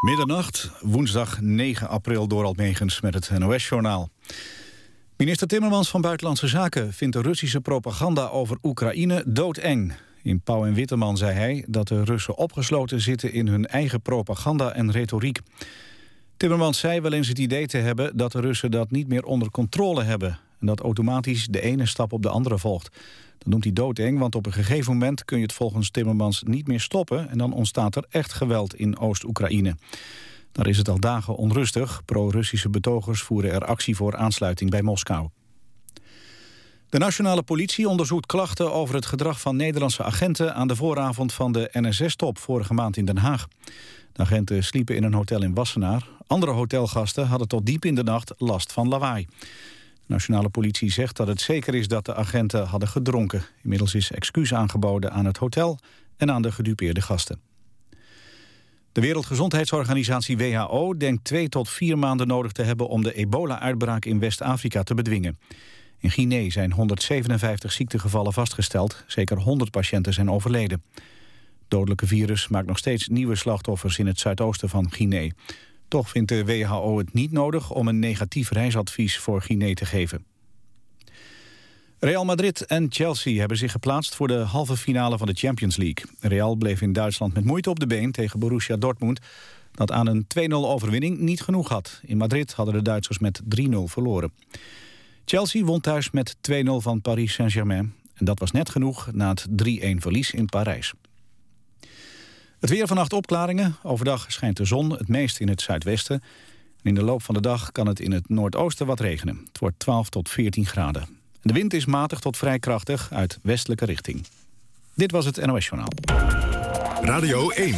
Middernacht, woensdag 9 april, Dorald Megens met het NOS-journaal. Minister Timmermans van Buitenlandse Zaken vindt de Russische propaganda over Oekraïne doodeng. In Pauw en Witteman zei hij dat de Russen opgesloten zitten in hun eigen propaganda en retoriek. Timmermans zei wel eens het idee te hebben dat de Russen dat niet meer onder controle hebben en dat automatisch de ene stap op de andere volgt. Dat noemt hij doodeng, want op een gegeven moment kun je het volgens Timmermans niet meer stoppen en dan ontstaat er echt geweld in Oost-Oekraïne. Daar is het al dagen onrustig. Pro-Russische betogers voeren er actie voor aansluiting bij Moskou. De nationale politie onderzoekt klachten over het gedrag van Nederlandse agenten aan de vooravond van de NSS-top vorige maand in Den Haag. De agenten sliepen in een hotel in Wassenaar. Andere hotelgasten hadden tot diep in de nacht last van lawaai. De nationale politie zegt dat het zeker is dat de agenten hadden gedronken. Inmiddels is excuus aangeboden aan het hotel en aan de gedupeerde gasten. De Wereldgezondheidsorganisatie WHO denkt 2 tot 4 maanden nodig te hebben om de ebola-uitbraak in West-Afrika te bedwingen. In Guinea zijn 157 ziektegevallen vastgesteld. Zeker 100 patiënten zijn overleden. Het dodelijke virus maakt nog steeds nieuwe slachtoffers in het zuidoosten van Guinea. Toch vindt de WHO het niet nodig om een negatief reisadvies voor Guinea te geven. Real Madrid en Chelsea hebben zich geplaatst voor de halve finale van de Champions League. Real bleef in Duitsland met moeite op de been tegen Borussia Dortmund, dat aan een 2-0 overwinning niet genoeg had. In Madrid hadden de Duitsers met 3-0 verloren. Chelsea won thuis met 2-0 van Paris Saint-Germain. En dat was net genoeg na het 3-1 verlies in Parijs. Het weer, vannacht opklaringen. Overdag schijnt de zon, het meest in het zuidwesten. En in de loop van de dag kan het in het noordoosten wat regenen. Het wordt 12 tot 14 graden. De wind is matig tot vrij krachtig uit westelijke richting. Dit was het NOS Journaal. Radio 1.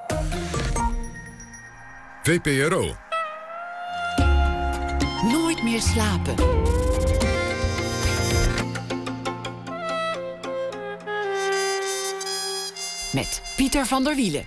VPRO. Nooit meer slapen. Met Pieter van der Wielen.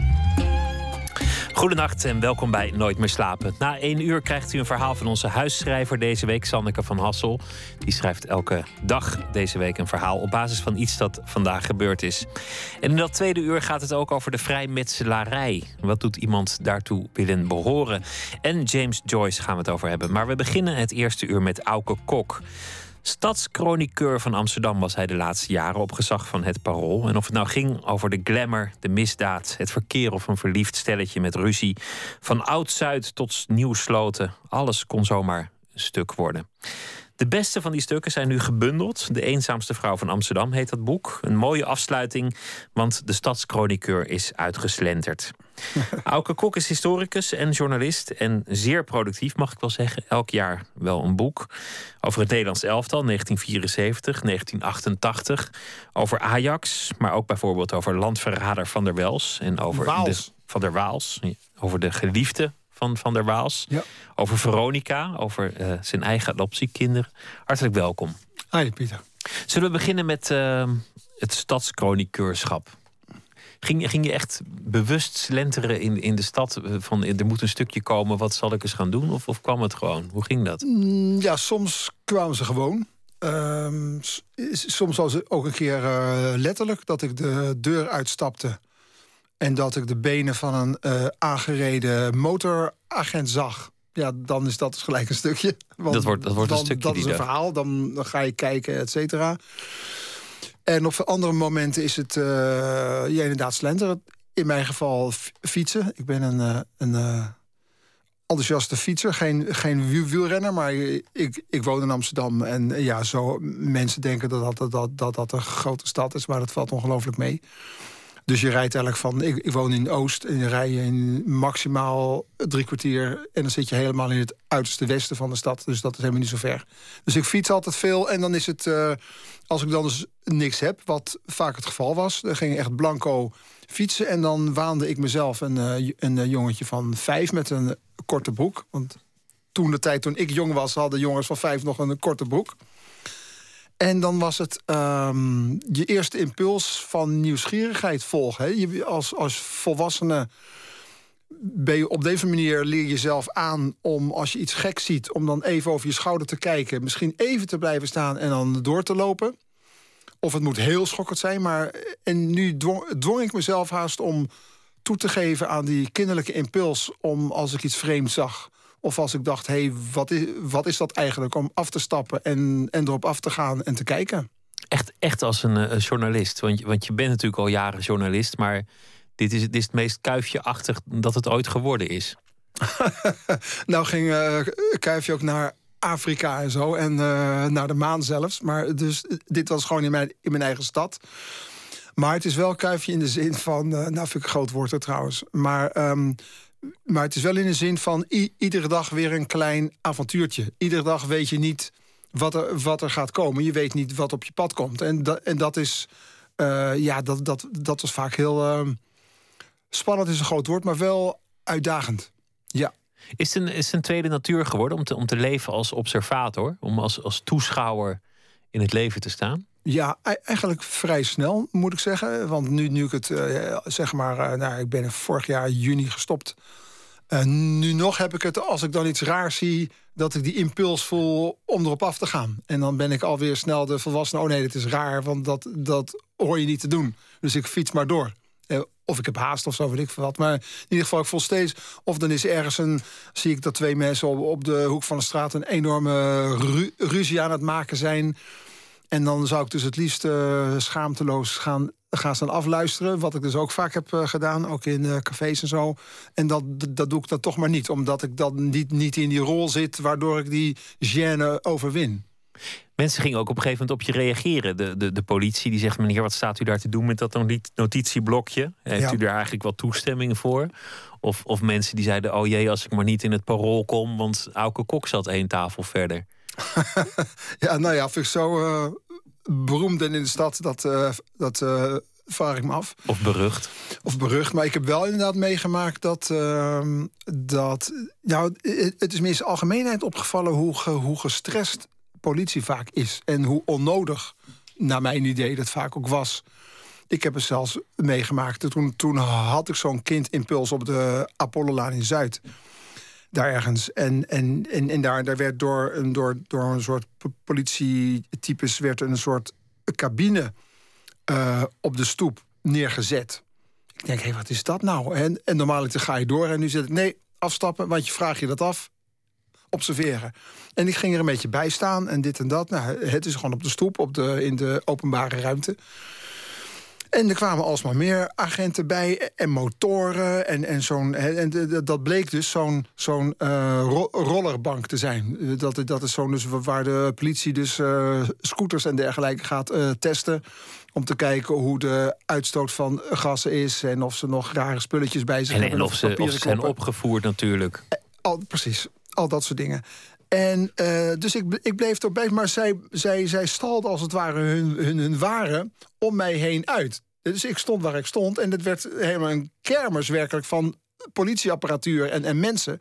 Goedenacht en welkom bij Nooit meer slapen. Na 1 uur krijgt u een verhaal van onze huisschrijver deze week, Sanneke van Hassel. Die schrijft elke dag deze week een verhaal op basis van iets dat vandaag gebeurd is. En in dat tweede uur gaat het ook over de vrijmetselarij. Wat doet iemand daartoe willen behoren? En James Joyce gaan we het over hebben. Maar we beginnen het eerste uur met Auke Kok. Stadschroniqueur van Amsterdam was hij de laatste jaren op gezag van Het Parool. En of het nou ging over de glamour, de misdaad, het verkeer of een verliefd stelletje met ruzie, van Oud-Zuid tot Nieuw-Sloten, alles kon zomaar een stuk worden. De beste van die stukken zijn nu gebundeld. De eenzaamste vrouw van Amsterdam heet dat boek. Een mooie afsluiting, want de stadschroniqueur is uitgeslenterd. Auke Kok is historicus en journalist en zeer productief, mag ik wel zeggen. Elk jaar wel een boek over het Nederlands elftal, 1974, 1988. Over Ajax, maar ook bijvoorbeeld over landverrader Van der Wels. En over Van der Waals, over de geliefde van Van der Waals. Ja. Over Veronica, over zijn eigen adoptiekinderen. Hartelijk welkom. Hi Pieter. Zullen we beginnen met het stadschroniqueurschap? Ging je echt bewust slenteren in de stad? Van er moet een stukje komen, wat zal ik eens gaan doen? Of kwam het gewoon? Hoe ging dat? Ja, soms kwamen ze gewoon. Soms was het ook een keer letterlijk dat ik de deur uitstapte en dat ik de benen van een aangereden motoragent zag. Ja, dan is dat dus gelijk een stukje. Want dat wordt een stukje. Dat is een verhaal, dan ga je kijken, et cetera. En op andere momenten is het inderdaad slenteren. In mijn geval fietsen. Ik ben een enthousiaste fietser. Geen wielrenner, maar ik woon in Amsterdam. En ja, zo mensen denken dat een grote stad is, maar dat valt ongelooflijk mee. Dus je rijdt eigenlijk van, ik woon in Oost en je rijdt in maximaal 3 kwartier en dan zit je helemaal in het uiterste westen van de stad. Dus dat is helemaal niet zo ver. Dus ik fiets altijd veel en dan is het, als ik dan dus niks heb, wat vaak het geval was, dan ging ik echt blanco fietsen en dan waande ik mezelf een jongetje van 5 met een korte broek. Want toen ik jong was, hadden jongens van 5 nog een korte broek. En dan was het je eerste impuls van nieuwsgierigheid volgen. Hè? Als volwassene ben je op deze manier leer jezelf aan om, als je iets geks ziet, om dan even over je schouder te kijken, misschien even te blijven staan en dan door te lopen. Of het moet heel schokkend zijn, en nu dwong ik mezelf haast om toe te geven aan die kinderlijke impuls om als ik iets vreemds zag, of als ik dacht, wat is dat eigenlijk, om af te stappen en erop af te gaan en te kijken. Echt als een journalist. Want je bent natuurlijk al jaren journalist, maar dit is het meest kuifje-achtig dat het ooit geworden is. Nou ging Kuifje ook naar Afrika en zo, en naar de maan zelfs. Maar dus dit was gewoon in mijn eigen stad. Maar het is wel Kuifje in de zin van, nou vind ik een groot woord er trouwens, maar het is wel in de zin van iedere dag weer een klein avontuurtje. Iedere dag weet je niet wat er gaat komen. Je weet niet wat op je pad komt. En dat is, dat was vaak heel spannend is een groot woord, maar wel uitdagend. Ja. Is het een tweede natuur geworden om te leven als observator? Om als toeschouwer in het leven te staan? Ja, eigenlijk vrij snel, moet ik zeggen. Want nu ik het, ik ben vorig jaar juni gestopt. Nu nog heb ik het, als ik dan iets raars zie, dat ik die impuls voel om erop af te gaan. En dan ben ik alweer snel de volwassene. Oh nee, dit is raar, want dat hoor je niet te doen. Dus ik fiets maar door. Of ik heb haast of zo, weet ik veel wat. Maar in ieder geval, ik voel steeds, of dan is ergens zie ik dat twee mensen op de hoek van de straat een enorme ruzie aan het maken zijn. En dan zou ik dus het liefst schaamteloos gaan staan afluisteren. Wat ik dus ook vaak heb gedaan, ook in cafés en zo. En dat doe ik dan toch maar niet. Omdat ik dan niet in die rol zit, waardoor ik die gêne overwin. Mensen gingen ook op een gegeven moment op je reageren. De politie die zegt, meneer, wat staat u daar te doen met dat notitieblokje? Heeft u daar eigenlijk wel toestemming voor? Of mensen die zeiden, oh jee, als ik maar niet in het Parool kom, want Auke Kok zat 1 tafel verder. Ja, nou ja, vind ik zo beroemd en in de stad, dat vraag ik me af. Of berucht. Maar ik heb wel inderdaad meegemaakt dat het is me in zijn algemeenheid opgevallen hoe gestrest politie vaak is. En hoe onnodig, naar mijn idee, dat vaak ook was. Ik heb het zelfs meegemaakt. Toen had ik zo'n kindimpuls op de Apollolaan in Zuid. Daar ergens. En daar werd door een soort politietypes werd een soort cabine op de stoep neergezet. Ik denk, wat is dat nou? En normaal ga je door en nu zit ik, nee, afstappen, want je vraagt je dat af. Observeren. En ik ging er een beetje bij staan en dit en dat. Nou, het is gewoon op de stoep, in de openbare ruimte. En er kwamen alsmaar meer agenten bij en motoren en zo'n. En dat bleek dus zo'n rollerbank te zijn. Dat is zo'n dus waar de politie dus scooters en dergelijke gaat testen. Om te kijken hoe de uitstoot van gassen is en of ze nog rare spulletjes bij zich hebben. En of ze zijn opgevoerd natuurlijk. Precies, al dat soort dingen. En dus ik bleef erbij, maar zij stalden als het ware hun waren om mij heen uit. Dus ik stond waar ik stond en het werd helemaal een kermis werkelijk van politieapparatuur en mensen.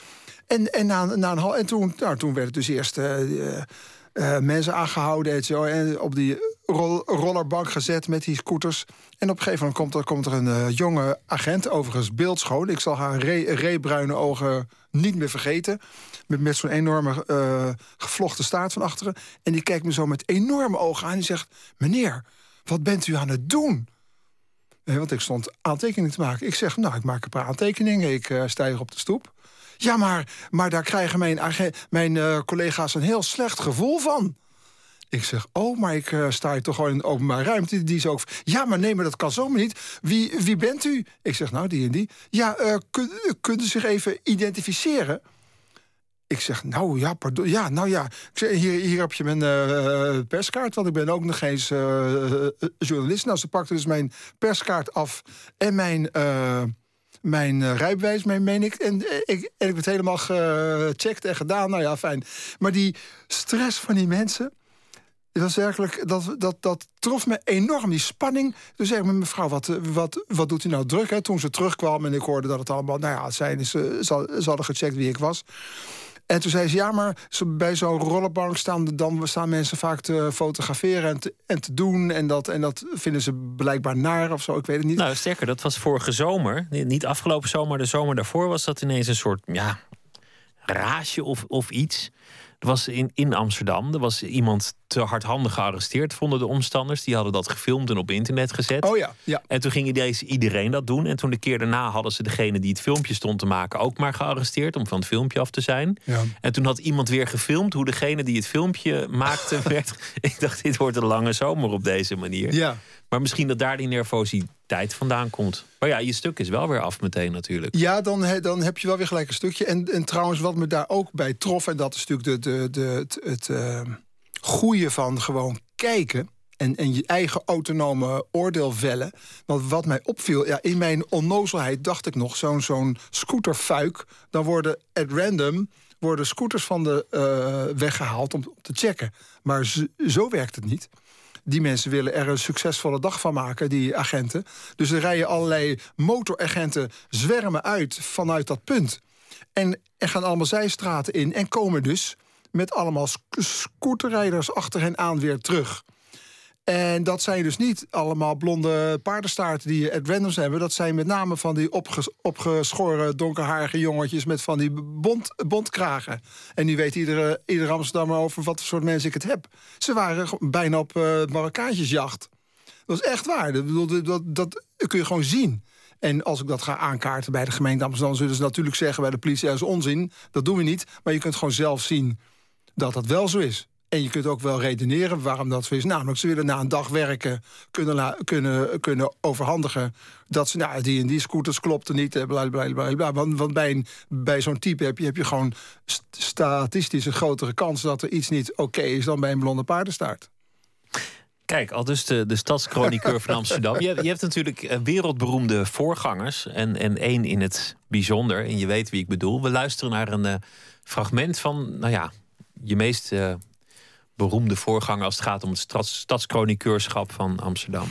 En toen werd het dus eerst mensen aangehouden en op die rollerbank gezet met die scooters. En op een gegeven moment komt er een jonge agent, overigens beeldschoon. Ik zal haar reebruine ogen niet meer vergeten. Met zo'n enorme gevlochten staart van achteren. En die kijkt me zo met enorme ogen aan en die zegt, meneer, wat bent u aan het doen? Want ik stond aantekeningen te maken. Ik zeg, ik maak een paar aantekeningen. Ik sta hier op de stoep. Ja, maar daar krijgen mijn collega's een heel slecht gevoel van. Ik zeg, maar ik sta hier toch gewoon in de openbare ruimte. Die is ook, ja, maar nee, maar dat kan zomaar niet. Wie bent u? Ik zeg, nou, die en die. Ja, kunt u zich even identificeren? Ik zeg, nou ja, pardon. Ja, nou ja. Ik zeg, hier heb je mijn perskaart, want ik ben ook nog eens journalist. Nou, ze pakte dus mijn perskaart af en mijn rijbewijs, meen ik. En ik werd helemaal gecheckt en gedaan. Nou ja, fijn. Maar die stress van die mensen, het was werkelijk, dat trof me enorm, die spanning. Toen zei ik met mevrouw, wat doet u nou druk? Hè? Toen ze terugkwam en ik hoorde dat het allemaal, ze hadden gecheckt wie ik was. En toen zei ze, ja, maar bij zo'n rollerbank staan mensen vaak te fotograferen en te doen. En dat vinden ze blijkbaar naar of zo, ik weet het niet. Nou, sterker, dat was vorige zomer. Niet afgelopen zomer, de zomer daarvoor was dat ineens een soort, rage of iets. Er was in Amsterdam, er was iemand te hardhandig gearresteerd, vonden de omstanders. Die hadden dat gefilmd en op internet gezet. Oh ja. En toen ging iedereen dat doen. En toen de keer daarna hadden ze degene die het filmpje stond te maken ook maar gearresteerd om van het filmpje af te zijn. Ja. En toen had iemand weer gefilmd hoe degene die het filmpje maakte werd. Ik dacht, dit wordt een lange zomer op deze manier. Ja. Maar misschien dat daar die nervositeit vandaan komt. Maar ja, je stuk is wel weer af meteen natuurlijk. Ja, dan heb je wel weer gelijk een stukje. En trouwens, wat me daar ook bij trof, en dat is natuurlijk het goeie van gewoon kijken en je eigen autonome oordeel vellen. Want wat mij opviel, ja, in mijn onnozelheid dacht ik nog, zo'n scooterfuik, dan worden at random scooters van de weg gehaald om te checken. Maar zo werkt het niet. Die mensen willen er een succesvolle dag van maken, die agenten. Dus er rijden allerlei motoragenten zwermen uit vanuit dat punt. En gaan allemaal zijstraten in en komen dus met allemaal scooterrijders achter hen aan weer terug. En dat zijn dus niet allemaal blonde paardenstaarten die at randoms hebben. Dat zijn met name van die opgeschoren donkerharige jongetjes met van die bontkragen. En nu weet iedere Amsterdammer over wat voor soort mensen ik het heb. Ze waren bijna op Marokkaantjesjacht. Dat is echt waar. Dat kun je gewoon zien. En als ik dat ga aankaarten bij de gemeente Amsterdam, zullen ze natuurlijk zeggen bij de politie, dat is onzin. Dat doen we niet. Maar je kunt gewoon zelf zien dat dat wel zo is. En je kunt ook wel redeneren waarom dat zo is. Namelijk, ze willen na een dag werken kunnen overhandigen dat ze, nou, die en die scooters klopten niet, blablabla. Want bij zo'n type heb je gewoon statistisch een grotere kans dat er iets niet oké is dan bij een blonde paardenstaart. Kijk, al dus de stadschroniqueur van Amsterdam. Je hebt natuurlijk wereldberoemde voorgangers. En één in het bijzonder. En je weet wie ik bedoel. We luisteren naar een fragment van, nou ja, je meest beroemde voorganger als het gaat om het stadschronikeurschap van Amsterdam.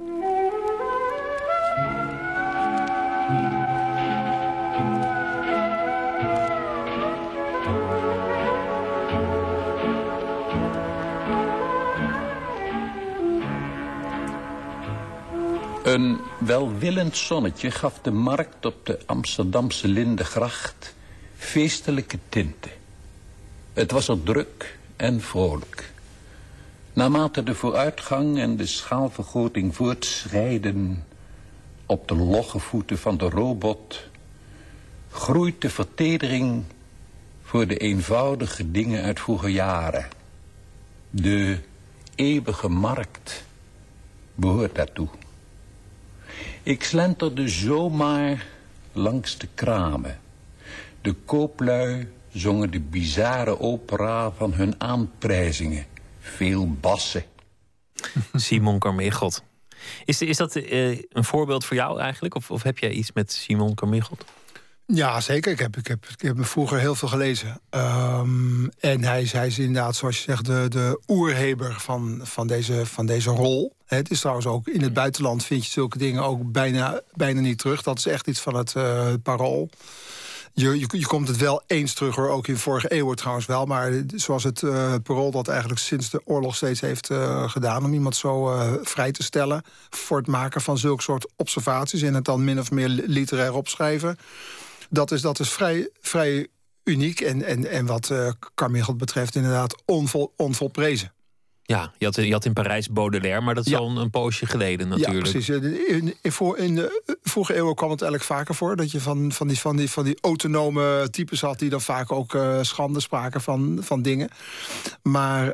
Een welwillend zonnetje gaf de markt op de Amsterdamse Lindegracht feestelijke tinten. Het was er druk en vrolijk. Naarmate de vooruitgang en de schaalvergroting voortschrijden op de logge voeten van de robot, groeit de vertedering voor de eenvoudige dingen uit vroeger jaren. De eeuwige markt behoort daartoe. Ik slenterde zomaar langs de kramen. De kooplui zongen de bizarre opera van hun aanprijzingen. Veel bassen. Simon Carmichelt. Is dat een voorbeeld voor jou eigenlijk? Of heb jij iets met Simon Carmichelt? Ja, zeker. Ik heb me vroeger heel veel gelezen. En hij is inderdaad, zoals je zegt, de oerheber van deze rol. Het is trouwens ook in het buitenland vind je zulke dingen ook bijna niet terug. Dat is echt iets van het Parool. Je komt het wel eens terug, hoor. Ook in vorige eeuw trouwens wel. Maar zoals het Parool dat eigenlijk sinds de oorlog steeds heeft gedaan, om iemand zo vrij te stellen voor het maken van zulke soort observaties en het dan min of meer literair opschrijven. Dat is vrij uniek en wat Carmichelt betreft inderdaad onvolprezen. Ja, je had in Parijs Baudelaire, maar dat is al een poosje geleden natuurlijk. Ja, precies. In de vorige eeuwen kwam het eigenlijk vaker voor dat je van die autonome types had die dan vaak ook schande spraken van dingen. Maar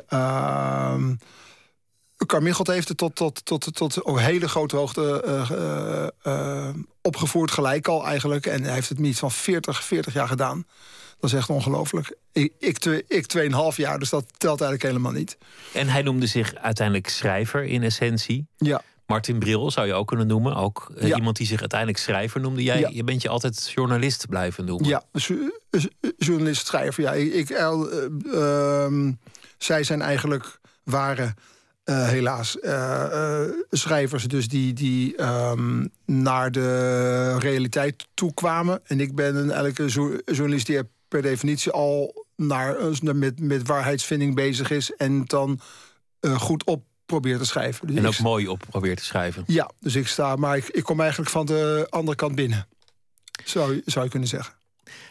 Carmichelt heeft het tot een hele grote hoogte opgevoerd, gelijk al eigenlijk. En hij heeft het iets van 40 jaar gedaan. Dat is echt ongelooflijk. Ik 2,5 jaar, dus dat telt eigenlijk helemaal niet. En hij noemde zich uiteindelijk schrijver in essentie. Ja. Martin Bril zou je ook kunnen noemen. Ook iemand die zich uiteindelijk schrijver noemde. Je bent je altijd journalist blijven noemen. Ja, journalist, schrijver. Ja, zij zijn eigenlijk helaas schrijvers dus die naar de realiteit toe kwamen. En ik ben eigenlijk een journalist die per definitie al met waarheidsvinding bezig is en dan goed op probeert te schrijven. Dus en ook mooi op probeert te schrijven. Ja, dus ik kom eigenlijk van de andere kant binnen. Zou je kunnen zeggen.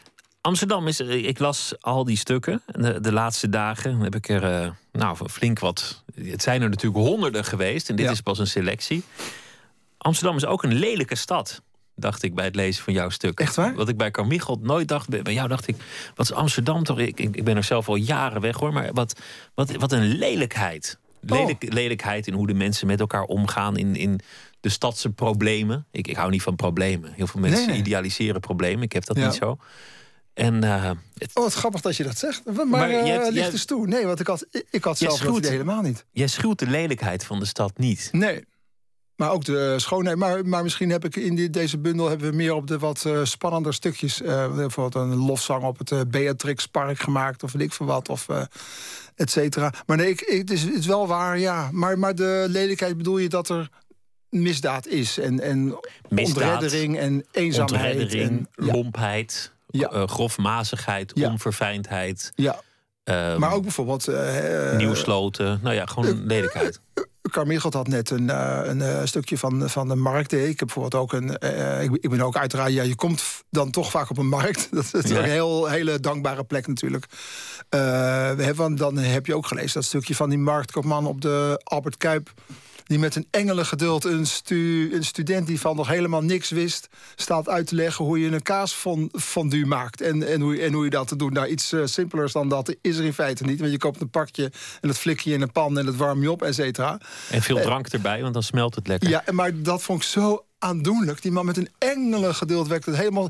Amsterdam is... Ik las al die stukken. De laatste dagen heb ik er flink wat... Het zijn er natuurlijk honderden geweest. En dit is pas een selectie. Amsterdam is ook een lelijke stad, dacht ik bij het lezen van jouw stuk. Echt waar? Wat ik bij Carmichael nooit dacht. Bij jou dacht ik, wat is Amsterdam toch? Ik ben er zelf al jaren weg, hoor. Maar wat een lelijkheid. Lelijkheid in hoe de mensen met elkaar omgaan. In de stadse problemen. Ik hou niet van problemen. Heel veel mensen idealiseren problemen. Ik heb dat niet zo. En, wat grappig dat je dat zegt. Maar ligt dus toe. Nee, want ik had zelf dat idee helemaal niet. Jij schuwt de lelijkheid van de stad niet. Nee. Maar ook de schoonheid. Maar misschien heb ik in deze bundel hebben we meer op de wat spannender stukjes. Bijvoorbeeld een lofzang op het Beatrixpark gemaakt. Of weet ik veel wat. Of et cetera. Maar nee, het is wel waar, ja. Maar de lelijkheid bedoel je dat er misdaad is. En ontreddering en eenzaamheid. En lompheid. Grofmazigheid, onverfijndheid. Ja. Maar ook bijvoorbeeld... Nieuwsloten. Nou ja, gewoon lelijkheid. Carmichael had net een stukje van de markt. Ik heb bijvoorbeeld ook ik ben ook uiteraard... Ja, je komt dan toch vaak op een markt. Dat is een hele dankbare plek natuurlijk. Dan heb je ook gelezen dat stukje van die marktkoopman op de Albert Kuip... die met een engelengeduld een student die van nog helemaal niks wist... staat uit te leggen hoe je een kaasfondue maakt. En hoe je dat te doen. Nou, iets simpelers dan dat is er in feite niet. Want je koopt een pakje en dat flik je in een pan... en dat warm je op, et cetera. En veel drank erbij, want dan smelt het lekker. Ja, maar dat vond ik zo aandoenlijk. Die man met een engelengeduld werkte het helemaal...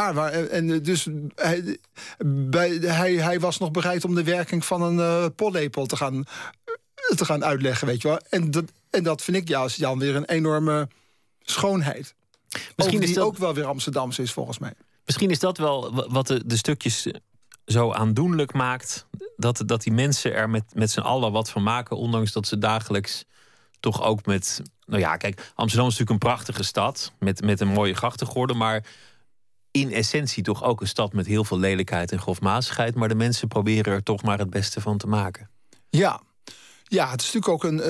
Hij was nog bereid om de werking van een pollepel te gaan uitleggen, weet je wel. En dat vind ik juist dan weer een enorme schoonheid. Misschien is dat ook wel weer Amsterdams is, volgens mij. Misschien is dat wel wat de stukjes zo aandoenlijk maakt... dat die mensen er met z'n allen wat van maken... ondanks dat ze dagelijks toch ook met... Nou ja, kijk, Amsterdam is natuurlijk een prachtige stad... met een mooie grachtengordel, maar... in essentie toch ook een stad met heel veel lelijkheid en grofmazigheid... maar de mensen proberen er toch maar het beste van te maken. Ja. Ja, het is natuurlijk ook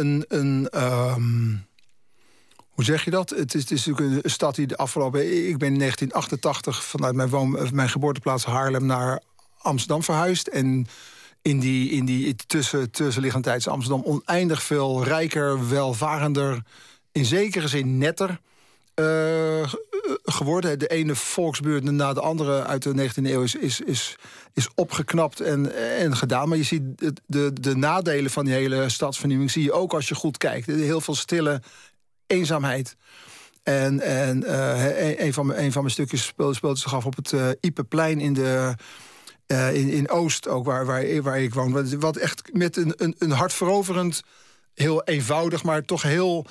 hoe zeg je dat? Het is natuurlijk een stad die de afgelopen... Ik ben in 1988 vanuit mijn geboorteplaats Haarlem naar Amsterdam verhuisd. En in die tussenliggende tijd is Amsterdam oneindig veel rijker, welvarender... in zekere zin netter geworden. De ene volksbuurt na de andere uit de 19e eeuw is opgeknapt en gedaan. Maar je ziet de nadelen van die hele stadsvernieuwing... zie je ook als je goed kijkt. Heel veel stille eenzaamheid. En een van mijn stukjes speelde zich af op het Ieperplein in Oost, ook waar ik woon. Wat echt met een hartveroverend, heel eenvoudig... maar toch heel...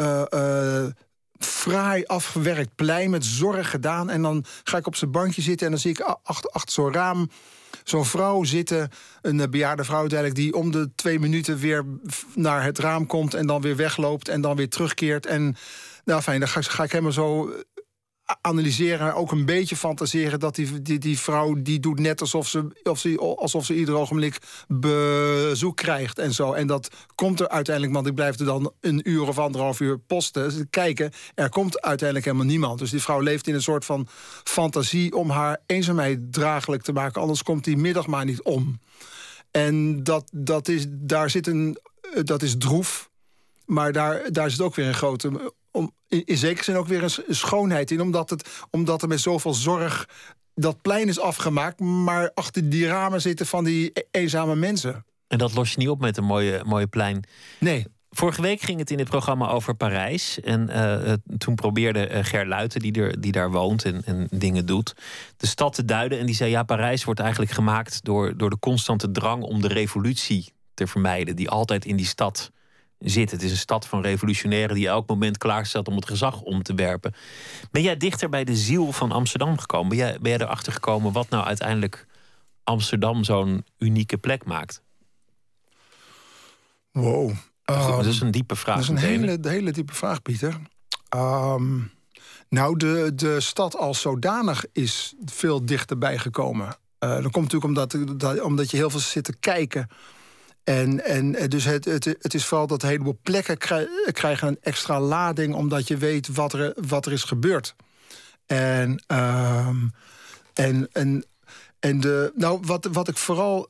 fraai afgewerkt plein met zorg gedaan. En dan ga ik op zijn bankje zitten... en dan zie ik achter zo'n raam zo'n vrouw zitten... een bejaarde vrouw uiteindelijk... die om de 2 minuten weer naar het raam komt... en dan weer wegloopt en dan weer terugkeert. En nou fijn, dan ga ik helemaal zo analyseren... ook een beetje fantaseren dat die vrouw... die doet net alsof ze ieder ogenblik bezoek krijgt en zo. En dat komt er uiteindelijk... want ik blijf er dan 1 uur of 1,5 uur posten... kijken, er komt uiteindelijk helemaal niemand. Dus die vrouw leeft in een soort van fantasie... om haar eenzaamheid draaglijk te maken. Anders komt die middag maar niet om. En dat is droef... maar daar zit ook weer een grote... in zekere zin ook weer een schoonheid in. Omdat er met zoveel zorg dat plein is afgemaakt... maar achter die ramen zitten van die eenzame mensen. En dat los je niet op met een mooie plein. Nee. Vorige week ging het in het programma over Parijs. En toen probeerde Ger Luiten, die daar woont en dingen doet... de stad te duiden. En die zei, ja, Parijs wordt eigenlijk gemaakt... door de constante drang om de revolutie te vermijden... die altijd in die stad... zit. Het is een stad van revolutionairen die elk moment klaar staat om het gezag om te werpen. Ben jij dichter bij de ziel van Amsterdam gekomen? Ben jij erachter gekomen wat nou uiteindelijk Amsterdam zo'n unieke plek maakt? Wow. Dat is een diepe vraag. Dat is een hele diepe vraag, Pieter. Nou, de stad als zodanig is veel dichterbij gekomen. Dat komt natuurlijk omdat je heel veel zit te kijken... En dus het is vooral dat een heleboel plekken krijgen een extra lading... omdat je weet wat er is gebeurd. En En wat ik vooral...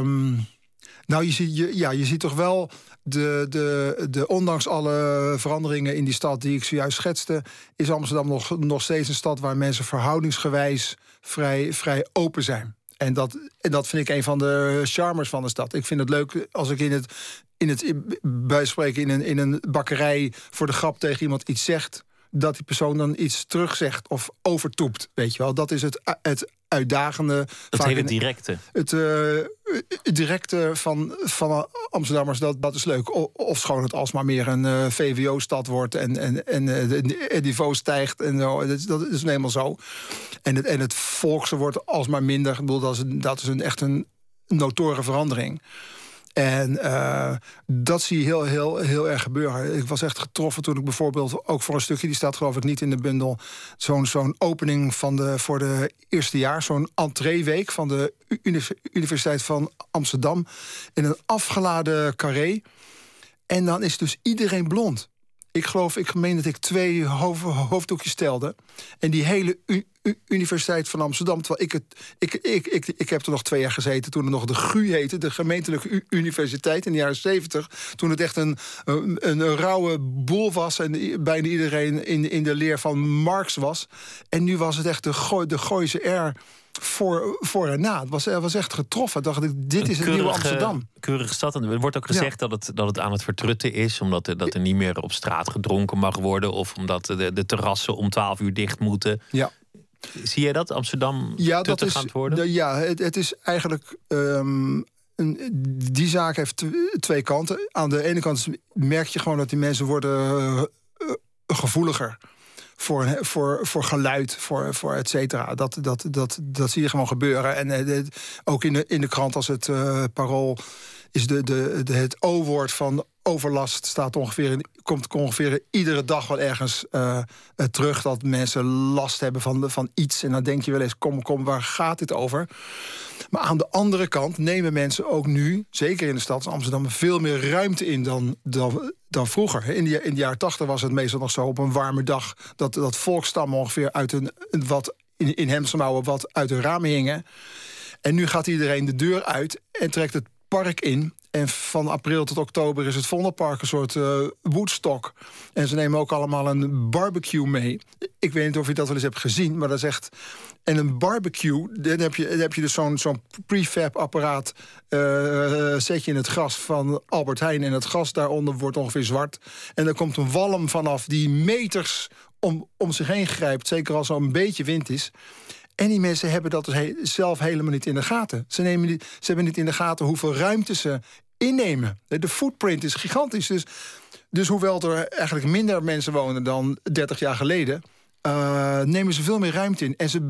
je ziet toch wel... ondanks alle veranderingen in die stad die ik zojuist schetste... is Amsterdam nog steeds een stad waar mensen verhoudingsgewijs vrij open zijn. En dat vind ik een van de charmers van de stad. Ik vind het leuk als ik bij spreken in een bakkerij voor de grap tegen iemand iets zegt... dat die persoon dan iets terugzegt of overtoept, weet je wel. Dat is het uitdagende. Dat hele directe. Het directe van Amsterdammers, dat is leuk. Of schoon het alsmaar meer een VWO-stad wordt en het niveau stijgt. En zo. Dat is nou eenmaal zo. En het volkse wordt alsmaar minder. Ik bedoel, dat is echt een notoire verandering. En dat zie je heel erg gebeuren. Ik was echt getroffen toen ik bijvoorbeeld ook voor een stukje... die staat geloof ik niet in de bundel... zo'n opening voor de eerste jaar... zo'n entreeweek van de Universiteit van Amsterdam... in een afgeladen carré. En dan is dus iedereen blond. Ik meen dat ik 2 hoofddoekjes telde. En die hele Universiteit van Amsterdam... terwijl ik heb er nog 2 jaar gezeten... toen het nog de GU heette, de gemeentelijke universiteit... in de jaren 70, toen het echt een rauwe boel was... en bijna iedereen in de leer van Marx was. En nu was het echt de Gooise R... voor en na. Het was echt getroffen. Dacht ik, dit is het nieuwe Amsterdam. Keurige stad. En er wordt ook gezegd dat het aan het vertrutten is... omdat er niet meer op straat gedronken mag worden... of omdat de terrassen om 12 uur dicht moeten. Ja. Zie jij dat, Amsterdam tuttig aan het worden? Ja, het is eigenlijk... die zaak heeft 2 kanten. Aan de ene kant merk je gewoon dat die mensen worden gevoeliger... Voor geluid, voor et cetera. Dat zie je gewoon gebeuren. En ook in de krant als het Parool... is het O-woord van overlast komt ongeveer iedere dag wel ergens terug... dat mensen last hebben van iets. En dan denk je wel eens, kom, waar gaat dit over? Maar aan de andere kant nemen mensen ook nu... zeker in de stad Amsterdam, veel meer ruimte in dan vroeger. In de jaren 80 was het meestal nog zo op een warme dag... dat volksstammen ongeveer uit in hemdsmouwen wat uit hun ramen hingen. En nu gaat iedereen de deur uit en trekt het park in... En van april tot oktober is het Vondelpark een soort Woodstock. En ze nemen ook allemaal een barbecue mee. Ik weet niet of je dat wel eens hebt gezien, maar dat is echt... En een barbecue, dan heb je dus zo'n prefab-apparaat... zet je in het gras van Albert Heijn... en het gras daaronder wordt ongeveer zwart. En er komt een walm vanaf die meters om zich heen grijpt... zeker als er een beetje wind is... En die mensen hebben dat dus zelf helemaal niet in de gaten. Ze hebben niet in de gaten hoeveel ruimte ze innemen. De footprint is gigantisch. Dus hoewel er eigenlijk minder mensen wonen dan 30 jaar geleden... nemen ze veel meer ruimte in. En ze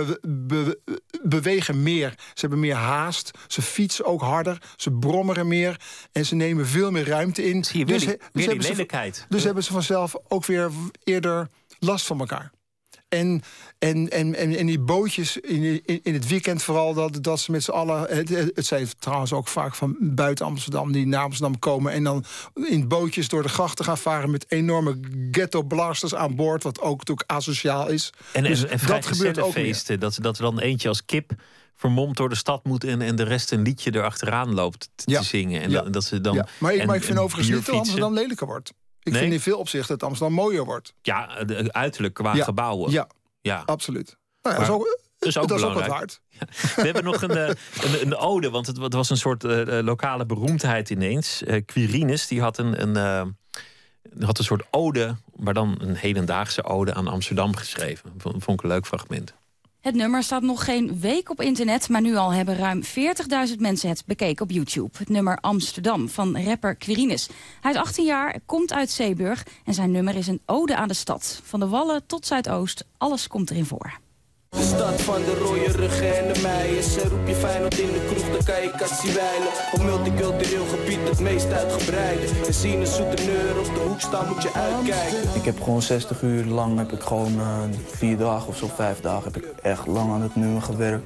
bewegen meer. Ze hebben meer haast. Ze fietsen ook harder. Ze brommeren meer. En ze nemen veel meer ruimte in. Zie je weer die lelijkheid. Dus hebben ze vanzelf ook weer eerder last van elkaar. En die bootjes in het weekend vooral... dat ze met z'n allen... Het zijn trouwens ook vaak van buiten Amsterdam... die naar Amsterdam komen... en dan in bootjes door de grachten gaan varen... met enorme ghetto-blasters aan boord... wat ook natuurlijk asociaal is. En dat gebeurt ook feesten, dat er dan eentje als kip... vermomd door de stad moet en de rest een liedje erachteraan loopt te zingen. En dat ze dan, maar ik vind overigens niet dat Amsterdam lelijker wordt. Ik vind in veel opzichten dat Amsterdam mooier wordt. Ja, uiterlijk qua gebouwen. Ja, absoluut. Nou ja, dat is ook wat waard. Ja. We hebben nog een ode, want het was een soort lokale beroemdheid ineens. Quirinus, die had een soort ode... maar dan een hedendaagse ode aan Amsterdam geschreven. Vond ik een leuk fragment. Het nummer staat nog geen week op internet... maar nu al hebben ruim 40.000 mensen het bekeken op YouTube. Het nummer Amsterdam van rapper Quirinus. Hij is 18 jaar, komt uit Zeeburg... en zijn nummer is een ode aan de stad. Van de Wallen tot Zuidoost, alles komt erin voor. De stad van de rode ruggen en de meisjes. Roep je Feyenoord in de kroeg, dan kan je Cassie wijlen. Op multicultureel gebied het meest uitgebreide. En zien een souteneur op de hoek staan moet je uitkijken. Ik heb gewoon 60 uur lang, heb ik gewoon 4 dagen of zo, 5 dagen... heb ik echt lang aan het nummer gewerkt.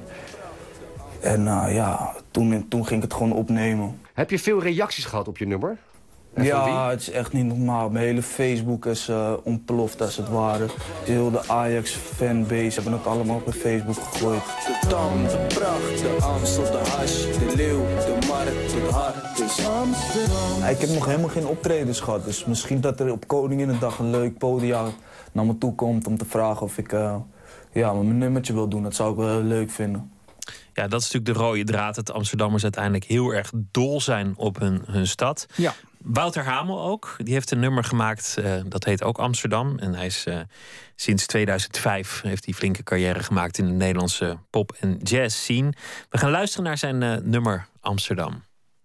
En toen ging ik het gewoon opnemen. Heb je veel reacties gehad op je nummer? Ja, het is echt niet normaal. Mijn hele Facebook is ontploft als het ware. Heel de Ajax-fanbase hebben het allemaal op Facebook gegooid. De Dam, de Pracht, de Amstel, de Hash, de Leeuw, de Markt, het Hart is Amsterdam. Ik heb nog helemaal geen optredens gehad. Dus misschien dat er op Koninginnedag een leuk podium naar me toe komt om te vragen of ik mijn nummertje wil doen. Dat zou ik wel leuk vinden. Ja, dat is natuurlijk de rode draad. Dat Amsterdammers uiteindelijk heel erg dol zijn op hun stad. Ja. Wouter Hamel ook. Die heeft een nummer gemaakt, dat heet ook Amsterdam. En hij is sinds 2005 heeft hij flinke carrière gemaakt in de Nederlandse pop- en jazz scene. We gaan luisteren naar zijn nummer Amsterdam.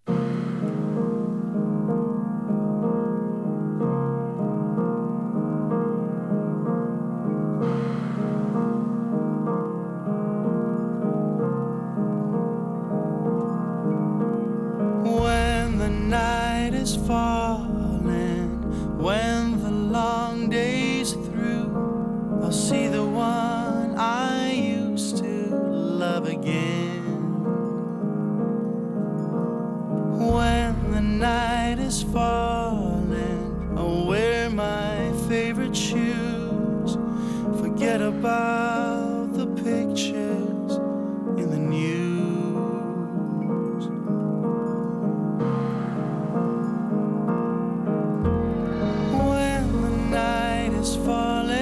Falling when the long day's through, I'll see the one I used to love again. When the night is falling, I'll wear my favorite shoes, forget about the pictures in the news. Falling,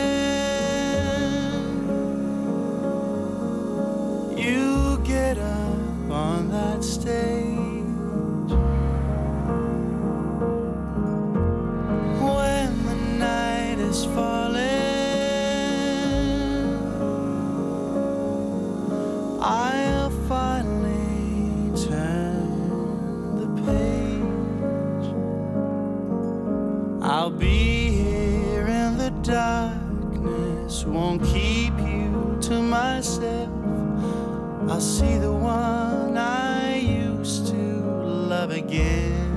you get up on that stage. When the night is falling, I'll finally turn the page. I'll be darkness won't keep you to myself. I'll see the one I used to love again.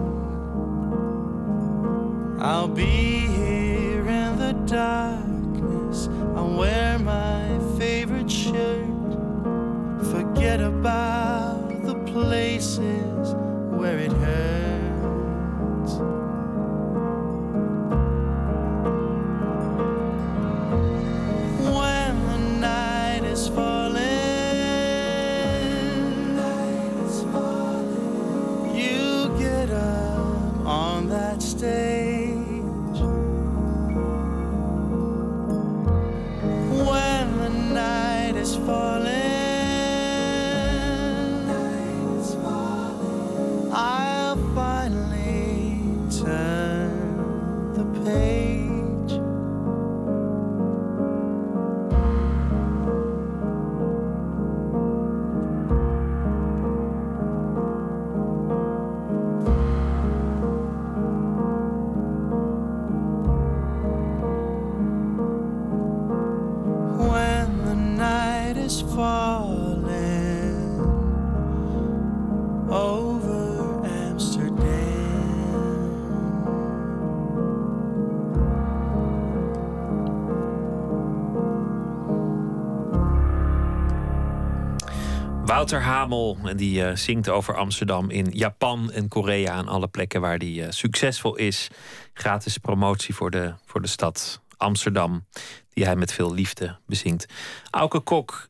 I'll be here in the darkness. I'll wear my favorite shirt. Forget about the places where it hurts. Wouter Hamel, en die zingt over Amsterdam in Japan en Korea en alle plekken waar die succesvol is. Gratis promotie voor de stad Amsterdam, die hij met veel liefde bezingt. Auke Kok,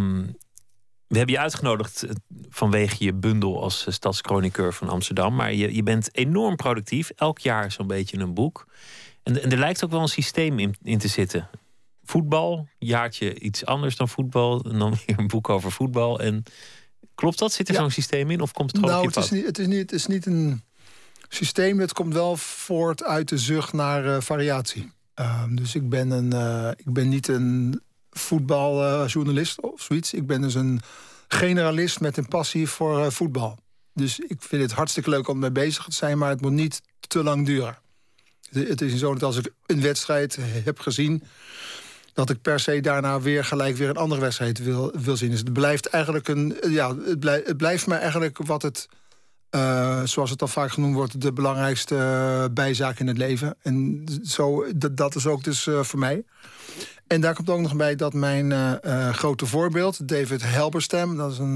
we hebben je uitgenodigd vanwege je bundel als stadschroniqueur van Amsterdam. Maar je bent enorm productief. Elk jaar zo'n beetje een boek. En er lijkt ook wel een systeem in te zitten. Voetbal, jaartje iets anders dan voetbal. En dan weer een boek over voetbal. En klopt dat? Zit er zo'n systeem in? Of komt het gewoon op je pad? Het is niet een systeem. Het komt wel voort uit de zucht naar variatie. Dus ik ben niet een voetbaljournalist of zoiets. Ik ben dus een generalist met een passie voor voetbal. Dus ik vind het hartstikke leuk om mee bezig te zijn, maar het moet niet te lang duren. Het is zo dat als ik een wedstrijd heb gezien, dat ik per se daarna weer een andere wedstrijd wil zien. Dus het blijft eigenlijk het blijft me eigenlijk wat het, zoals het al vaak genoemd wordt, de belangrijkste bijzaak in het leven. En zo, dat is ook dus voor mij. En daar komt ook nog bij dat mijn grote voorbeeld, David Halberstam, dat is een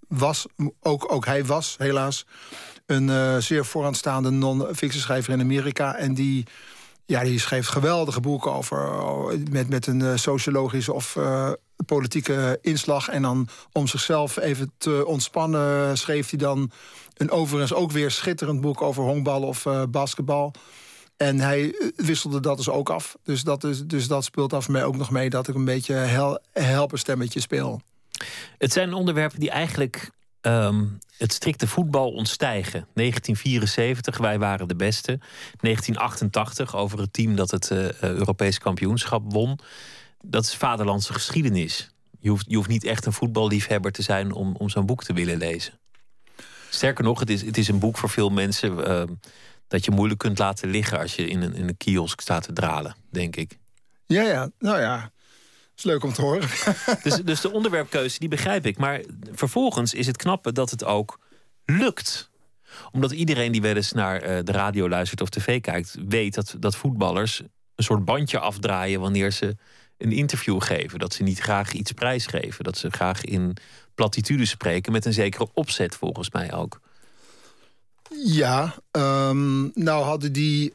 ook hij was helaas een zeer vooraanstaande non-fiction schrijver in Amerika. En die schreef geweldige boeken over met een sociologische of politieke inslag. En dan om zichzelf even te ontspannen schreef hij dan een overigens ook weer schitterend boek over honkbal of basketbal. En hij wisselde dat dus ook af. Dus dat speelt af voor mij ook nog mee dat ik een beetje helperstemmetje speel. Het zijn onderwerpen die eigenlijk het strikte voetbal ontstijgen. 1974, wij waren de beste. 1988, over het team dat het Europees kampioenschap won. Dat is vaderlandse geschiedenis. Je hoeft niet echt een voetballiefhebber te zijn om zo'n boek te willen lezen. Sterker nog, het is een boek voor veel mensen dat je moeilijk kunt laten liggen als je in een kiosk staat te dralen, denk ik. Ja, nou ja. Is leuk om te horen. Dus de onderwerpkeuze, die begrijp ik. Maar vervolgens is het knappe dat het ook lukt. Omdat iedereen die wel eens naar de radio luistert of tv kijkt, weet dat voetballers een soort bandje afdraaien wanneer ze een interview geven. Dat ze niet graag iets prijsgeven. Dat ze graag in platitudes spreken met een zekere opzet volgens mij ook. Ja, nou hadden die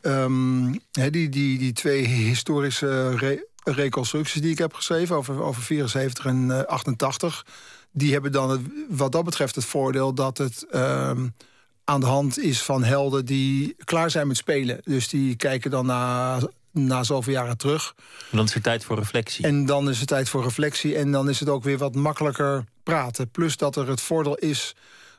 twee historische reconstructies die ik heb geschreven over 74 en 88... die hebben dan wat dat betreft het voordeel dat het aan de hand is van helden die klaar zijn met spelen. Dus die kijken dan na zoveel jaren terug. En dan is er tijd voor reflectie. En dan is het tijd voor reflectie en dan is het ook weer wat makkelijker praten. Plus dat er het voordeel is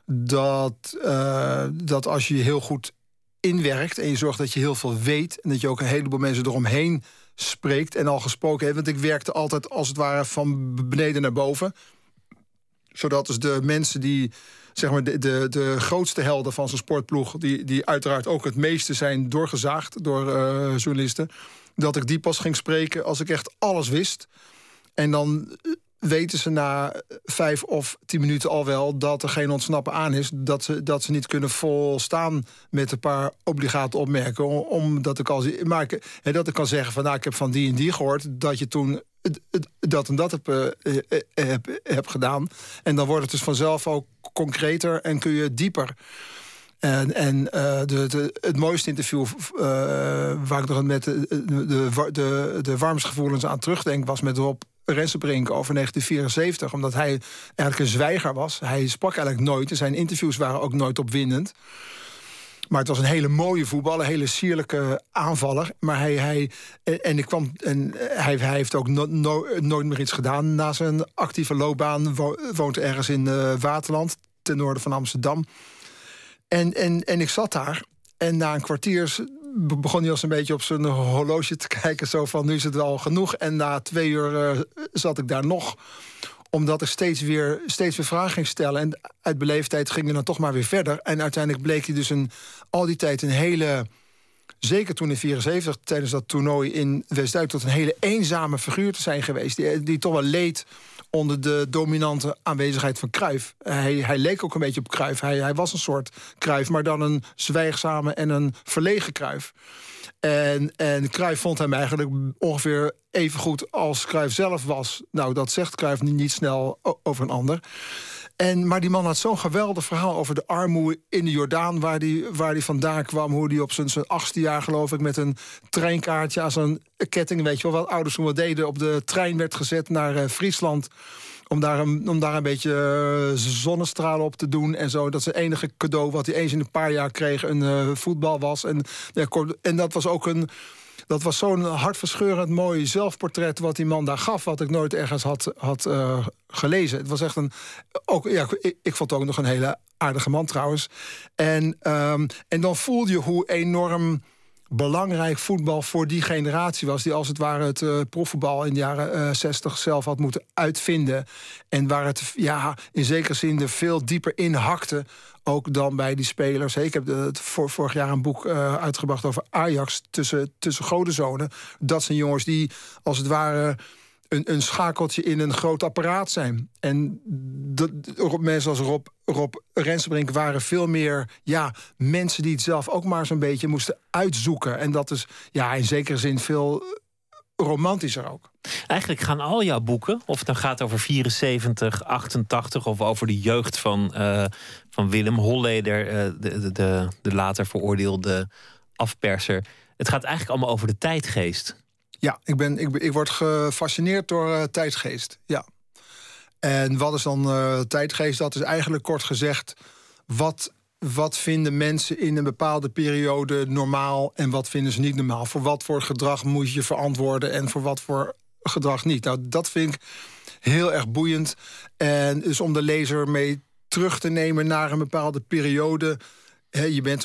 dat als je heel goed inwerkt en je zorgt dat je heel veel weet en dat je ook een heleboel mensen eromheen spreekt en al gesproken heeft. Want ik werkte altijd als het ware van beneden naar boven. Zodat dus de mensen die, zeg maar, de grootste helden van zo'n sportploeg, die uiteraard ook het meeste zijn doorgezaagd door journalisten, dat ik die pas ging spreken als ik echt alles wist. En dan weten ze na 5 of 10 minuten al wel dat er geen ontsnappen aan is. Dat ze niet kunnen volstaan met een paar obligate opmerkingen. Omdat ik dat ik kan zeggen van ik heb van die en die gehoord dat je toen dat en dat heb gedaan. En dan wordt het dus vanzelf ook concreter en kun je dieper. En het mooiste interview waar ik nog met de warmste gevoelens aan terugdenk was met Rob Rensenbrink over 1974. Omdat hij eigenlijk een zwijger was. Hij sprak eigenlijk nooit. En zijn interviews waren ook nooit opwindend. Maar het was een hele mooie voetballer, een hele sierlijke aanvaller. Maar hij heeft ook nooit meer iets gedaan. Na zijn actieve loopbaan woont ergens in Waterland, ten noorden van Amsterdam. En ik zat daar. En na een kwartier begon hij als een beetje op zijn horloge te kijken. Zo van, nu is het wel genoeg. En na 2 uur zat ik daar nog. Omdat ik steeds weer vragen ging stellen. En uit beleefdheid ging hij dan toch maar weer verder. En uiteindelijk bleek hij dus al die tijd een hele, zeker toen in 74, tijdens dat toernooi in West-Duik, tot een hele eenzame figuur te zijn geweest. Die toch wel leed onder de dominante aanwezigheid van Cruijff. Hij leek ook een beetje op Cruijff. Hij was een soort Cruijff, maar dan een zwijgzame en een verlegen Cruijff. En Cruijff vond hem eigenlijk ongeveer even goed als Cruijff zelf was. Nou, dat zegt Cruijff niet snel over een ander. Maar die man had zo'n geweldig verhaal over de armoede in de Jordaan, waar die vandaan kwam, hoe die op zijn 8e jaar, geloof ik, met een treinkaartje aan zijn ketting, weet je wel, wat ouders toen wat deden, op de trein werd gezet naar Friesland, om daar een beetje zonnestralen op te doen en zo. Dat zijn enige cadeau wat hij eens in een paar jaar kreeg een voetbal was. En dat was ook dat was zo'n hartverscheurend mooi zelfportret wat die man daar gaf, wat ik nooit ergens had gelezen. Het was echt ik vond het ook nog een hele aardige man trouwens. En dan voelde je hoe enorm belangrijk voetbal voor die generatie was, die als het ware het profvoetbal in de jaren 60 zelf had moeten uitvinden. En waar het in zekere zin er veel dieper in hakte, ook dan bij die spelers. Ik heb vorig jaar een boek uitgebracht over Ajax tussen godenzonen. Dat zijn jongens die als het ware een schakeltje in een groot apparaat zijn. En mensen als Rob Rensenbrink waren veel meer mensen die het zelf ook maar zo'n beetje moesten uitzoeken. En dat is in zekere zin veel romantischer ook. Eigenlijk gaan al jouw boeken, of het dan gaat over 74, 88... of over de jeugd van Willem Holleder, de later veroordeelde afperser. Het gaat eigenlijk allemaal over de tijdgeest. Ja, ik word gefascineerd door tijdgeest. Ja. En wat is dan tijdgeest? Dat is eigenlijk kort gezegd... Wat vinden mensen in een bepaalde periode normaal en wat vinden ze niet normaal? Voor wat voor gedrag moet je verantwoorden en voor wat voor gedrag niet? Nou, dat vind ik heel erg boeiend. En dus om de lezer mee terug te nemen naar een bepaalde periode. Je bent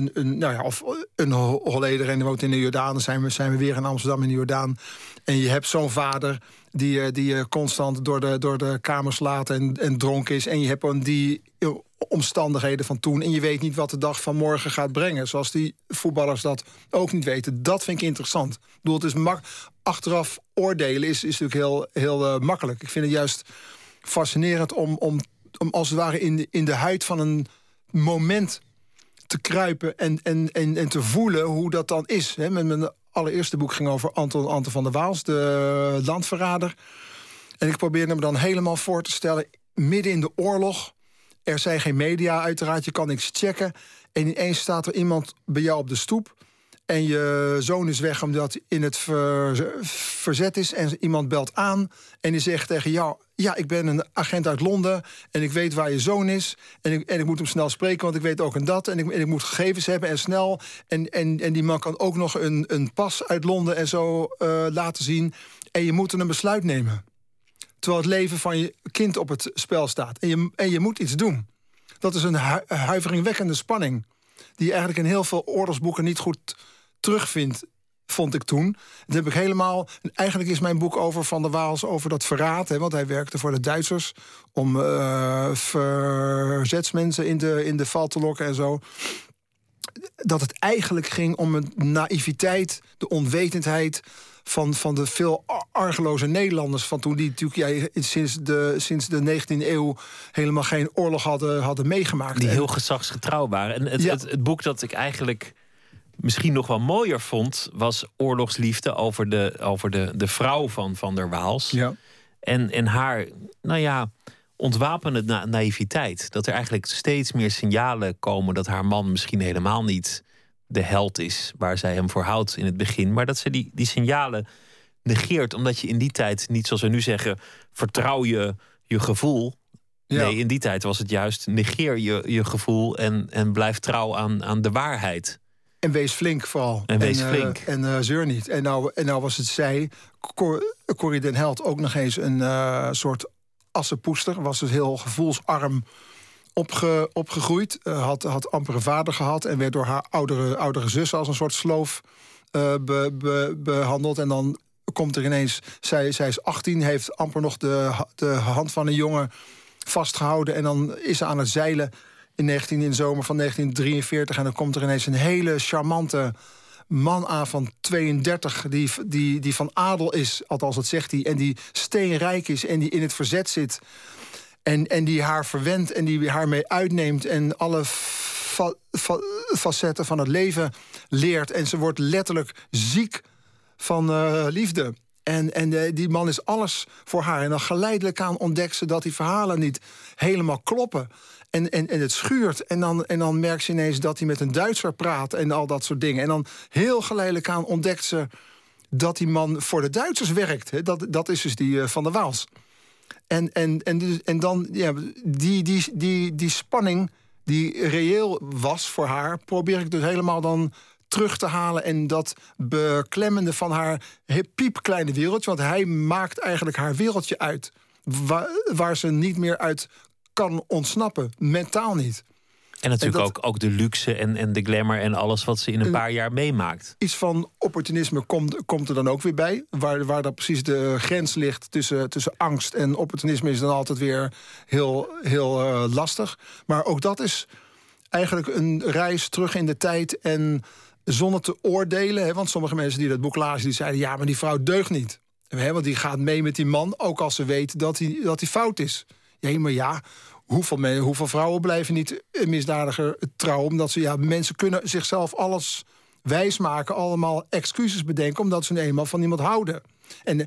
een Holleder en je woont in de Jordaan. Dan zijn we weer in Amsterdam in de Jordaan. En je hebt zo'n vader die constant door de kamers laat en dronken is. En je hebt die omstandigheden van toen. En je weet niet wat de dag van morgen gaat brengen. Zoals die voetballers dat ook niet weten. Dat vind ik interessant. Ik bedoel, het is achteraf oordelen is natuurlijk heel makkelijk. Ik vind het juist fascinerend om als het ware in de huid van een moment te kruipen en te voelen hoe dat dan is. Mijn allereerste boek ging over Anton van der Waals, de landverrader. En ik probeerde me dan helemaal voor te stellen, midden in de oorlog. Er zijn geen media, uiteraard, je kan niks checken. En ineens staat er iemand bij jou op de stoep. En je zoon is weg omdat hij in het verzet is. En iemand belt aan en die zegt tegen jou... ja, ik ben een agent uit Londen en ik weet waar je zoon is. En ik moet hem snel spreken, want ik weet ook en dat. En ik moet gegevens hebben en snel. En die man kan ook nog een pas uit Londen en zo laten zien. En je moet een besluit nemen. Terwijl het leven van je kind op het spel staat. En je moet iets doen. Dat is een huiveringwekkende spanning. Die je eigenlijk in heel veel oorlogsboeken niet goed terugvindt, vond ik toen. Dat heb ik helemaal... Eigenlijk is mijn boek over Van der Waals over dat verraad. Want hij werkte voor de Duitsers om verzetsmensen in de val te lokken en zo. Dat het eigenlijk ging om een naïviteit, de onwetendheid van de veel argeloze Nederlanders van toen, die natuurlijk sinds de 19e eeuw helemaal geen oorlog hadden meegemaakt. Die heel gezagsgetrouw waren. En het boek dat ik eigenlijk misschien nog wel mooier vond, was Oorlogsliefde over de vrouw van Van der Waals. Ja. En haar, ontwapenende naïviteit. Dat er eigenlijk steeds meer signalen komen dat haar man misschien helemaal niet de held is waar zij hem voor houdt in het begin. Maar dat ze die signalen negeert, omdat je in die tijd niet, zoals we nu zeggen, vertrouw je gevoel. Ja. Nee, in die tijd was het juist negeer je gevoel en blijf trouw aan de waarheid. En wees flink vooral. En wees flink. En zeur niet. En nou was het zij, Corrie den Held, ook nog eens een soort assenpoester. Was dus heel gevoelsarm opgegroeid. Had amper een vader gehad en werd door haar oudere zus als een soort sloof behandeld. En dan komt er ineens, zij is 18, heeft amper nog de hand van een jongen vastgehouden. En dan is ze aan het zeilen in de zomer van 1943. En dan komt er ineens een hele charmante man aan van 32... die van adel is, althans dat zegt hij, en die steenrijk is en die in het verzet zit. En die haar verwendt en die haar mee uitneemt en alle facetten van het leven leert. En ze wordt letterlijk ziek van liefde. En die man is alles voor haar. En dan geleidelijk aan ontdekt ze dat die verhalen niet helemaal kloppen. En het schuurt. En dan merkt ze ineens dat hij met een Duitser praat en al dat soort dingen. En dan heel geleidelijk aan ontdekt ze dat die man voor de Duitsers werkt. Hè. Dat is dus die Van der Waals. En dan, ja, die spanning die reëel was voor haar, probeer ik dus helemaal dan terug te halen. En dat beklemmende van haar piepkleine wereldje, want hij maakt eigenlijk haar wereldje uit, waar ze niet meer uit kan ontsnappen. Mentaal niet. En natuurlijk ook de luxe en de glamour en alles wat ze in een paar jaar meemaakt. Iets van opportunisme komt er dan ook weer bij. Waar dat precies de grens ligt tussen angst en opportunisme is dan altijd weer heel lastig. Maar ook dat is eigenlijk een reis terug in de tijd en zonder te oordelen. Hè, want sommige mensen die dat boek lazen, die zeiden, ja, maar die vrouw deugt niet. Want die gaat mee met die man, ook als ze weet dat hij fout is. Ja, maar ja, hoeveel vrouwen blijven niet een misdadiger trouw? Omdat mensen kunnen zichzelf alles wijsmaken, allemaal excuses bedenken, omdat ze nu eenmaal van iemand houden. En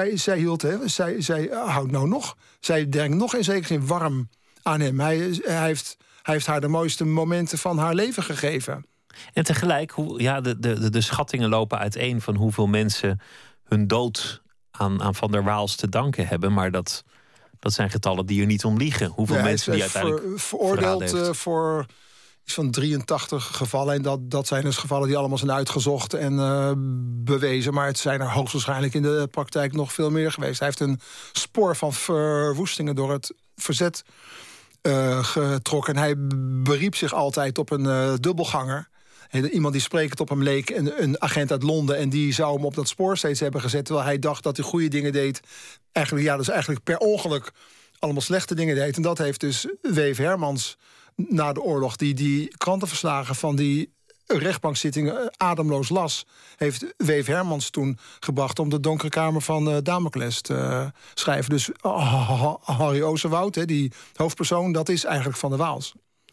zij houdt nou nog. Zij denkt nog in zekere zin warm aan hem. Hij heeft haar de mooiste momenten van haar leven gegeven. En tegelijk, de schattingen lopen uiteen van hoeveel mensen hun dood aan Van der Waals te danken hebben. Maar dat zijn getallen die er niet om liegen. Hoeveel mensen die uiteindelijk veroordeeld voor iets van 83 gevallen. En dat zijn dus gevallen die allemaal zijn uitgezocht en bewezen. Maar het zijn er hoogstwaarschijnlijk in de praktijk nog veel meer geweest. Hij heeft een spoor van verwoestingen door het verzet getrokken. En hij beriep zich altijd op een dubbelganger. Iemand die sprekend op hem leek, een agent uit Londen, en die zou hem op dat spoor steeds hebben gezet, terwijl hij dacht dat hij goede dingen deed. Eigenlijk per ongeluk allemaal slechte dingen deed. En dat heeft dus W.F. Hermans na de oorlog, die krantenverslagen van die rechtbankzittingen ademloos las, heeft W.F. Hermans toen gebracht om de donkere kamer van Damocles te schrijven. Dus Harry Ozenwoud, die hoofdpersoon, dat is eigenlijk Van der Waals.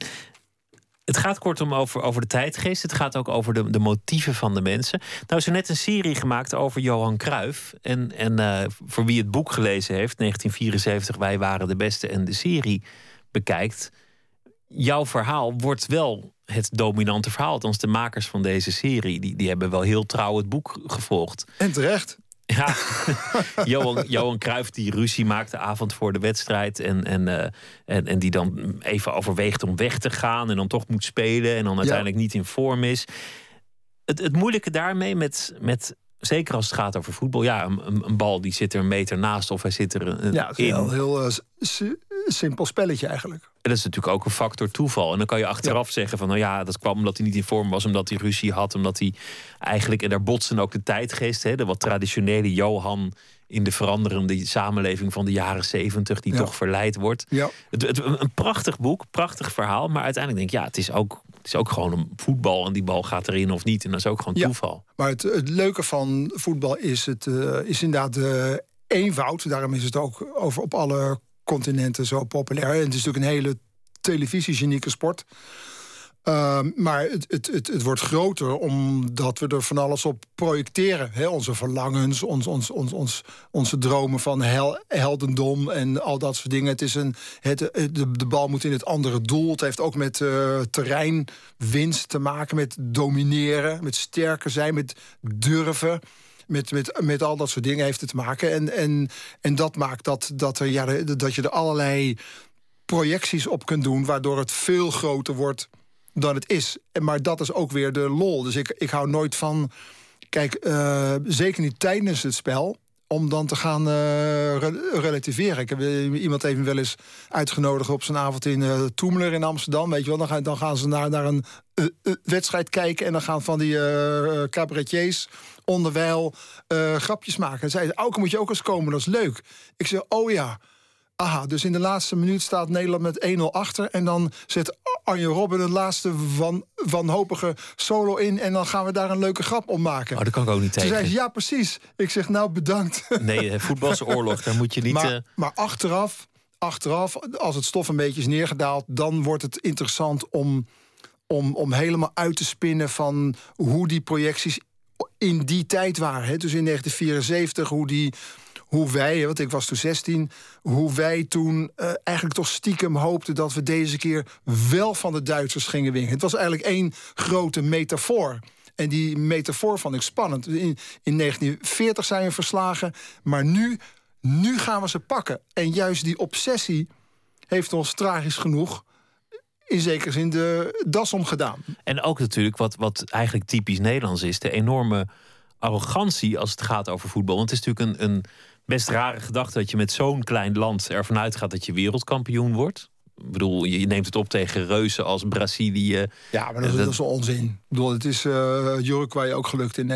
Het gaat kortom over de tijdgeest. Het gaat ook over de motieven van de mensen. Nou is er net een serie gemaakt over Johan Cruijff. En voor wie het boek gelezen heeft, 1974, Wij waren de beste, en de serie bekijkt, jouw verhaal wordt wel het dominante verhaal. Althans, de makers van deze serie, die hebben wel heel trouw het boek gevolgd. En terecht. Ja, Johan Cruijff die ruzie maakt de avond voor de wedstrijd. En die dan even overweegt om weg te gaan. En dan toch moet spelen. En dan uiteindelijk niet in vorm is. Het moeilijke daarmee met zeker als het gaat over voetbal. Ja, een bal die zit er een meter naast of hij zit er in. Ja, het is een heel simpel spelletje eigenlijk. En dat is natuurlijk ook een factor toeval. En dan kan je achteraf zeggen van, nou ja, dat kwam omdat hij niet in vorm was, omdat hij ruzie had, omdat hij eigenlijk, en daar botsen ook de tijdgeest, de wat traditionele Johan in de veranderende samenleving van de jaren 70, die toch verleid wordt. Ja. Een prachtig boek, prachtig verhaal, maar uiteindelijk denk ik, het is ook gewoon een voetbal en die bal gaat erin of niet. En dat is ook gewoon toeval. Maar het leuke van voetbal is inderdaad de eenvoud. Daarom is het ook op alle continenten zo populair. En het is natuurlijk een hele televisiegenieke sport. Maar het wordt groter omdat we er van alles op projecteren. Onze verlangens, onze dromen van heldendom en al dat soort dingen. De bal moet in het andere doel. Het heeft ook met terreinwinst te maken, met domineren, met sterker zijn, met durven. Met al dat soort dingen heeft het te maken. En dat maakt dat je er allerlei projecties op kunt doen, waardoor het veel groter wordt dan het is. Maar dat is ook weer de lol. Dus ik hou nooit van, zeker niet tijdens het spel, om dan te gaan relativeren. Ik heb iemand even wel eens uitgenodigd op zijn avond in Toemler in Amsterdam. Weet je wel, dan gaan ze naar een wedstrijd kijken en dan gaan van die cabaretiers onderwijl grapjes maken. En zeiden, Auke, moet je ook eens komen, dat is leuk. Ik zei, oh ja. Aha, dus in de laatste minuut staat Nederland met 1-0 achter. En dan zet Arjen Robben de laatste wanhopige solo in. En dan gaan we daar een leuke grap om maken. Oh, dat kan ik ook niet tegen. Toen zei ze, ja, precies. Ik zeg, nou, bedankt. Nee, voetbalse oorlog, daar moet je niet... Maar achteraf, als het stof een beetje is neergedaald, dan wordt het interessant om helemaal uit te spinnen van hoe die projecties in die tijd waren. Dus in 1974, hoe wij, want ik was toen 16... hoe wij toen eigenlijk toch stiekem hoopten dat we deze keer wel van de Duitsers gingen winnen. Het was eigenlijk één grote metafoor. En die metafoor vond ik spannend. In 1940 zijn we verslagen, maar nu gaan we ze pakken. En juist die obsessie heeft ons tragisch genoeg in zekere zin de das omgedaan. En ook natuurlijk wat eigenlijk typisch Nederlands is, de enorme arrogantie als het gaat over voetbal. Want het is natuurlijk een best rare gedachte dat je met zo'n klein land ervan uitgaat dat je wereldkampioen wordt. Ik bedoel, je neemt het op tegen reuzen als Brazilië. Ja, maar dat is wel onzin. Ik bedoel, het is Uruguay ook gelukt in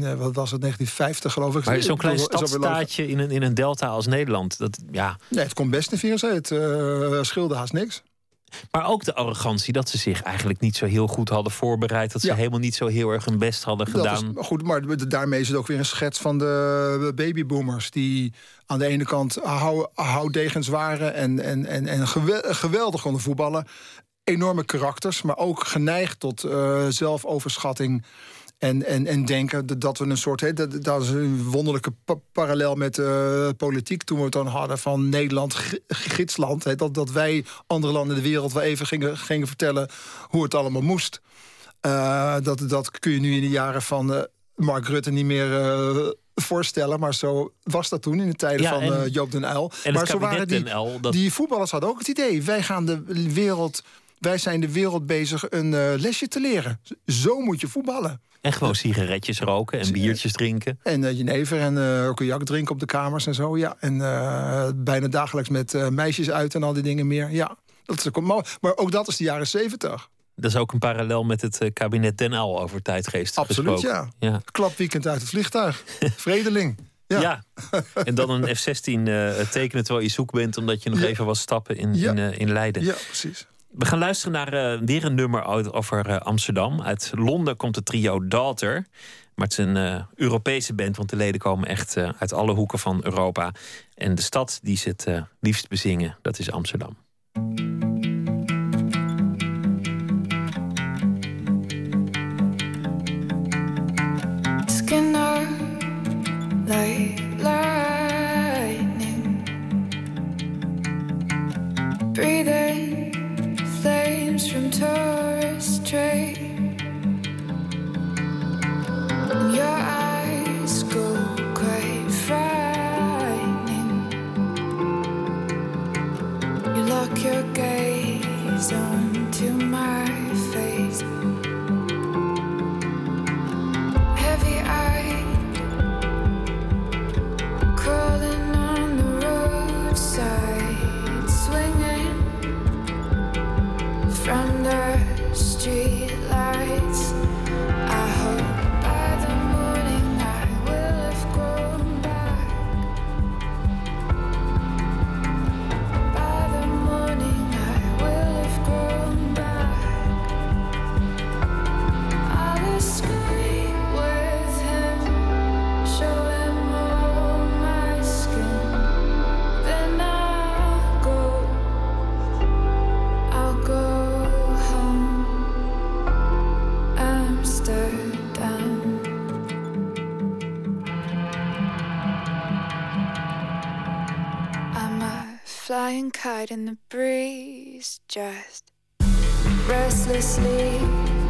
1950 geloof ik. Maar zo'n klein stadstaatje in een delta als Nederland, Nee, het komt best in 74. Het scheelde haast niks. Maar ook de arrogantie dat ze zich eigenlijk niet zo heel goed hadden voorbereid. Dat ze helemaal niet zo heel erg hun best hadden gedaan. Dat is goed, maar daarmee is het ook weer een schets van de babyboomers. Die aan de ene kant houddegens waren en geweldig konden voetballen. Enorme karakters, maar ook geneigd tot zelfoverschatting En denken dat we een soort... dat is een wonderlijke parallel met politiek... toen we het dan hadden van Nederland, gidsland. Dat wij andere landen in de wereld wel even gingen vertellen... hoe het allemaal moest. Dat kun je nu in de jaren van Mark Rutte niet meer... voorstellen, maar zo was dat toen in de tijden van Joop den Uyl. En maar zo waren die voetballers hadden ook het idee... wij zijn de wereld bezig een lesje te leren. Zo moet je voetballen. En gewoon sigaretjes roken en biertjes drinken. En jenever en cognac drinken op de kamers en zo, ja. En bijna dagelijks met meisjes uit en al die dingen meer. Ja, dat is maar ook dat is de jaren 70. Dat is ook een parallel met het kabinet Den Uyl over tijdgeest. Absoluut, gesproken. Ja. Klapweekend uit het vliegtuig. Vredeling. Ja. En dan een F-16 tekenen terwijl je zoek bent... omdat je nog even was stappen in Leiden. Ja, precies. We gaan luisteren naar weer een nummer over Amsterdam. Uit Londen komt het trio Daughter. Maar het is een Europese band, want de leden komen echt uit alle hoeken van Europa. En de stad die ze het liefst bezingen, dat is Amsterdam. Skinner, like lightning, breathing flames from tourist train. Your eyes go quite frightening. You lock your gaze onto my face. Heavy eyed, crawling on the roadside, swinging from the street lights. I hope by the morning I will have grown back. By the morning I will have grown back. I'll escape with him, show him all my skin. Then I'll go home, Amsterdam. I'm a flying kite in the breeze, just restlessly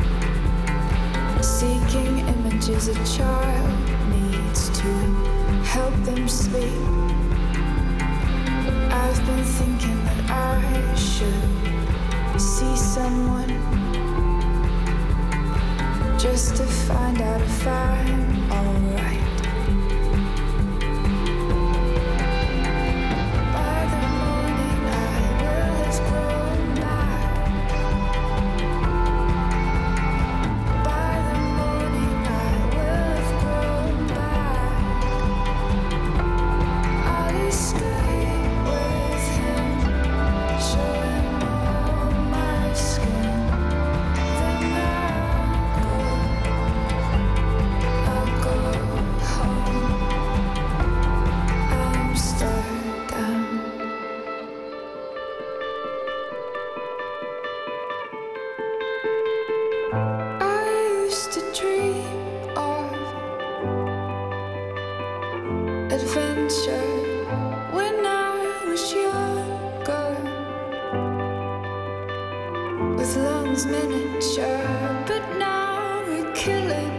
seeking images a child needs to help them sleep. I've been thinking that I should see someone just to find out if I'm alright. By the morning I will have grown back. By the morning I will have grown back. I'll escape with him, show him all my skin. Then I'll go home, Amsterdam. I used to dream of adventure when I was younger, with lungs miniature, but now we're killing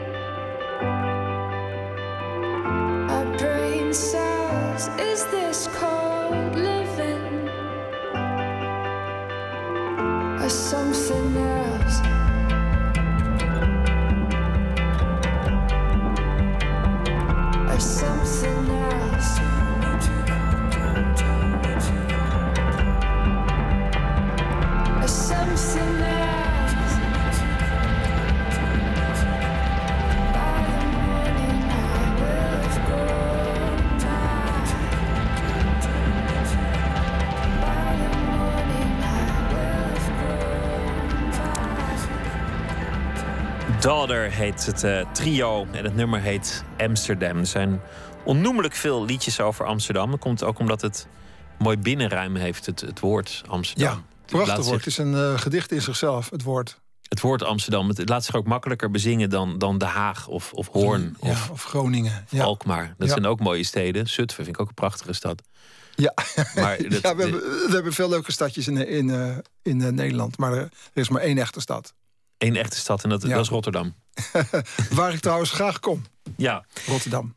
our brain cells. Is this called living or something else? Or something else? Or something else? By the morning I will have grown back. By the morning I will have grown back. Daughter heet het trio en het nummer heet Amsterdam. Er zijn onnoemelijk veel liedjes over Amsterdam. Dat komt ook omdat het mooi binnenruim heeft, het woord Amsterdam. Ja, prachtig woord. Het is een gedicht in zichzelf, het woord. Het woord Amsterdam, het laat zich ook makkelijker bezingen dan Den Haag of Hoorn. Of Groningen. Of Alkmaar. Dat zijn ook mooie steden. Zutphen vind ik ook een prachtige stad. Ja, maar we hebben veel leuke stadjes in Nederland. Maar er is maar één echte stad. Eén echte stad en dat is Rotterdam. Waar ik trouwens graag kom. Ja. Rotterdam.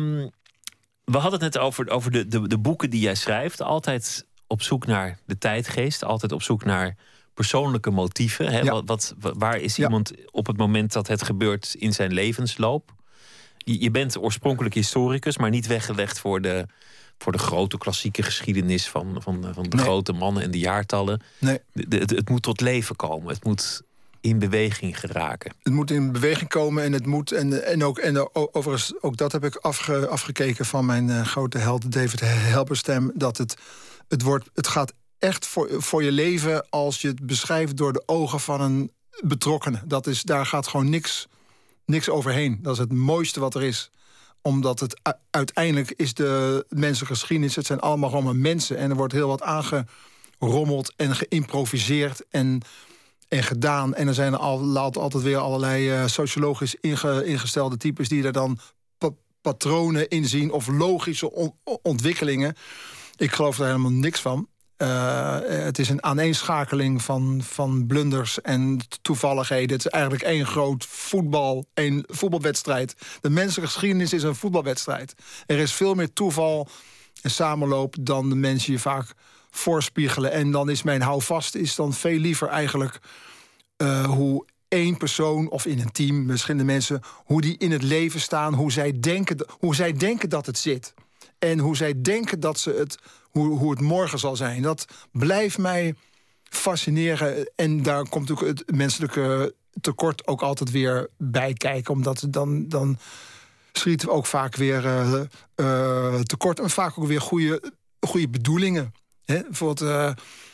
We hadden het net over de boeken die jij schrijft. Altijd op zoek naar de tijdgeest. Altijd op zoek naar persoonlijke motieven. Hè? Ja. Waar is iemand op het moment dat het gebeurt in zijn levensloop? Je bent oorspronkelijk historicus, maar niet weggelegd voor de grote klassieke geschiedenis van de grote mannen en de jaartallen. Nee. Het moet tot leven komen. Het moet in beweging geraken. Het moet in beweging komen en het moet... En overigens, ook dat heb ik afgekeken van mijn grote held David Halberstam, dat het gaat echt voor je leven als je het beschrijft door de ogen van een betrokkenen. Daar gaat gewoon niks overheen. Dat is het mooiste wat er is. Omdat het uiteindelijk is de menselijke geschiedenis, het zijn allemaal gewoon mensen. En er wordt heel wat aangerommeld en geïmproviseerd en gedaan. En er zijn altijd weer allerlei sociologisch ingestelde types die er dan patronen in zien of logische ontwikkelingen. Ik geloof daar helemaal niks van. Het is een aaneenschakeling van blunders en toevalligheden. Het is eigenlijk één groot voetbalwedstrijd. De menselijke geschiedenis is een voetbalwedstrijd. Er is veel meer toeval en samenloop dan de mensen je vaak voorspiegelen. En dan is mijn houvast dan veel liever eigenlijk hoe één persoon of in een team, verschillende mensen, hoe die in het leven staan, hoe zij denken dat het zit. En hoe zij denken dat hoe het morgen zal zijn. Dat blijft mij fascineren. En daar komt ook het menselijke tekort ook altijd weer bij kijken. Omdat dan schieten we ook vaak weer tekort. En vaak ook weer goede bedoelingen. Hè? Bijvoorbeeld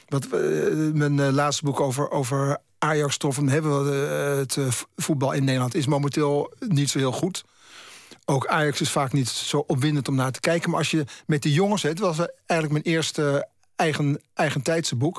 mijn laatste boek over Ajax trof. Dan hebben we het voetbal in Nederland is momenteel niet zo heel goed. Ook Ajax is vaak niet zo opwindend om naar te kijken. Maar als je met de jongens... Het was eigenlijk mijn eerste eigentijdse boek.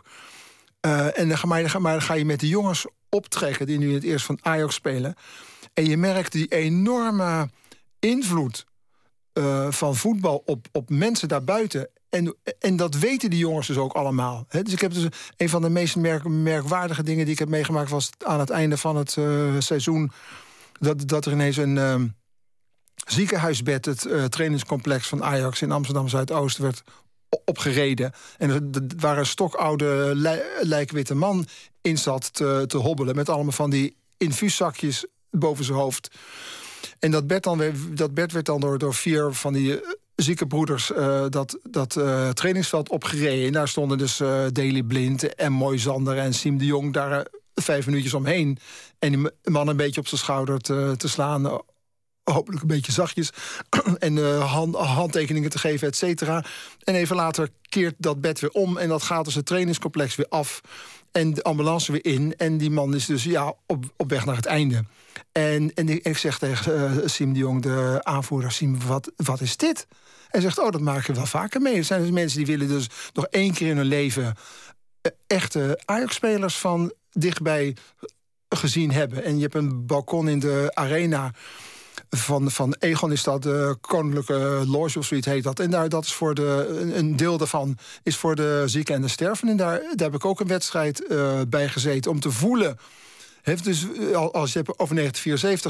En dan ga je met de jongens optrekken die nu in het eerst van Ajax spelen. En je merkt die enorme invloed van voetbal op mensen daarbuiten. En dat weten die jongens dus ook allemaal. Hè? Dus ik heb dus een van de meest merkwaardige dingen die ik heb meegemaakt was aan het einde van het seizoen dat er ineens een ziekenhuisbed, het trainingscomplex van Ajax in Amsterdam Zuidoost, werd opgereden. En er waren een stokoude lijkwitte man in zat te hobbelen met allemaal van die infuuszakjes boven zijn hoofd. En dat bed werd dan door 4 van die zieke broeders dat trainingsveld opgereden. En daar stonden dus Daley Blind en Moisander en Siem de Jong daar 5 minuutjes omheen. En die man een beetje op zijn schouder te slaan, hopelijk een beetje zachtjes, en handtekeningen te geven, et cetera. En even later keert dat bed weer om en dat gaat dus het trainingscomplex weer af en de ambulance weer in. En die man is dus op weg naar het einde. En ik zeg tegen Siem de Jong, de aanvoerder, Siem, wat is dit? Hij zegt, dat maken we wel vaker mee. Er zijn dus mensen die willen dus nog 1 keer in hun leven echte Ajax-spelers van dichtbij gezien hebben. En je hebt een balkon in de arena van Egon, is dat de Koninklijke Loge of zoiets heet dat. En dat is voor een deel daarvan is voor de zieken en de sterven. En daar heb ik ook een wedstrijd bij gezeten om te voelen. Dus als je het over 1974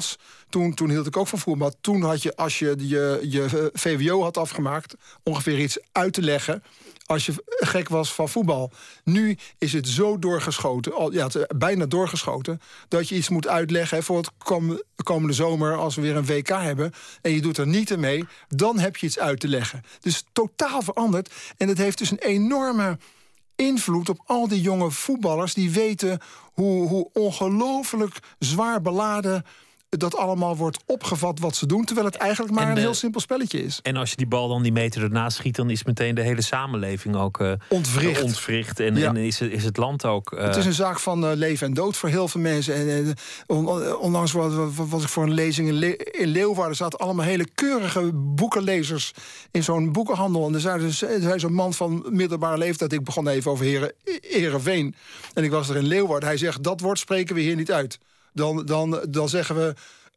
toen hield ik ook van voetbal. Maar toen had je, als je VWO had afgemaakt, ongeveer iets uit te leggen als je gek was van voetbal. Nu is het zo doorgeschoten, bijna doorgeschoten, dat je iets moet uitleggen voor het komende zomer als we weer een WK hebben en je doet er niet aan mee, dan heb je iets uit te leggen. Dus totaal veranderd. En dat heeft dus een enorme invloed op al die jonge voetballers die weten hoe ongelooflijk zwaar beladen dat allemaal wordt opgevat wat ze doen, terwijl het eigenlijk maar een heel simpel spelletje is. En als je die bal dan die meter ernaast schiet, dan is meteen de hele samenleving ook ontwricht. En is het land ook... Het is een zaak van leven en dood voor heel veel mensen. En onlangs was ik voor een lezing in Leeuwarden. Er zaten allemaal hele keurige boekenlezers in zo'n boekenhandel. En er zei zo'n man van middelbare leeftijd. Ik begon even over Heerenveen. En ik was er in Leeuwarden. Hij zegt, dat woord spreken we hier niet uit. Dan zeggen we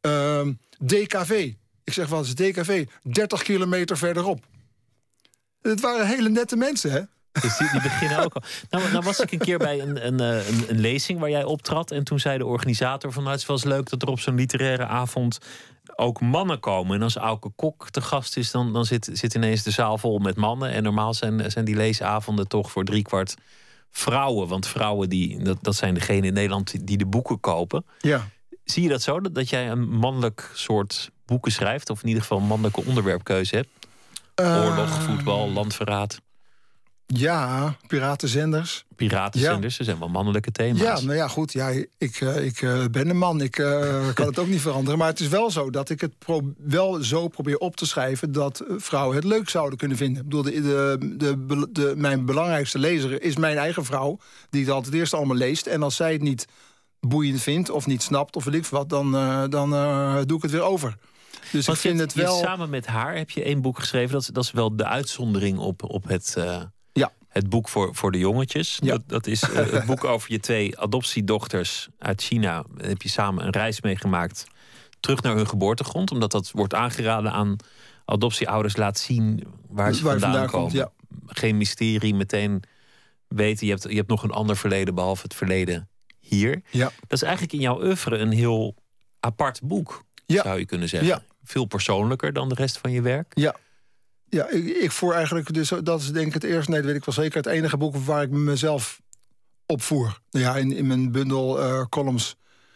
DKV. Ik zeg, wat is DKV? 30 kilometer verderop. Het waren hele nette mensen, hè? Dus die beginnen ook al. Nou was ik een keer bij een lezing waar jij optrad. En toen zei de organisator van... het is wel eens leuk dat er op zo'n literaire avond ook mannen komen. En als Auke Kok te gast is, dan zit ineens de zaal vol met mannen. En normaal zijn die leesavonden toch voor 3/4 vrouwen. Want vrouwen, dat zijn degenen in Nederland die de boeken kopen. Ja. Zie je dat zo? Dat jij een mannelijk soort boeken schrijft? Of in ieder geval een mannelijke onderwerpkeuze hebt? Oorlog, voetbal, landverraad. Ja, piratenzenders. Piratenzenders, er zijn wel mannelijke thema's. Ja, nou ja, goed. Ja, ik ben een man. Ik kan het ook niet veranderen. Maar het is wel zo dat ik het wel zo probeer op te schrijven dat vrouwen het leuk zouden kunnen vinden. Ik bedoel, mijn belangrijkste lezer is mijn eigen vrouw, die het altijd eerst allemaal leest. En als zij het niet boeiend vindt of niet snapt of weet ik wat, dan doe ik het weer over. Dus ik vind het wel... Samen met haar heb je 1 boek geschreven. Dat is wel de uitzondering op het boek voor de jongetjes. Ja. Dat is het boek over je 2 adoptiedochters uit China. Daar heb je samen een reis meegemaakt terug naar hun geboortegrond. Omdat dat wordt aangeraden aan adoptieouders. Laat zien waar ze vandaan komen. Komt, ja. Geen mysterie, meteen weten. Je hebt nog een ander verleden behalve het verleden hier. Ja. Dat is eigenlijk in jouw oeuvre een heel apart boek. Ja. Zou je kunnen zeggen. Ja. Veel persoonlijker dan de rest van je werk. Ja. Ja, ik voer eigenlijk, dus dat is denk ik het eerste, nee, dat weet ik wel zeker, het enige boek waar ik mezelf opvoer. Ja, in mijn bundel columns,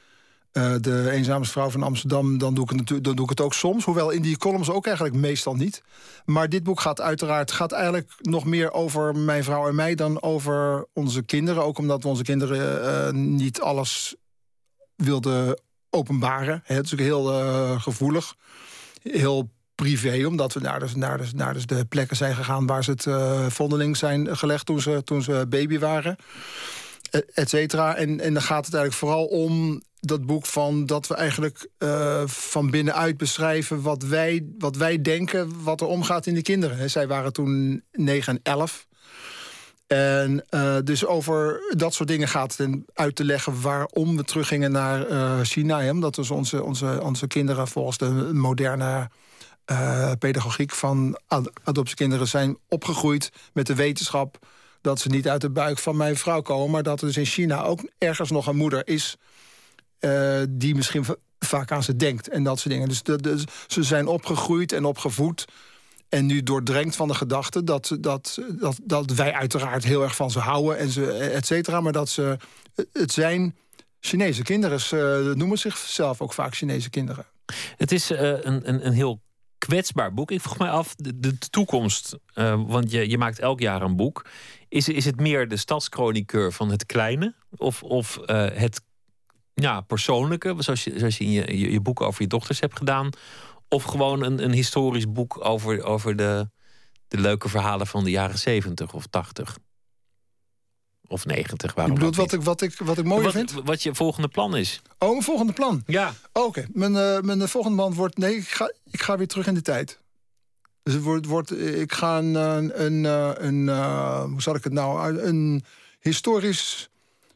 De Eenzame Vrouw van Amsterdam, dan doe ik het ook soms. Hoewel in die columns ook eigenlijk meestal niet. Maar dit boek gaat eigenlijk nog meer over mijn vrouw en mij dan over onze kinderen. Ook omdat we onze kinderen niet alles wilden openbaren. Het is ook heel gevoelig, heel privé, omdat we naar de plekken zijn gegaan waar ze het vondeling zijn gelegd toen ze baby waren, et cetera. En dan gaat het eigenlijk vooral om dat boek van dat we eigenlijk van binnenuit beschrijven wat wij denken, wat er omgaat in de kinderen. Zij waren toen 9 en 11. En dus over dat soort dingen gaat het uit te leggen waarom we teruggingen naar China. Omdat dus onze kinderen volgens de moderne pedagogiek van adoptiekinderen zijn opgegroeid met de wetenschap dat ze niet uit de buik van mijn vrouw komen, maar dat er dus in China ook ergens nog een moeder is die misschien vaak aan ze denkt en dat soort dingen. Dus ze zijn opgegroeid en opgevoed en nu doordrenkt van de gedachte dat wij uiteraard heel erg van ze houden en ze et cetera, maar dat het zijn Chinese kinderen. Ze noemen zichzelf ook vaak Chinese kinderen. Het is een heel kwetsbaar boek. Ik vroeg mij af, de toekomst, want je maakt elk jaar een boek. Is het meer de stadschroniqueur van het kleine? Of het persoonlijke, zoals je in je boek over je dochters hebt gedaan? Of gewoon een historisch boek over de leuke verhalen van de jaren 70 of 80? Of 90, waarom? Je bedoelt wat ik mooier vind? Wat je volgende plan is. Oh, mijn volgende plan? Ja. Oké. Mijn volgende plan wordt... Nee, ik ga weer terug in de tijd. Dus ik ga hoe zal ik het nou? Een historisch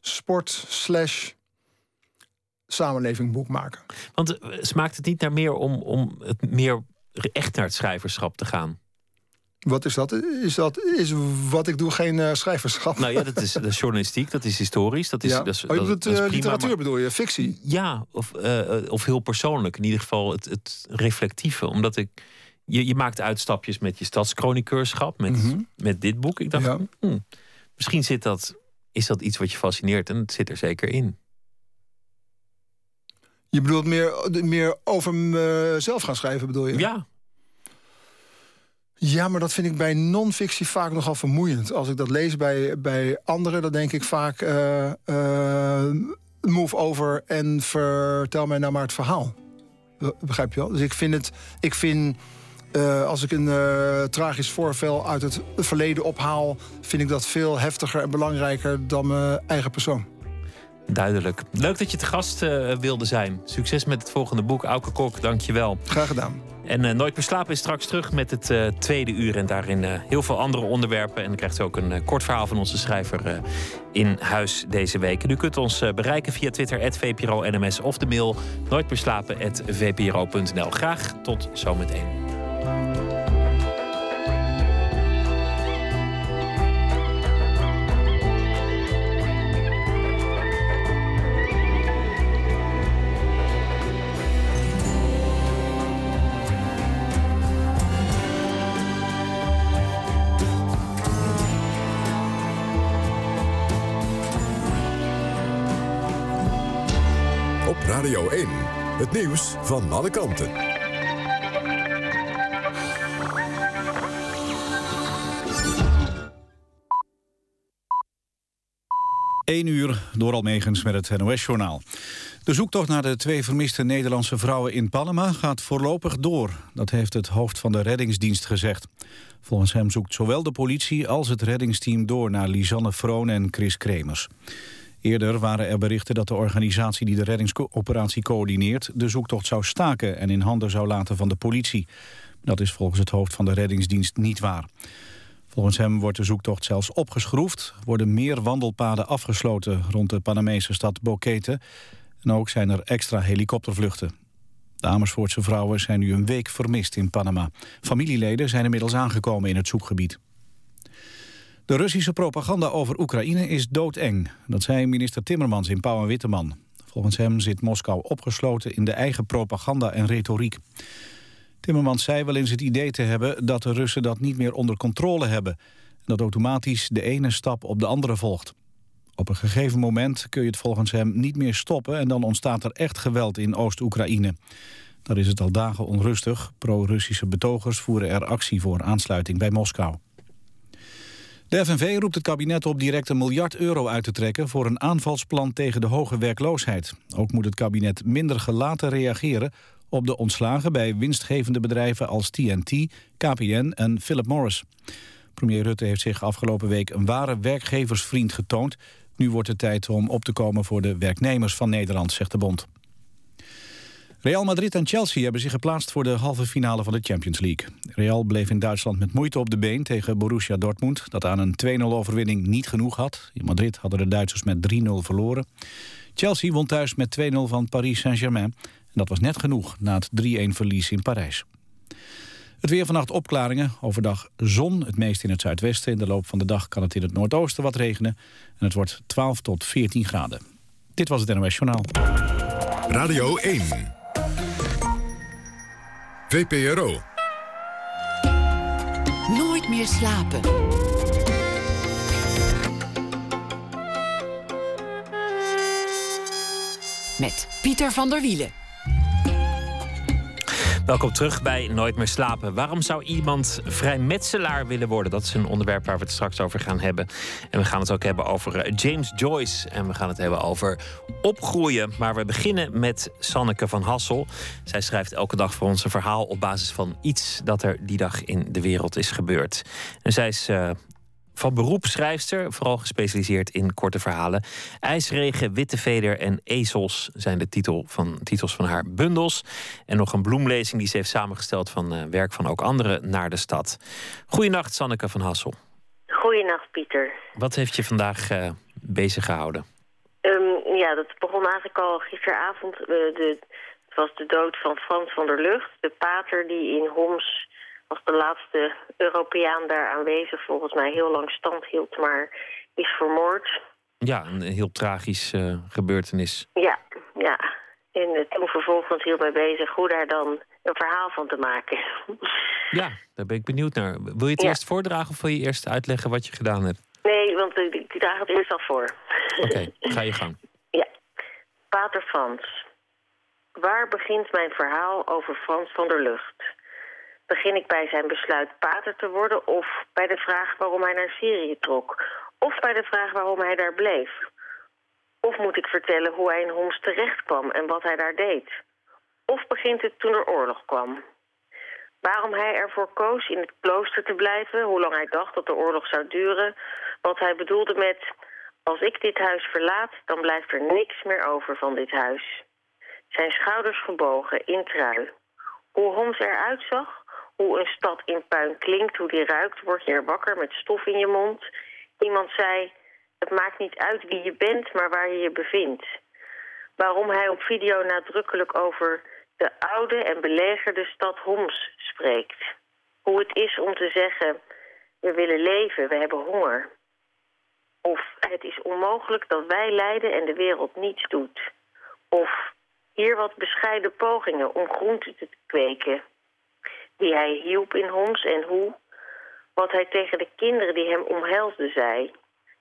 sport/samenlevingboek maken. Want smaakt het niet naar meer om het meer echt naar het schrijverschap te gaan? Wat is dat? Is wat ik doe geen schrijverschap? Nou ja, dat is journalistiek, dat is historisch. Dat is, ja. dat is, je bedoelt dat is prima, literatuur, maar, bedoel je? Fictie? Ja, of heel persoonlijk. In ieder geval het reflectieve. Omdat je maakt uitstapjes met je stadschronikeurschap, met dit boek. Ik dacht, misschien is dat iets wat je fascineert. En het zit er zeker in. Je bedoelt meer over mezelf gaan schrijven, bedoel je? Ja. Ja, maar dat vind ik bij non-fictie vaak nogal vermoeiend. Als ik dat lees bij anderen, dan denk ik vaak... move over en vertel mij nou maar het verhaal. Begrijp je wel? Dus ik vind als ik een tragisch voorval uit het verleden ophaal, vind ik dat veel heftiger en belangrijker dan mijn eigen persoon. Duidelijk. Leuk dat je te gast wilde zijn. Succes met het volgende boek. Auke Kok, dank je wel. Graag gedaan. En Nooit meer slapen is straks terug met het tweede uur. En daarin heel veel andere onderwerpen. En dan krijgt u ook een kort verhaal van onze schrijver in huis deze week. En u kunt ons bereiken via Twitter, @VPRO-NMS of de mail nooitmeerslapen@vpro.nl. Graag tot zometeen. Radio 1, het nieuws van alle kanten. 1 uur, door Almegens met het NOS-journaal. De zoektocht naar de 2 vermiste Nederlandse vrouwen in Panama gaat voorlopig door. Dat heeft het hoofd van de reddingsdienst gezegd. Volgens hem zoekt zowel de politie als het reddingsteam door naar Lisanne Vroon en Chris Kremers. Eerder waren er berichten dat de organisatie die de reddingsoperatie coördineert de zoektocht zou staken en in handen zou laten van de politie. Dat is volgens het hoofd van de reddingsdienst niet waar. Volgens hem wordt de zoektocht zelfs opgeschroefd, worden meer wandelpaden afgesloten rond de Panamese stad Boquete en ook zijn er extra helikoptervluchten. De Amersfoortse vrouwen zijn nu een week vermist in Panama. Familieleden zijn inmiddels aangekomen in het zoekgebied. De Russische propaganda over Oekraïne is doodeng. Dat zei minister Timmermans in Pauw en Witteman. Volgens hem zit Moskou opgesloten in de eigen propaganda en retoriek. Timmermans zei wel eens het idee te hebben dat de Russen dat niet meer onder controle hebben. En dat automatisch de ene stap op de andere volgt. Op een gegeven moment kun je het volgens hem niet meer stoppen en dan ontstaat er echt geweld in Oost-Oekraïne. Daar is het al dagen onrustig. Pro-Russische betogers voeren er actie voor aansluiting bij Moskou. De FNV roept het kabinet op direct €1 miljard uit te trekken voor een aanvalsplan tegen de hoge werkloosheid. Ook moet het kabinet minder gelaten reageren op de ontslagen bij winstgevende bedrijven als TNT, KPN en Philip Morris. Premier Rutte heeft zich afgelopen week een ware werkgeversvriend getoond. Nu wordt het tijd om op te komen voor de werknemers van Nederland, zegt de bond. Real Madrid en Chelsea hebben zich geplaatst voor de halve finale van de Champions League. Real bleef in Duitsland met moeite op de been tegen Borussia Dortmund, dat aan een 2-0-overwinning niet genoeg had. In Madrid hadden de Duitsers met 3-0 verloren. Chelsea won thuis met 2-0 van Paris Saint-Germain. En dat was net genoeg na het 3-1-verlies in Parijs. Het weer vannacht opklaringen, overdag zon, het meest in het zuidwesten. In de loop van de dag kan het in het noordoosten wat regenen. En het wordt 12 tot 14 graden. Dit was het NOS Journaal. Radio 1. VPRO. Nooit meer slapen. Met Pieter van der Wielen. Welkom terug bij Nooit meer slapen. Waarom zou iemand vrijmetselaar willen worden? Dat is een onderwerp waar we het straks over gaan hebben. En we gaan het ook hebben over James Joyce. En we gaan het hebben over opgroeien. Maar we beginnen met Sanneke van Hassel. Zij schrijft elke dag voor ons een verhaal op basis van iets dat er die dag in de wereld is gebeurd. En zij is van beroep schrijfster, vooral gespecialiseerd in korte verhalen. IJsregen, Witte Veder en Ezels zijn de titels van haar bundels. En nog een bloemlezing die ze heeft samengesteld van werk van ook anderen naar de stad. Goeienacht, Sanneke van Hassel. Goeienacht, Pieter. Wat heeft je vandaag bezig gehouden? Ja, dat begon eigenlijk al gisteravond. Het was de dood van Frans van der Lugt, de pater die in Homs als de laatste Europeaan daar aanwezig volgens mij heel lang stand hield, maar is vermoord. Ja, een heel tragisch gebeurtenis. Ja. En toen vervolgens hield mij bezig hoe daar dan een verhaal van te maken. Ja, daar ben ik benieuwd naar. Wil je het eerst voordragen of wil je eerst uitleggen wat je gedaan hebt? Nee, want ik draag het eerst al voor. Oké, ga je gang. Ja. Pater Frans. Waar begint mijn verhaal over Frans van der Lugt? Begin ik bij zijn besluit pater te worden of bij de vraag waarom hij naar Syrië trok? Of bij de vraag waarom hij daar bleef? Of moet ik vertellen hoe hij in Homs terecht kwam en wat hij daar deed? Of begint het toen er oorlog kwam? Waarom hij ervoor koos in het klooster te blijven, hoe lang hij dacht dat de oorlog zou duren, wat hij bedoelde met: als ik dit huis verlaat, dan blijft er niks meer over van dit huis. Zijn schouders gebogen, in trui. Hoe Homs eruit zag, hoe een stad in puin klinkt, hoe die ruikt, word je er wakker met stof in je mond. Iemand zei: het maakt niet uit wie je bent, maar waar je je bevindt. Waarom hij op video nadrukkelijk over de oude en belegerde stad Homs spreekt. Hoe het is om te zeggen: we willen leven, we hebben honger. Of het is onmogelijk dat wij lijden en de wereld niets doet. Of hier wat bescheiden pogingen om groenten te kweken. Die hij hielp in Homs en hoe. Wat hij tegen de kinderen die hem omhelsden zei.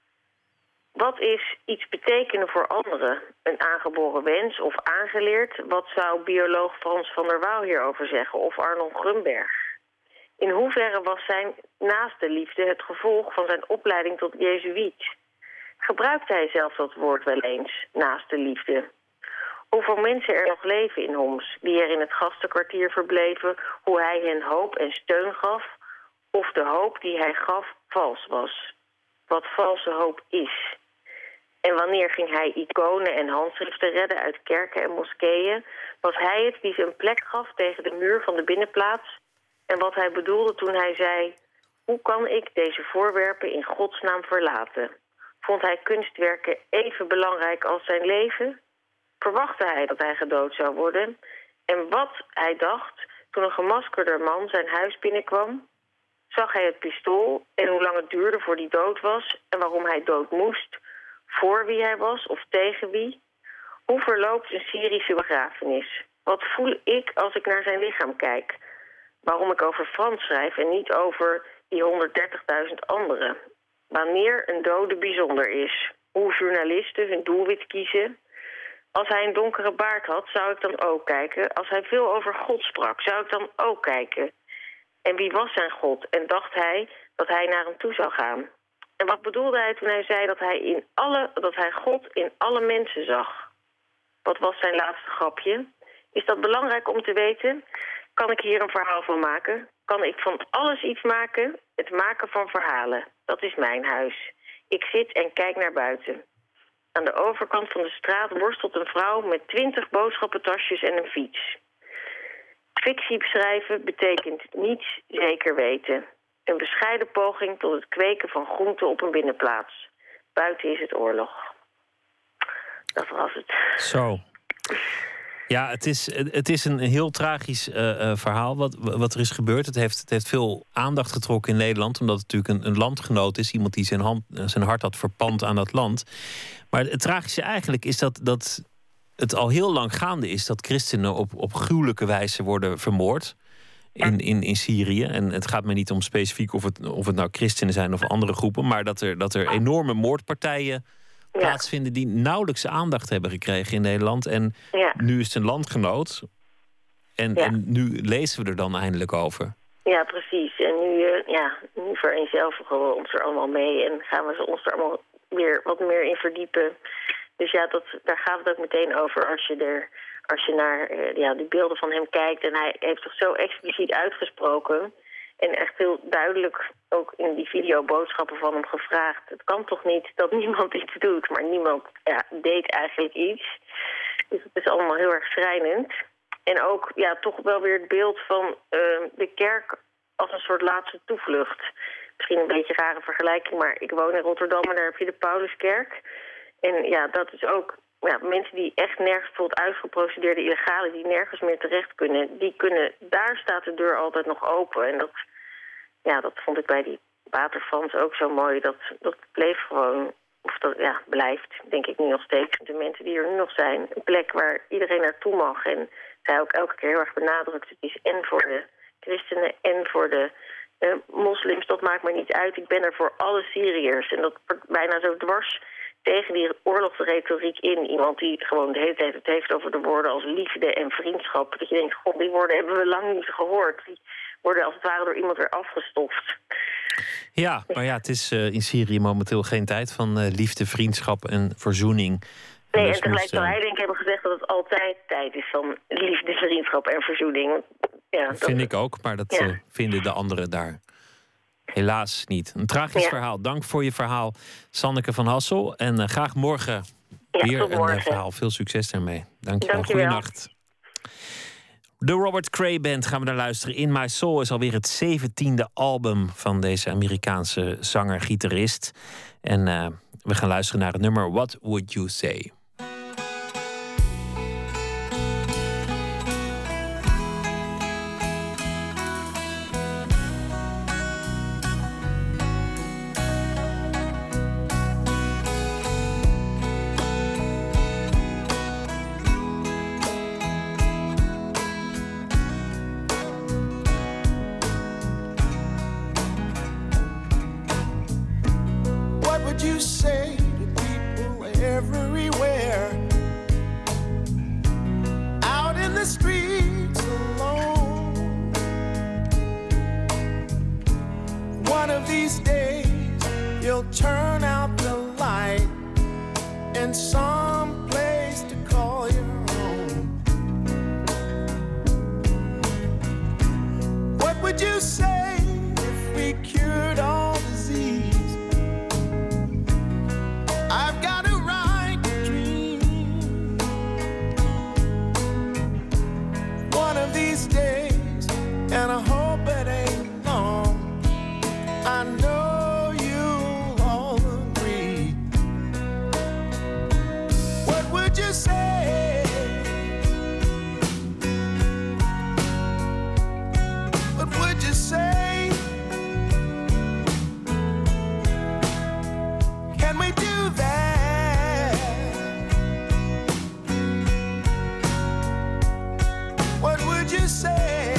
Wat is iets betekenen voor anderen? Een aangeboren wens of aangeleerd? Wat zou bioloog Frans van der Waal hierover zeggen? Of Arnold Grunberg? In hoeverre was zijn naaste liefde het gevolg van zijn opleiding tot jezuïet? Gebruikte hij zelf dat woord wel eens, naaste liefde? Hoeveel mensen er nog leven in Homs, die er in het gastenkwartier verbleven, hoe hij hen hoop en steun gaf, of de hoop die hij gaf vals was? Wat valse hoop is. En wanneer ging hij iconen en handschriften redden uit kerken en moskeeën, was hij het die ze een plek gaf tegen de muur van de binnenplaats? En wat hij bedoelde toen hij zei: hoe kan ik deze voorwerpen in Gods naam verlaten? Vond hij kunstwerken even belangrijk als zijn leven? Verwachtte hij dat hij gedood zou worden? En wat hij dacht toen een gemaskerde man zijn huis binnenkwam? Zag hij het pistool en hoe lang het duurde voor hij dood was en waarom hij dood moest? Voor wie hij was of tegen wie? Hoe verloopt een Syrische begrafenis? Wat voel ik als ik naar zijn lichaam kijk? Waarom ik over Frans schrijf en niet over die 130.000 anderen? Wanneer een dode bijzonder is? Hoe journalisten hun doelwit kiezen? Als hij een donkere baard had, zou ik dan ook kijken. Als hij veel over God sprak, zou ik dan ook kijken. En wie was zijn God? En dacht hij dat hij naar hem toe zou gaan? En wat bedoelde hij toen hij zei dat hij God in alle mensen zag? Wat was zijn laatste grapje? Is dat belangrijk om te weten? Kan ik hier een verhaal van maken? Kan ik van alles iets maken? Het maken van verhalen. Dat is mijn huis. Ik zit en kijk naar buiten. Aan de overkant van de straat worstelt een vrouw met 20 boodschappentasjes en een fiets. Fictie beschrijven betekent niets zeker weten. Een bescheiden poging tot het kweken van groenten op een binnenplaats. Buiten is het oorlog. Dat was het. Zo. Ja, het is een heel tragisch verhaal wat er is gebeurd. Het heeft veel aandacht getrokken in Nederland, omdat het natuurlijk een landgenoot is. Iemand die zijn hart had verpand aan dat land. Maar het tragische eigenlijk is dat het al heel lang gaande is dat christenen op gruwelijke wijze worden vermoord in Syrië. En het gaat mij niet om specifiek of het nou christenen zijn of andere groepen, maar dat er enorme moordpartijen plaatsvinden die nauwelijks aandacht hebben gekregen in Nederland. En nu is het een landgenoot. En nu lezen we er dan eindelijk over. Ja, precies. En nu vereenzelvigen we ons er allemaal mee en gaan we ons er allemaal weer wat meer in verdiepen. Dus ja, daar gaat het ook meteen over als je naar die beelden van hem kijkt. En hij heeft toch zo expliciet uitgesproken en echt heel duidelijk ook in die videoboodschappen van hem gevraagd. Het kan toch niet dat niemand iets doet, maar niemand deed eigenlijk iets. Dus het is allemaal heel erg schrijnend. En ook toch wel weer het beeld van de kerk als een soort laatste toevlucht. Misschien een beetje een rare vergelijking, maar ik woon in Rotterdam en daar heb je de Pauluskerk. En dat is ook mensen die echt nergens, bijvoorbeeld uitgeprocedeerde illegalen, die nergens meer terecht kunnen, daar staat de deur altijd nog open. En dat vond ik bij die Pater Frans ook zo mooi. Dat bleef gewoon, blijft, denk ik nu nog steeds, de mensen die er nu nog zijn, een plek waar iedereen naartoe mag. En zij ook elke keer heel erg benadrukt, het is en voor de christenen en voor de moslims, dat maakt me niet uit. Ik ben er voor alle Syriërs. En dat wordt bijna zo dwars tegen die oorlogsretoriek in. Iemand die gewoon de hele tijd het heeft over de woorden als liefde en vriendschap. Dat je denkt, god, die woorden hebben we lang niet gehoord. Die worden als het ware door iemand weer afgestoft. Ja, maar het is in Syrië momenteel geen tijd van liefde, vriendschap en verzoening. Nee, en Dus tegelijk moest, zou hij denk ik hebben gezegd dat het altijd tijd is van liefde, vriendschap en verzoening. Ja, dat vind ik ook, maar dat vinden de anderen daar helaas niet. Een tragisch verhaal. Dank voor je verhaal, Sanneke van Hassel. En graag morgen weer een verhaal. Veel succes daarmee. Dank je wel. Goeienacht. De Robert Cray Band gaan we naar luisteren. In My Soul is alweer het 17e album van deze Amerikaanse zanger-gitarist. En we gaan luisteren naar het nummer What Would You Say? You say to people everywhere, out in the streets alone. One of these days you'll turn out the light in some place to call your own. What would you say if we cured all disease? I've got a right to dream. One of these days, and I hope it ain't long, I know you'll all agree. What would you say? What would you say? Can we do that? What would you say?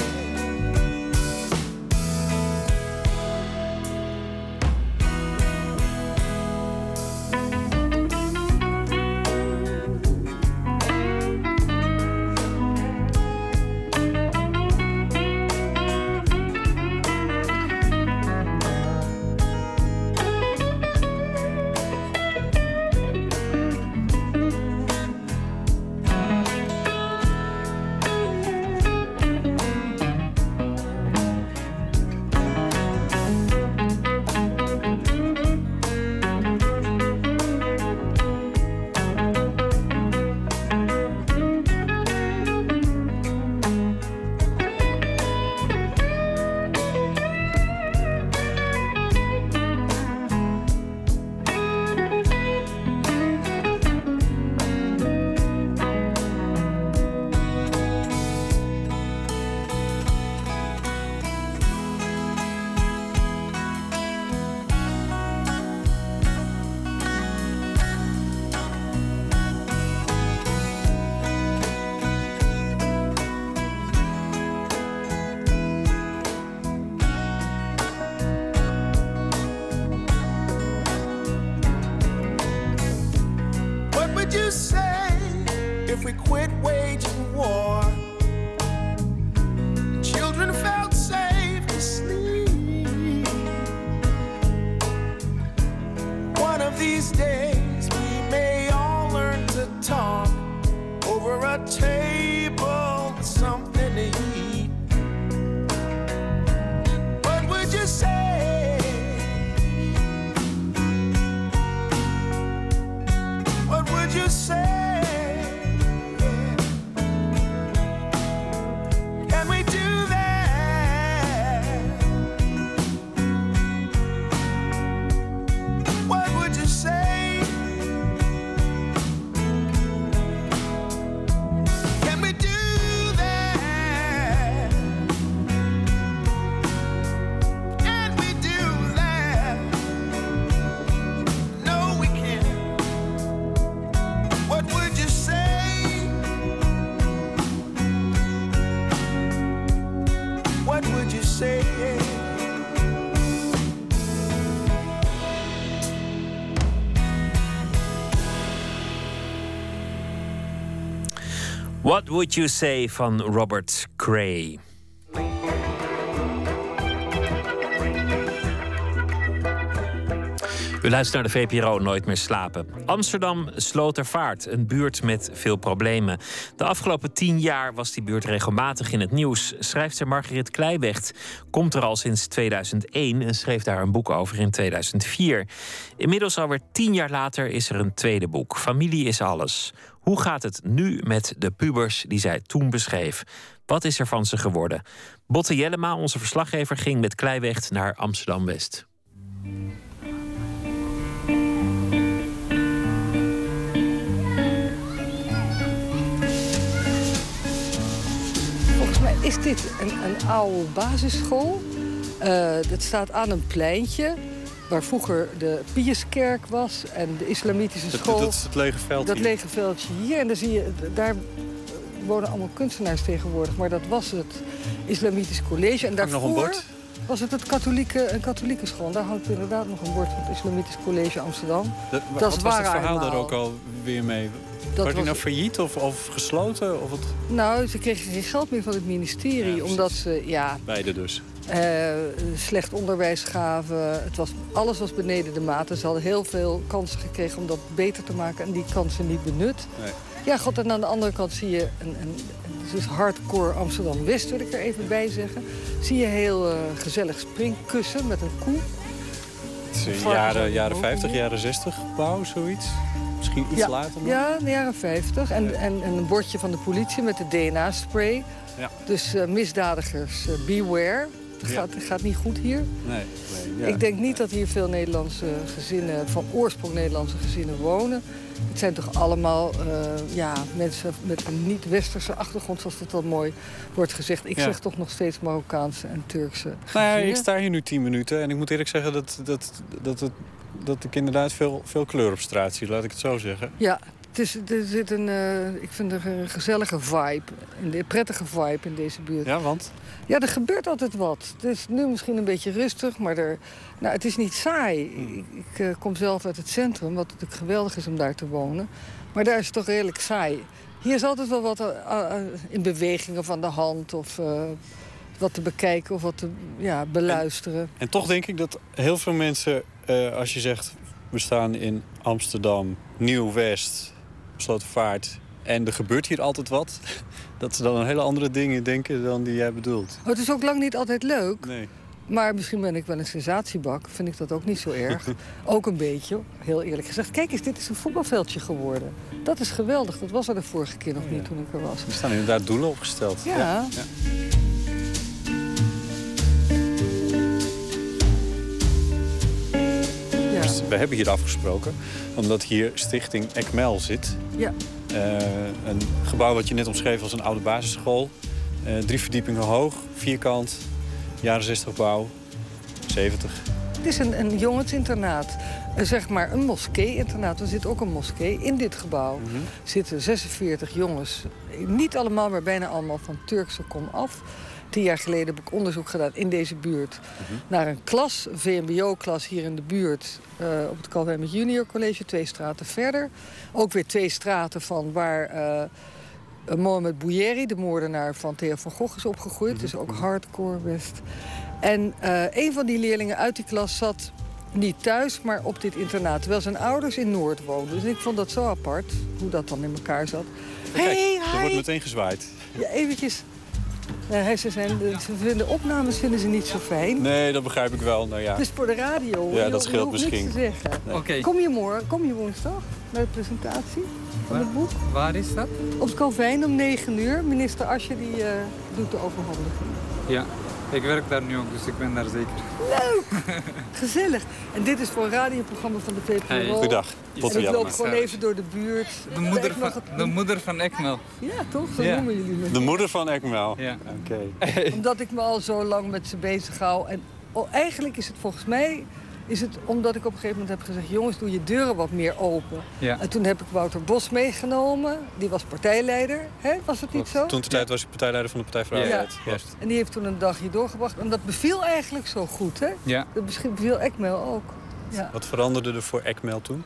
If we quit waging war, children felt safe to sleep. One of these days we may all learn to talk over a table with something to eat. What would you say? What would you say? What Would You Say van Robert Cray. U luistert naar de VPRO Nooit meer slapen. Amsterdam Slotervaart, een buurt met veel problemen. De afgelopen 10 jaar was die buurt regelmatig in het nieuws. Schrijfster Margriet Kleiwecht komt er al sinds 2001 en schreef daar een boek over in 2004. Inmiddels alweer 10 jaar later is er een tweede boek. Familie is alles. Hoe gaat het nu met de pubers die zij toen beschreef? Wat is er van ze geworden? Botte Jellema, onze verslaggever, ging met Kleiwecht naar Amsterdam-West. Volgens mij is dit een oude basisschool. Dat staat aan een pleintje waar vroeger de Piuskerk was en de islamitische school. Dat is het lege veld dat hier. lege veldje hier. En daar wonen allemaal kunstenaars tegenwoordig. Maar dat was het Islamitisch College. En daarvoor nog een bord? was het een katholieke school. Daar hangt inderdaad nog een bord van het Islamitisch College Amsterdam. Wat is was het waar verhaal eenmaal. daar ook al weer mee? Was die nou failliet of gesloten? Of het... Nou, ze kregen geen geld meer van het ministerie. Ja, omdat ze, beide dus. Slecht onderwijs gaven. Alles was beneden de maat. Ze hadden heel veel kansen gekregen om dat beter te maken. En die kansen niet benut. Nee. Ja, god, en aan de andere kant zie je dus hardcore Amsterdam-West, wil ik er even bij zeggen. Zie je heel gezellig springkussen met een koe. Het is jaren 50, jaren 60 bouw, zoiets. Misschien iets later nog. Ja, de jaren 50. En een bordje van de politie met de DNA-spray. Ja. Dus misdadigers, beware. Het gaat niet goed hier. Nee. Ja. Ik denk niet dat hier veel Nederlandse gezinnen, van oorsprong Nederlandse gezinnen wonen. Het zijn toch allemaal mensen met een niet-westerse achtergrond, zoals dat al mooi wordt gezegd. Ik zeg toch nog steeds Marokkaanse en Turkse gezinnen. Nou ja, ik sta hier nu 10 minuten en ik moet eerlijk zeggen dat ik inderdaad veel kleur op straat zie, laat ik het zo zeggen. Ja, er zit ik vind er een gezellige vibe, een prettige vibe in deze buurt. Ja, want? Ja, er gebeurt altijd wat. Het is nu misschien een beetje rustig, maar het is niet saai. Ik kom zelf uit het centrum, wat natuurlijk geweldig is om daar te wonen. Maar daar is het toch redelijk saai. Hier is altijd wel wat in bewegingen van de hand of wat te bekijken of wat te beluisteren. En toch denk ik dat heel veel mensen, als je zegt, we staan in Amsterdam, Nieuw-West, Slotervaart en er gebeurt hier altijd wat, dat ze dan aan hele andere dingen denken dan die jij bedoelt. Het is ook lang niet altijd leuk. Nee. Maar misschien ben ik wel een sensatiebak. Vind ik dat ook niet zo erg. Ook een beetje, heel eerlijk gezegd. Kijk eens, dit is een voetbalveldje geworden. Dat is geweldig. Dat was er de vorige keer nog niet toen ik er was. Er staan inderdaad doelen opgesteld. Ja. Dus we hebben hier afgesproken, omdat hier Stichting Ekmel zit. Ja. Een gebouw wat je net omschreef als een oude basisschool. 3 verdiepingen hoog, vierkant, jaren 60 bouw, 70. Het is een jongensinternaat. Zeg maar een moskee-internaat. Er zit ook een moskee in dit gebouw. Zitten 46 jongens. Niet allemaal, maar bijna allemaal van Turkse komaf. 10 jaar geleden heb ik onderzoek gedaan in deze buurt naar een klas, een VMBO-klas hier in de buurt, op het Calvin Junior College, 2 straten verder. Ook weer 2 straten van waar Mohamed Bouyeri, de moordenaar van Theo van Gogh, is opgegroeid. Dus ook hardcore West. En een van die leerlingen uit die klas zat niet thuis, maar op dit internaat, terwijl zijn ouders in Noord woonden. Dus ik vond dat zo apart, hoe dat dan in elkaar zat. Kijk, er wordt meteen gezwaaid. Ja, eventjes. Ze vinden opnames vinden ze niet zo fijn. Nee, dat begrijp ik wel. Nou ja. Dus voor de radio. Ja, dat scheelt misschien. Niks te zeggen. Nee. Okay. Kom je woensdag naar de presentatie van het boek? Waar is dat? Op het Calvin om 9 uur. Minister Asje die doet de overhandiging. Ja, ik werk daar nu ook, dus ik ben daar zeker. Leuk! Gezellig. En dit is voor een radioprogramma van de VPRO. Hey. Goedendag. En ik loop gewoon even door de buurt. De moeder van Ekmel. Ja, toch? Zo noemen jullie me. De moeder van Ekmel? Ja. Oké. Omdat ik me al zo lang met ze bezig hou. En eigenlijk is het volgens mij omdat ik op een gegeven moment heb gezegd, jongens, doe je deuren wat meer open. Ja. En toen heb ik Wouter Bos meegenomen. Die was partijleider. Hè? Was het niet zo? Toen de tijd was ik partijleider van de Partij voor de Arbeid. Ja. En die heeft toen een dag hier doorgebracht. En dat beviel eigenlijk zo goed, hè? Ja. Dat beviel Ekmel ook. Ja. Wat veranderde er voor Ekmel toen?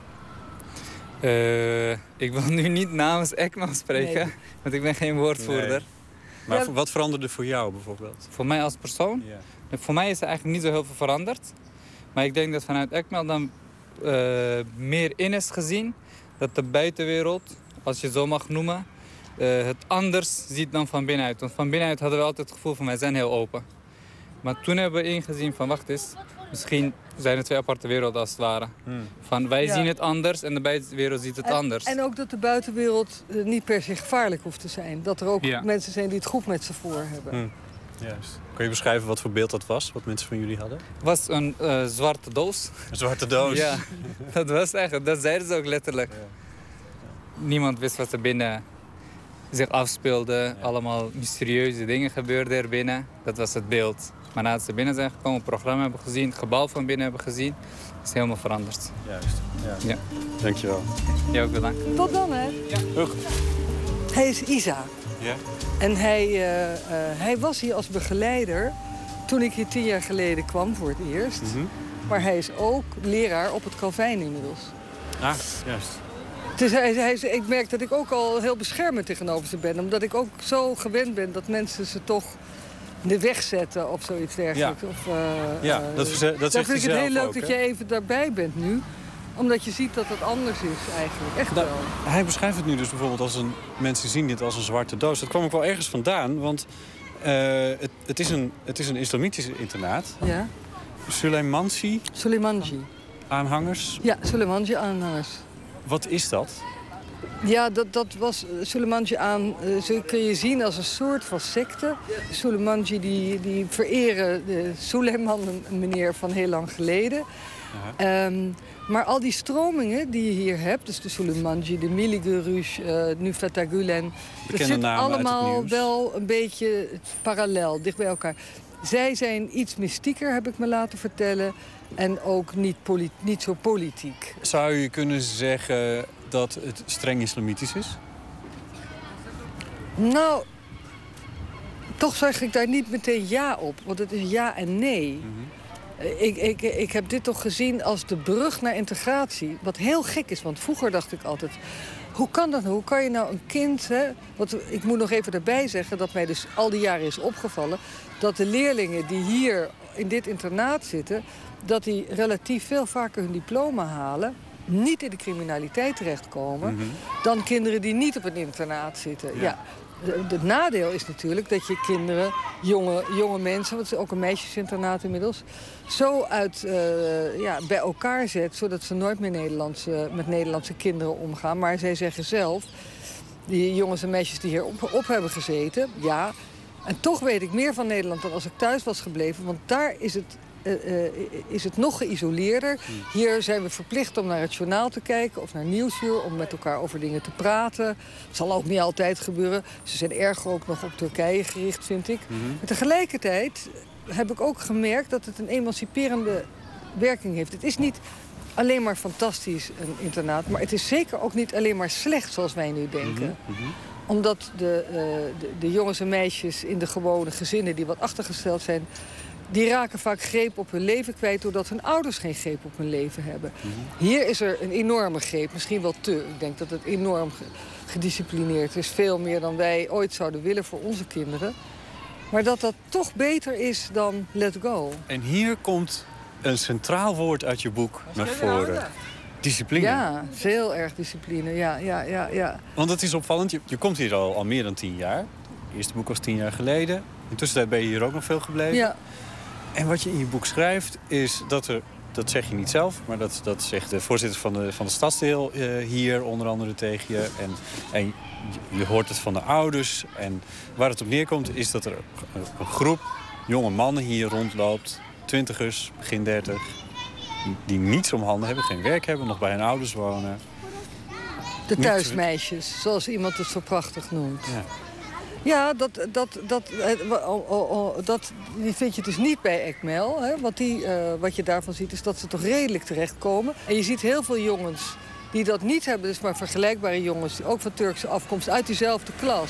Ik wil nu niet namens Ekmel spreken, want ik ben geen woordvoerder. Nee. Maar wat veranderde voor jou bijvoorbeeld? Voor mij als persoon? Ja. Voor mij is er eigenlijk niet zo heel veel veranderd. Maar ik denk dat vanuit Ekmel dan meer in is gezien. Dat de buitenwereld, als je zo mag noemen, het anders ziet dan van binnenuit. Want van binnenuit hadden we altijd het gevoel van wij zijn heel open. Maar toen hebben we ingezien van wacht eens, misschien zijn er twee aparte werelden als het ware. Van wij zien het anders en de buitenwereld ziet het anders. En ook dat de buitenwereld niet per se gevaarlijk hoeft te zijn. Dat er ook mensen zijn die het goed met ze voor hebben. Juist. Kan je beschrijven wat voor beeld dat was, wat mensen van jullie hadden? Het was een zwarte doos. Een zwarte doos? Ja, dat was echt, dat zeiden ze ook letterlijk. Ja. Niemand wist wat er binnen zich afspeelde. Ja. Allemaal mysterieuze dingen gebeurden er binnen. Dat was het beeld. Maar nadat ze binnen zijn gekomen, het programma hebben gezien, het gebouw van binnen hebben gezien, is het helemaal veranderd. Juist, ja. Dankjewel. Jij ook bedankt. Tot dan, hè? Ja. Hij is Isa. Ja. En hij was hier als begeleider toen ik hier 10 jaar geleden kwam voor het eerst. Maar hij is ook leraar op het Calvijn inmiddels. Ah, juist. Dus ik merk dat ik ook al heel beschermend tegenover ze ben. Omdat ik ook zo gewend ben dat mensen ze toch de weg zetten of zoiets dergelijks. Ja. Dat zegt hij zelf ook. Dan vind ik het heel leuk dat je even daarbij bent nu. Omdat je ziet dat het anders is eigenlijk. Echt wel. Hij beschrijft het nu dus bijvoorbeeld als mensen zien dit als een zwarte doos. Dat kwam ook wel ergens vandaan, want het is een islamitisch internaat. Ja. Suleimanji aanhangers. Ja, Suleimanji aanhangers. Wat is dat? Ja, dat was Suleimanji zo kun je zien als een soort van secte. Suleimanji die vereren Suleiman, een meneer van heel lang geleden. Maar al die stromingen die je hier hebt, dus de Suleimanji, de Miligurush, nu Fatah Gulen, dat zit allemaal wel een beetje parallel, dicht bij elkaar. Zij zijn iets mystieker, heb ik me laten vertellen. En ook niet zo politiek. Zou je kunnen zeggen dat het streng islamitisch is? Nou, toch zeg ik daar niet meteen ja op. Want het is ja en nee. Ik heb dit toch gezien als de brug naar integratie. Wat heel gek is, want vroeger dacht ik altijd... Hoe kan dat? Hoe kan je nou een kind... Want ik moet nog even erbij zeggen dat mij dus al die jaren is opgevallen... dat de leerlingen die hier in dit internaat zitten... dat die relatief veel vaker hun diploma halen... niet in de criminaliteit terechtkomen... dan kinderen die niet op een internaat zitten. Ja. Het nadeel is natuurlijk dat je kinderen, jonge mensen... want het is ook een meisjesinternaat inmiddels... zo bij elkaar zet, zodat ze nooit meer met Nederlandse kinderen omgaan. Maar zij zeggen zelf, die jongens en meisjes die hier op hebben gezeten... ja, en toch weet ik meer van Nederland dan als ik thuis was gebleven... want daar is het nog geïsoleerder. Hier zijn we verplicht om naar het journaal te kijken of naar Nieuwsuur... om met elkaar over dingen te praten. Dat zal ook niet altijd gebeuren. Ze zijn erger ook nog op Turkije gericht, vind ik. Maar tegelijkertijd heb ik ook gemerkt dat het een emanciperende werking heeft. Het is niet alleen maar fantastisch, een internaat... maar het is zeker ook niet alleen maar slecht, zoals wij nu denken. Omdat de jongens en meisjes in de gewone gezinnen... die wat achtergesteld zijn... die raken vaak greep op hun leven kwijt... doordat hun ouders geen greep op hun leven hebben. Hier is er een enorme greep, misschien wel te. Ik denk dat het enorm gedisciplineerd is. Veel meer dan wij ooit zouden willen voor onze kinderen. Maar dat toch beter is dan let go. En hier komt een centraal woord uit je boek naar voren. Discipline. Ja, heel erg discipline. Ja. Want het is opvallend, je komt hier al meer dan 10 jaar. Het eerste boek was 10 jaar geleden. Intussen ben je hier ook nog veel gebleven. Ja. En wat je in je boek schrijft is dat er... Dat zeg je niet zelf, maar dat zegt de voorzitter van de stadsdeel hier onder andere tegen je. En je hoort het van de ouders. En waar het op neerkomt is dat er een groep jonge mannen hier rondloopt. 20ers, begin 30. Die niets om handen hebben, geen werk hebben, nog bij hun ouders wonen. De thuismeisjes, zoals iemand het zo prachtig noemt. Ja. Ja, die vind je dus niet bij Ekmel. Hè? Wat je daarvan ziet is dat ze toch redelijk terechtkomen. En je ziet heel veel jongens die dat niet hebben. Dus maar vergelijkbare jongens, ook van Turkse afkomst, uit diezelfde klas.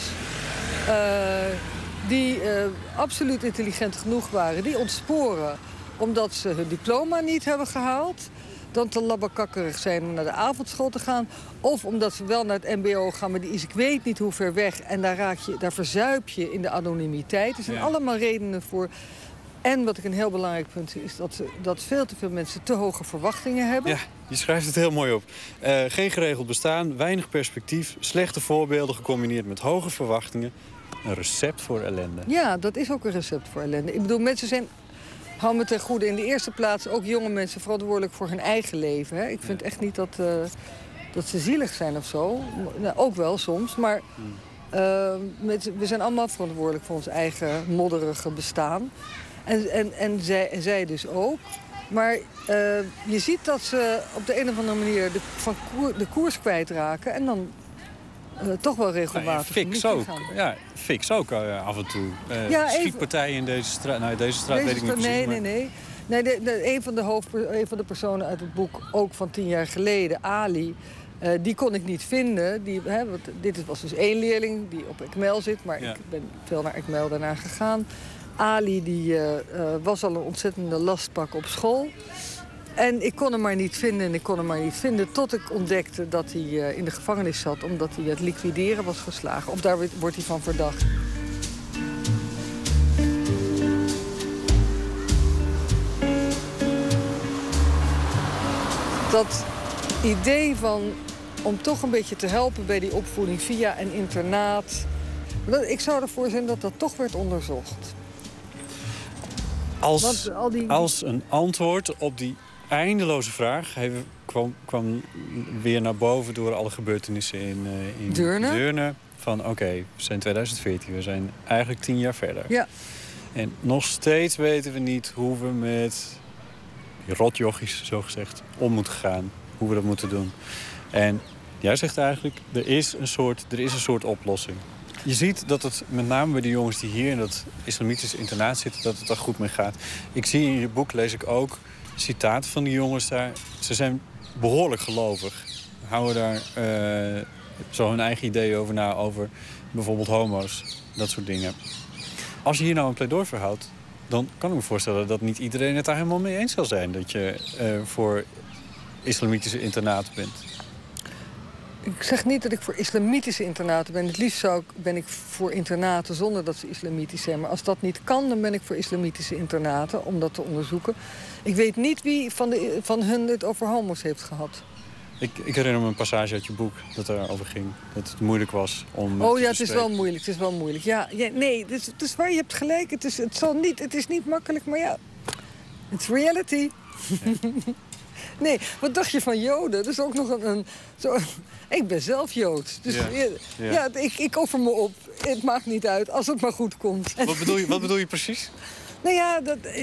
Die absoluut intelligent genoeg waren. Die ontsporen omdat ze hun diploma niet hebben gehaald. Dan te labbekakkerig zijn om naar de avondschool te gaan. Of omdat ze wel naar het mbo gaan, maar die is ik weet niet hoe ver weg. En daar verzuip je in de anonimiteit. Er zijn allemaal redenen voor. En wat ik een heel belangrijk punt vind, is dat veel te veel mensen te hoge verwachtingen hebben. Ja, je schrijft het heel mooi op. Geen geregeld bestaan, weinig perspectief, slechte voorbeelden gecombineerd met hoge verwachtingen. Een recept voor ellende. Ja, dat is ook een recept voor ellende. Ik bedoel, mensen zijn, hou me ten goede, in de eerste plaats ook jonge mensen verantwoordelijk voor hun eigen leven. Hè? Ik vind echt niet dat ze zielig zijn of zo. Nou, ook wel soms, maar we zijn allemaal verantwoordelijk voor ons eigen modderige bestaan. En zij dus ook. Maar je ziet dat ze op de een of andere manier de koers kwijtraken. En dan toch wel regelmatig Fix ook. Ja, Fix ook af en toe. Schietpartijen in deze straat. Nou, deze straat weet ik niet precies. Nee. Een van de personen uit het boek, ook van 10 jaar geleden, Ali... die kon ik niet vinden. Dit was dus 1 leerling die op Ekmel zit. Maar ik ben veel naar Ekmel daarna gegaan. Ali die, was al een ontzettende lastpak op school. En ik kon hem maar niet vinden. Tot ik ontdekte dat hij in de gevangenis zat. Omdat hij het liquideren was geslagen. Of daar wordt hij van verdacht. Dat idee om toch een beetje te helpen bij die opvoeding via een internaat. Ik zou ervoor zijn dat dat toch werd onderzocht. Als een antwoord op die eindeloze vraag... Hij kwam weer naar boven door alle gebeurtenissen in Deurne. Van oké, we zijn 2014, we zijn eigenlijk 10 jaar verder. Ja. En nog steeds weten we niet hoe we met die rotjochies, zogezegd, om moeten gaan. Hoe we dat moeten doen. En jij zegt eigenlijk, er is een soort oplossing. Je ziet dat het met name bij de jongens die hier in dat islamitische internaat zitten... dat het er goed mee gaat. Ik zie in je boek, lees ik ook, citaten van die jongens daar. Ze zijn behoorlijk gelovig. Houden daar zo hun eigen ideeën over na, over bijvoorbeeld homo's. Dat soort dingen. Als je hier nou een pleidooi voor houdt... dan kan ik me voorstellen dat niet iedereen het daar helemaal mee eens zal zijn. Dat je voor islamitische internaten bent. Ik zeg niet dat ik voor islamitische internaten ben. Het liefst ben ik voor internaten zonder dat ze islamitisch zijn. Maar als dat niet kan, dan ben ik voor islamitische internaten om dat te onderzoeken. Ik weet niet wie van hun het over homo's heeft gehad. Ik herinner me een passage uit je boek dat erover ging. Dat het moeilijk was om het is wel moeilijk. Ja, nee, het is waar, je hebt gelijk. Het is niet makkelijk, maar ja, it's reality. Ja. Nee, wat dacht je van Joden? Dat is ook nog ik ben zelf Joods. Dus ik offer me op. Het maakt niet uit, als het maar goed komt. Wat bedoel je precies? Nou ja,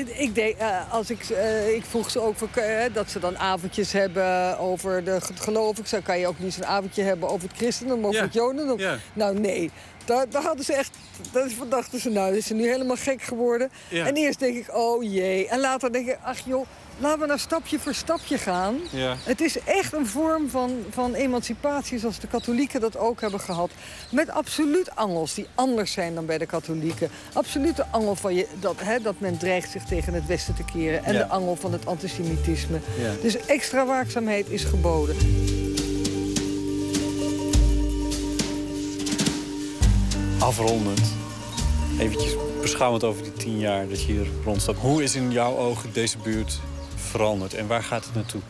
ik vroeg ze ook dat ze dan avondjes hebben over het geloof. Ik zei, kan je ook niet zo'n avondje hebben over het christendom, over het jodendom? Ja. Nou, nee. Daar hadden ze echt... dachten ze, nou, is ze nu helemaal gek geworden. Ja. En eerst denk ik, oh jee. En later denk ik, ach joh, laten we nou stapje voor stapje gaan. Ja. Het is echt een vorm van emancipatie, zoals de katholieken dat ook hebben gehad. Met absoluut angels die anders zijn dan bij de katholieken. Absolute angel van dat men dreigt zich tegen het Westen te keren. En de angel van het antisemitisme. Ja. Dus extra waakzaamheid is geboden. Afrondend, eventjes beschouwend over die 10 jaar dat je hier rondstaat. Hoe is in jouw ogen deze buurt veranderd en waar gaat het naartoe?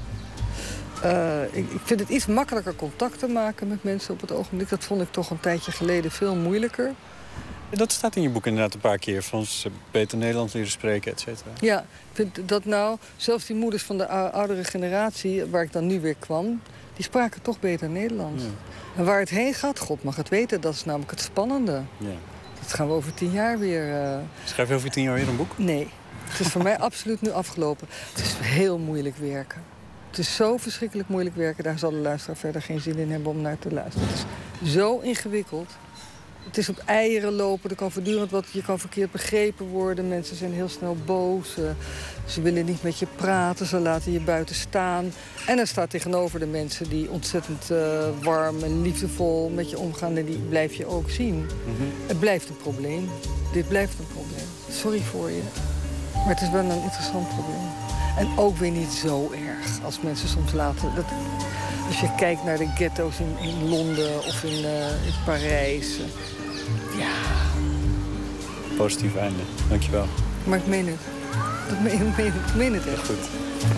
Ik vind het iets makkelijker contact te maken met mensen op het ogenblik. Dat vond ik toch een tijdje geleden veel moeilijker. Dat staat in je boek inderdaad een paar keer. Van ze beter Nederlands leren spreken, et cetera. Ja, ik vind dat nou, zelfs die moeders van de oudere generatie, waar ik dan nu weer kwam, die spraken toch beter Nederlands. Ja. En waar het heen gaat, God mag het weten, dat is namelijk het spannende. Ja. Dat gaan we over 10 jaar weer... Schrijf je over 10 jaar weer een boek? Nee, het is voor mij absoluut nu afgelopen. Het is heel moeilijk werken. Het is zo verschrikkelijk moeilijk werken. Daar zal de luisteraar verder geen zin in hebben om naar te luisteren. Het is zo ingewikkeld. Het is op eieren lopen, er kan voortdurend je kan verkeerd begrepen worden. Mensen zijn heel snel boos. Ze willen niet met je praten, ze laten je buiten staan. En er staat tegenover de mensen die ontzettend warm en liefdevol met je omgaan. En die blijf je ook zien. Mm-hmm. Het blijft een probleem. Dit blijft een probleem. Sorry voor je. Maar het is wel een interessant probleem. En ook weer niet zo erg als mensen soms laten... Als je kijkt naar de ghetto's in Londen of in Parijs. Ja. Positief einde. Dankjewel. Maar ik meen het. Ik meen het echt. Goed.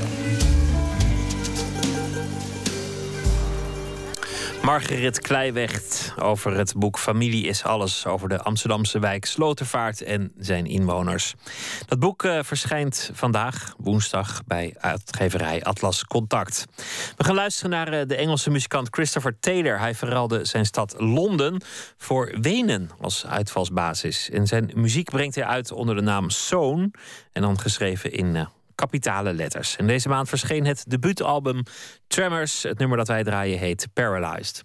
Margriet Kleiwecht over het boek Familie is alles, over de Amsterdamse wijk Slotervaart en zijn inwoners. Dat boek verschijnt vandaag, woensdag, bij uitgeverij Atlas Contact. We gaan luisteren naar de Engelse muzikant Christopher Taylor. Hij verruilde zijn stad Londen voor Wenen als uitvalsbasis. En zijn muziek brengt hij uit onder de naam Sown en dan geschreven in kapitale letters. En deze maand verscheen het debuutalbum Tremors. Het nummer dat wij draaien heet Paralyzed.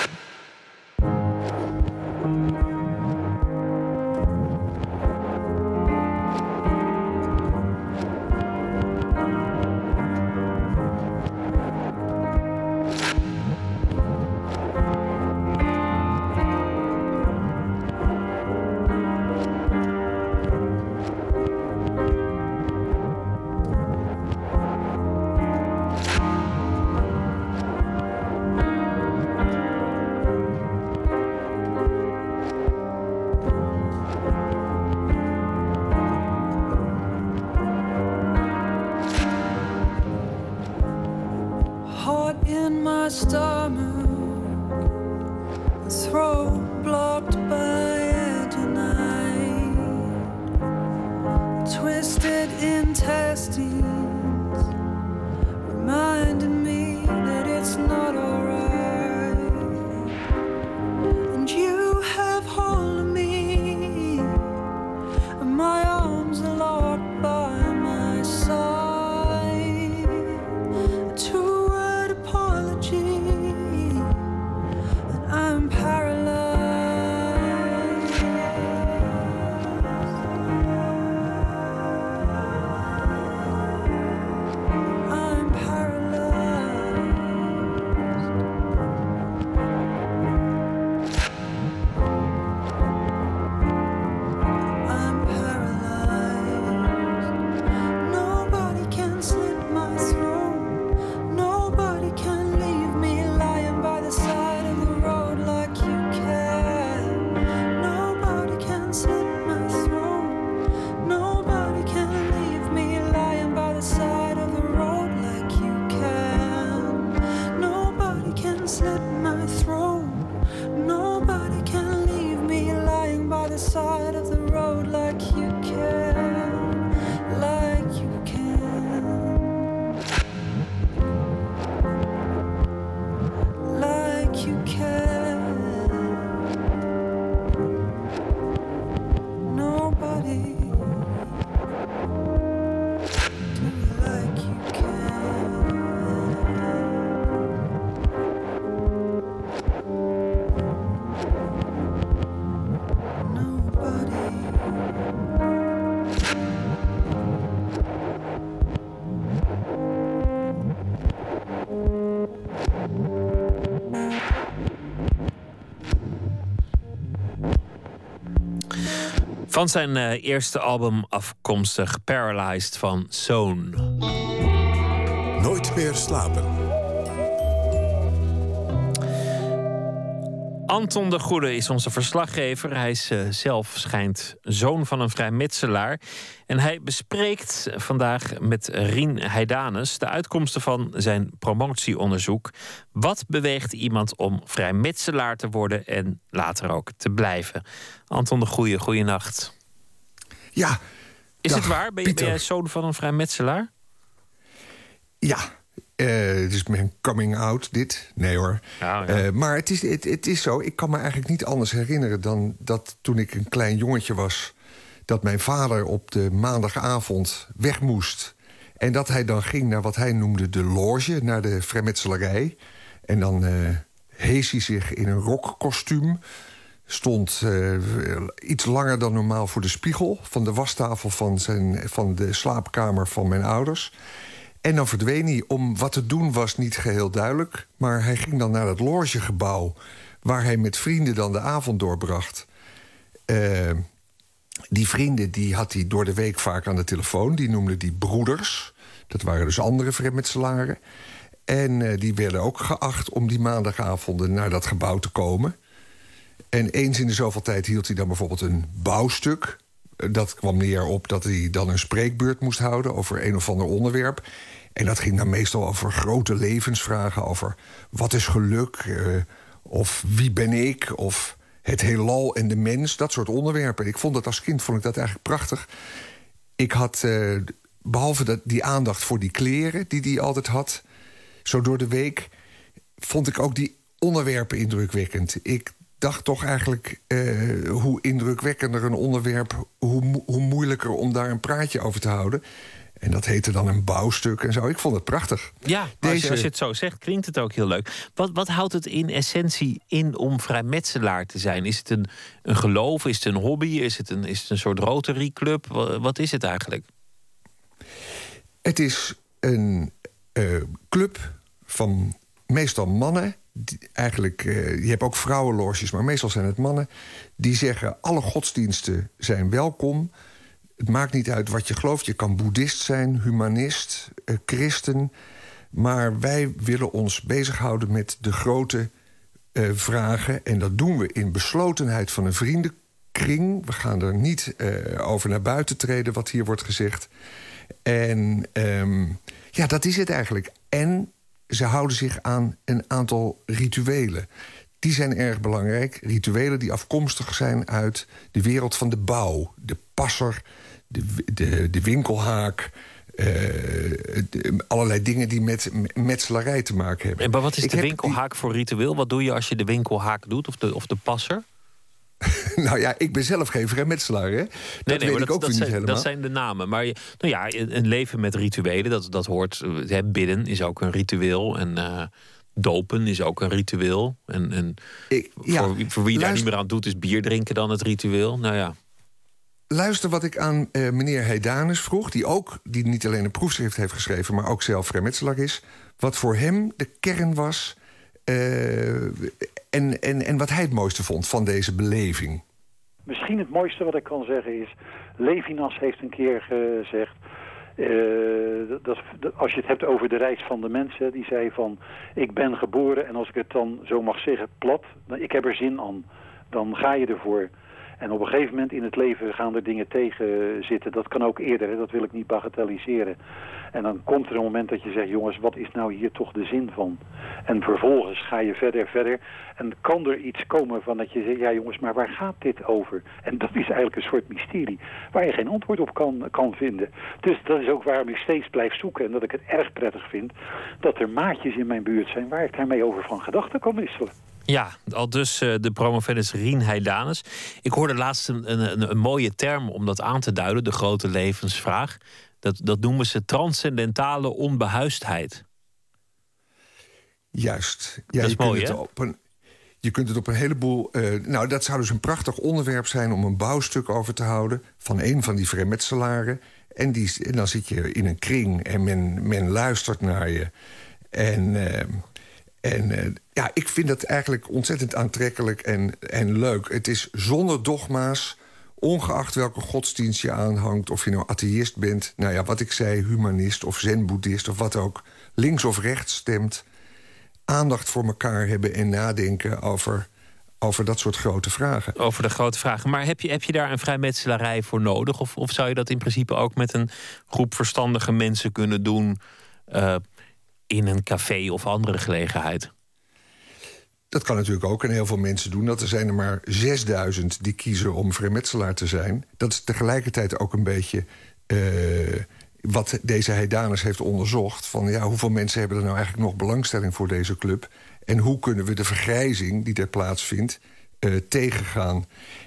Van zijn eerste album afkomstig Paralyzed van Sown. Nooit meer slapen. Anton de Goede is onze verslaggever. Hij is zelf, schijnt, zoon van een vrijmetselaar. En hij bespreekt vandaag met Rien Heidanus de uitkomsten van zijn promotieonderzoek. Wat beweegt iemand om vrijmetselaar te worden en later ook te blijven? Anton de Goede, goeienacht. Ja. Is het waar? Ben jij zoon van een vrijmetselaar? Ja. Het is mijn coming out, dit. Nee hoor. Ja. Maar het is zo, ik kan me eigenlijk niet anders herinneren dan dat toen ik een klein jongetje was, dat mijn vader op de maandagavond weg moest. En dat hij dan ging naar wat hij noemde de loge, naar de vrijmetselarij. En dan hees hij zich in een rokkostuum. Stond iets langer dan normaal voor de spiegel van de wastafel van de slaapkamer van mijn ouders. En dan verdween hij. Om wat te doen was niet geheel duidelijk. Maar hij ging dan naar het logegebouw, waar hij met vrienden dan de avond doorbracht. Die vrienden die had hij door de week vaak aan de telefoon. Die noemde die broeders. Dat waren dus andere vrijmetselaren. En die werden ook geacht om die maandagavonden naar dat gebouw te komen. En eens in de zoveel tijd hield hij dan bijvoorbeeld een bouwstuk dat kwam neer op dat hij dan een spreekbeurt moest houden over een of ander onderwerp. En dat ging dan meestal over grote levensvragen, over wat is geluk, of wie ben ik, of het heelal en de mens, dat soort onderwerpen. Ik vond dat als kind eigenlijk prachtig. Ik had, behalve die aandacht voor die kleren die hij altijd had, zo door de week, vond ik ook die onderwerpen indrukwekkend. Ik dacht toch eigenlijk, hoe indrukwekkender een onderwerp, hoe moeilijker om daar een praatje over te houden. En dat heette dan een bouwstuk en zo. Ik vond het prachtig. Ja, als je het zo zegt, klinkt het ook heel leuk. Wat houdt het in essentie in om vrijmetselaar te zijn? Is het een geloof? Is het een hobby? Is het een soort Rotary Club? Wat is het eigenlijk? Het is een club van meestal mannen. Je hebt ook vrouwenloges, maar meestal zijn het mannen. Die zeggen, alle godsdiensten zijn welkom. Het maakt niet uit wat je gelooft. Je kan boeddhist zijn, humanist, christen. Maar wij willen ons bezighouden met de grote vragen. En dat doen we in beslotenheid van een vriendenkring. We gaan er niet over naar buiten treden, wat hier wordt gezegd. En dat is het eigenlijk. En ze houden zich aan een aantal rituelen. Die zijn erg belangrijk. Rituelen die afkomstig zijn uit de wereld van de bouw. De passer, de winkelhaak. Allerlei dingen die met metselarij te maken hebben. Maar wat is de winkelhaak voor ritueel? Wat doe je als je de winkelhaak doet of de passer? Nou ja, ik ben zelf geen vrijmetselaar, hè? Dat weet ik ook weer niet helemaal. Dat zijn de namen. Maar een leven met rituelen, dat hoort. Bidden is ook een ritueel. En dopen is ook een ritueel. Voor wie daar niet meer aan doet, is bier drinken dan het ritueel. Nou ja. Luister wat ik aan meneer Heidanus vroeg, die niet alleen een proefschrift heeft geschreven, maar ook zelf vrijmetselaar is. Wat voor hem de kern was. En wat hij het mooiste vond van deze beleving. Misschien het mooiste wat ik kan zeggen is, Levinas heeft een keer gezegd, als je het hebt over de reis van de mensen, die zei van, ik ben geboren en als ik het dan zo mag zeggen plat, ik heb er zin aan, dan ga je ervoor. En op een gegeven moment in het leven gaan er dingen tegen zitten. Dat kan ook eerder, hè? Dat wil ik niet bagatelliseren. En dan komt er een moment dat je zegt, jongens, wat is nou hier toch de zin van? En vervolgens ga je verder. En kan er iets komen van dat je zegt, ja jongens, maar waar gaat dit over? En dat is eigenlijk een soort mysterie waar je geen antwoord op kan vinden. Dus dat is ook waarom ik steeds blijf zoeken. En dat ik het erg prettig vind dat er maatjes in mijn buurt zijn waar ik daarmee over van gedachten kan wisselen. Ja, al dus de promovendus Rien Heidanus. Ik hoorde laatst een mooie term om dat aan te duiden, de grote levensvraag. Dat noemen ze transcendentale onbehuisdheid. Juist. Ja, dat is mooi, hè? Je kunt het op een heleboel. Dat zou dus een prachtig onderwerp zijn om een bouwstuk over te houden van een van die vrijmetselaren. En dan zit je in een kring en men luistert naar je. Ik vind dat eigenlijk ontzettend aantrekkelijk en leuk. Het is zonder dogma's, ongeacht welke godsdienst je aanhangt, of je nou atheïst bent, wat ik zei, humanist of zen-boeddhist of wat ook, links of rechts stemt, aandacht voor elkaar hebben en nadenken over dat soort grote vragen. Over de grote vragen. Maar heb je daar een vrijmetselarij voor nodig? Of zou je dat in principe ook met een groep verstandige mensen kunnen doen in een café of andere gelegenheid? Dat kan natuurlijk ook en heel veel mensen doen dat. Er zijn er maar 6000 die kiezen om vrijmetselaar te zijn. Dat is tegelijkertijd ook een beetje wat deze Heidanus heeft onderzocht. Van hoeveel mensen hebben er nou eigenlijk nog belangstelling voor deze club? En hoe kunnen we de vergrijzing die er plaatsvindt tegengaan?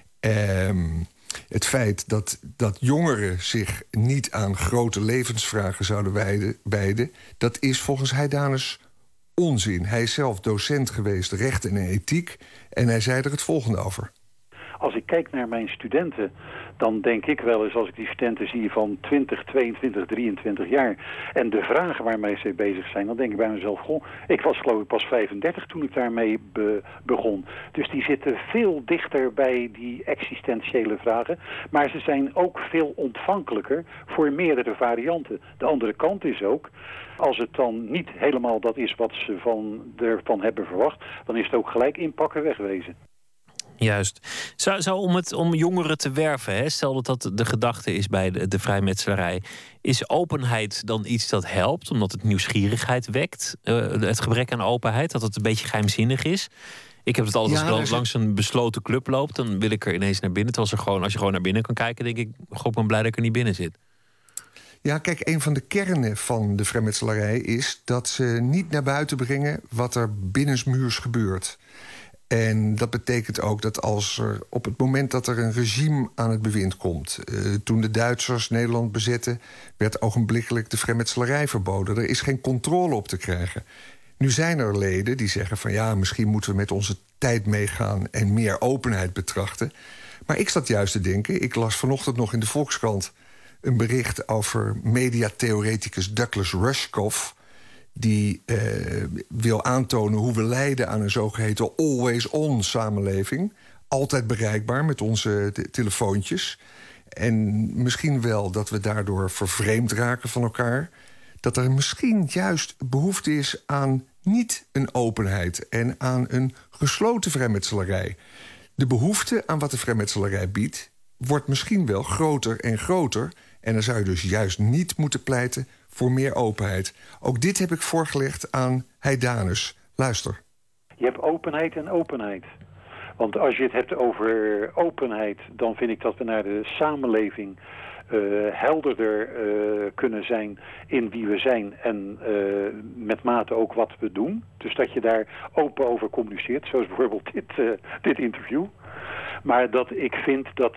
Het feit dat jongeren zich niet aan grote levensvragen zouden wijden, dat is volgens Heidanus onzin. Hij is zelf docent geweest, recht en ethiek, en hij zei er het volgende over. Als ik kijk naar mijn studenten, dan denk ik wel eens, als ik die studenten zie van 20, 22, 23 jaar... en de vragen waarmee ze bezig zijn, dan denk ik bij mezelf, goh, ik was geloof ik pas 35 toen ik daarmee begon. Dus die zitten veel dichter bij die existentiële vragen. Maar ze zijn ook veel ontvankelijker voor meerdere varianten. De andere kant is ook, als het dan niet helemaal dat is wat ze ervan hebben verwacht, dan is het ook gelijk inpakken, wegwezen. Juist. Om jongeren te werven, hè, stel dat de gedachte is bij de vrijmetselarij, is openheid dan iets dat helpt, omdat het nieuwsgierigheid wekt? Het gebrek aan openheid, dat het een beetje geheimzinnig is? Ik heb het altijd als ik langs een besloten club loop, dan wil ik er ineens naar binnen. Terwijl als je gewoon naar binnen kan kijken, denk ik, ik ben blij dat ik er niet binnen zit. Ja, kijk, een van de kernen van de vrijmetselarij is dat ze niet naar buiten brengen wat er binnensmuurs gebeurt. En dat betekent ook dat op het moment dat er een regime aan het bewind komt, toen de Duitsers Nederland bezetten, werd ogenblikkelijk de vrijmetselarij verboden. Er is geen controle op te krijgen. Nu zijn er leden die zeggen van ja, misschien moeten we met onze tijd meegaan en meer openheid betrachten. Maar ik zat juist te denken, ik las vanochtend nog in de Volkskrant een bericht over mediatheoreticus Douglas Rushkoff, die wil aantonen hoe we lijden aan een zogeheten always-on samenleving. Altijd bereikbaar met onze telefoontjes. En misschien wel dat we daardoor vervreemd raken van elkaar. Dat er misschien juist behoefte is aan niet een openheid en aan een gesloten vrijmetselarij. De behoefte aan wat de vrijmetselarij biedt wordt misschien wel groter en groter. En dan zou je dus juist niet moeten pleiten voor meer openheid. Ook dit heb ik voorgelegd aan Heidanus. Luister. Je hebt openheid en openheid. Want als je het hebt over openheid, dan vind ik dat we naar de samenleving helderder kunnen zijn in wie we zijn en met mate ook wat we doen. Dus dat je daar open over communiceert, zoals bijvoorbeeld dit interview. Maar dat ik vind dat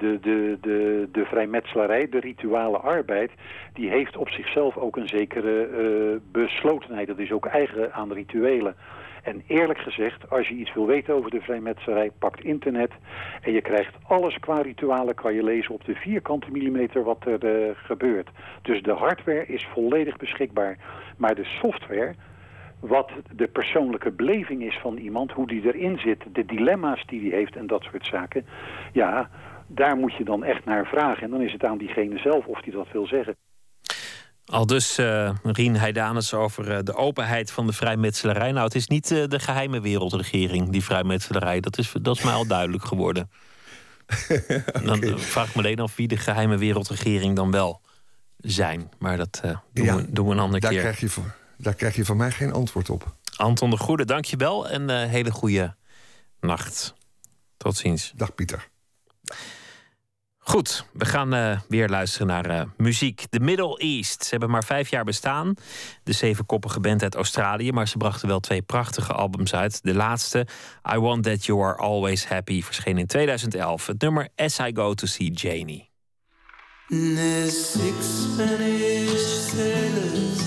de vrijmetselarij, de rituele arbeid, die heeft op zichzelf ook een zekere beslotenheid. Dat is ook eigen aan rituelen. En eerlijk gezegd, als je iets wil weten over de vrijmetselarij, pakt internet en je krijgt alles qua ritualen, kan je lezen op de vierkante millimeter wat er gebeurt. Dus de hardware is volledig beschikbaar. Maar de software, wat de persoonlijke beleving is van iemand, hoe die erin zit, de dilemma's die hij heeft en dat soort zaken, ja, daar moet je dan echt naar vragen. En dan is het aan diegene zelf of hij dat wil zeggen. Aldus Rien Heidanus over de openheid van de vrijmetselarij. Nou, het is niet de geheime wereldregering, die vrijmetselarij. Dat is mij al duidelijk geworden. Okay. Dan vraag ik me alleen af wie de geheime wereldregering dan wel zijn. Maar dat doen we een andere keer. Daar krijg je van mij geen antwoord op. Anton de Goede, dank je wel en hele goede nacht. Tot ziens. Dag Pieter. Goed, we gaan weer luisteren naar muziek. The Middle East. Ze hebben maar 5 jaar bestaan. De 7-koppige band uit Australië. Maar ze brachten wel 2 prachtige albums uit. De laatste, I Want That You Are Always Happy, verscheen in 2011. Het nummer As I Go To See Janie. There's 6 Spanish sailors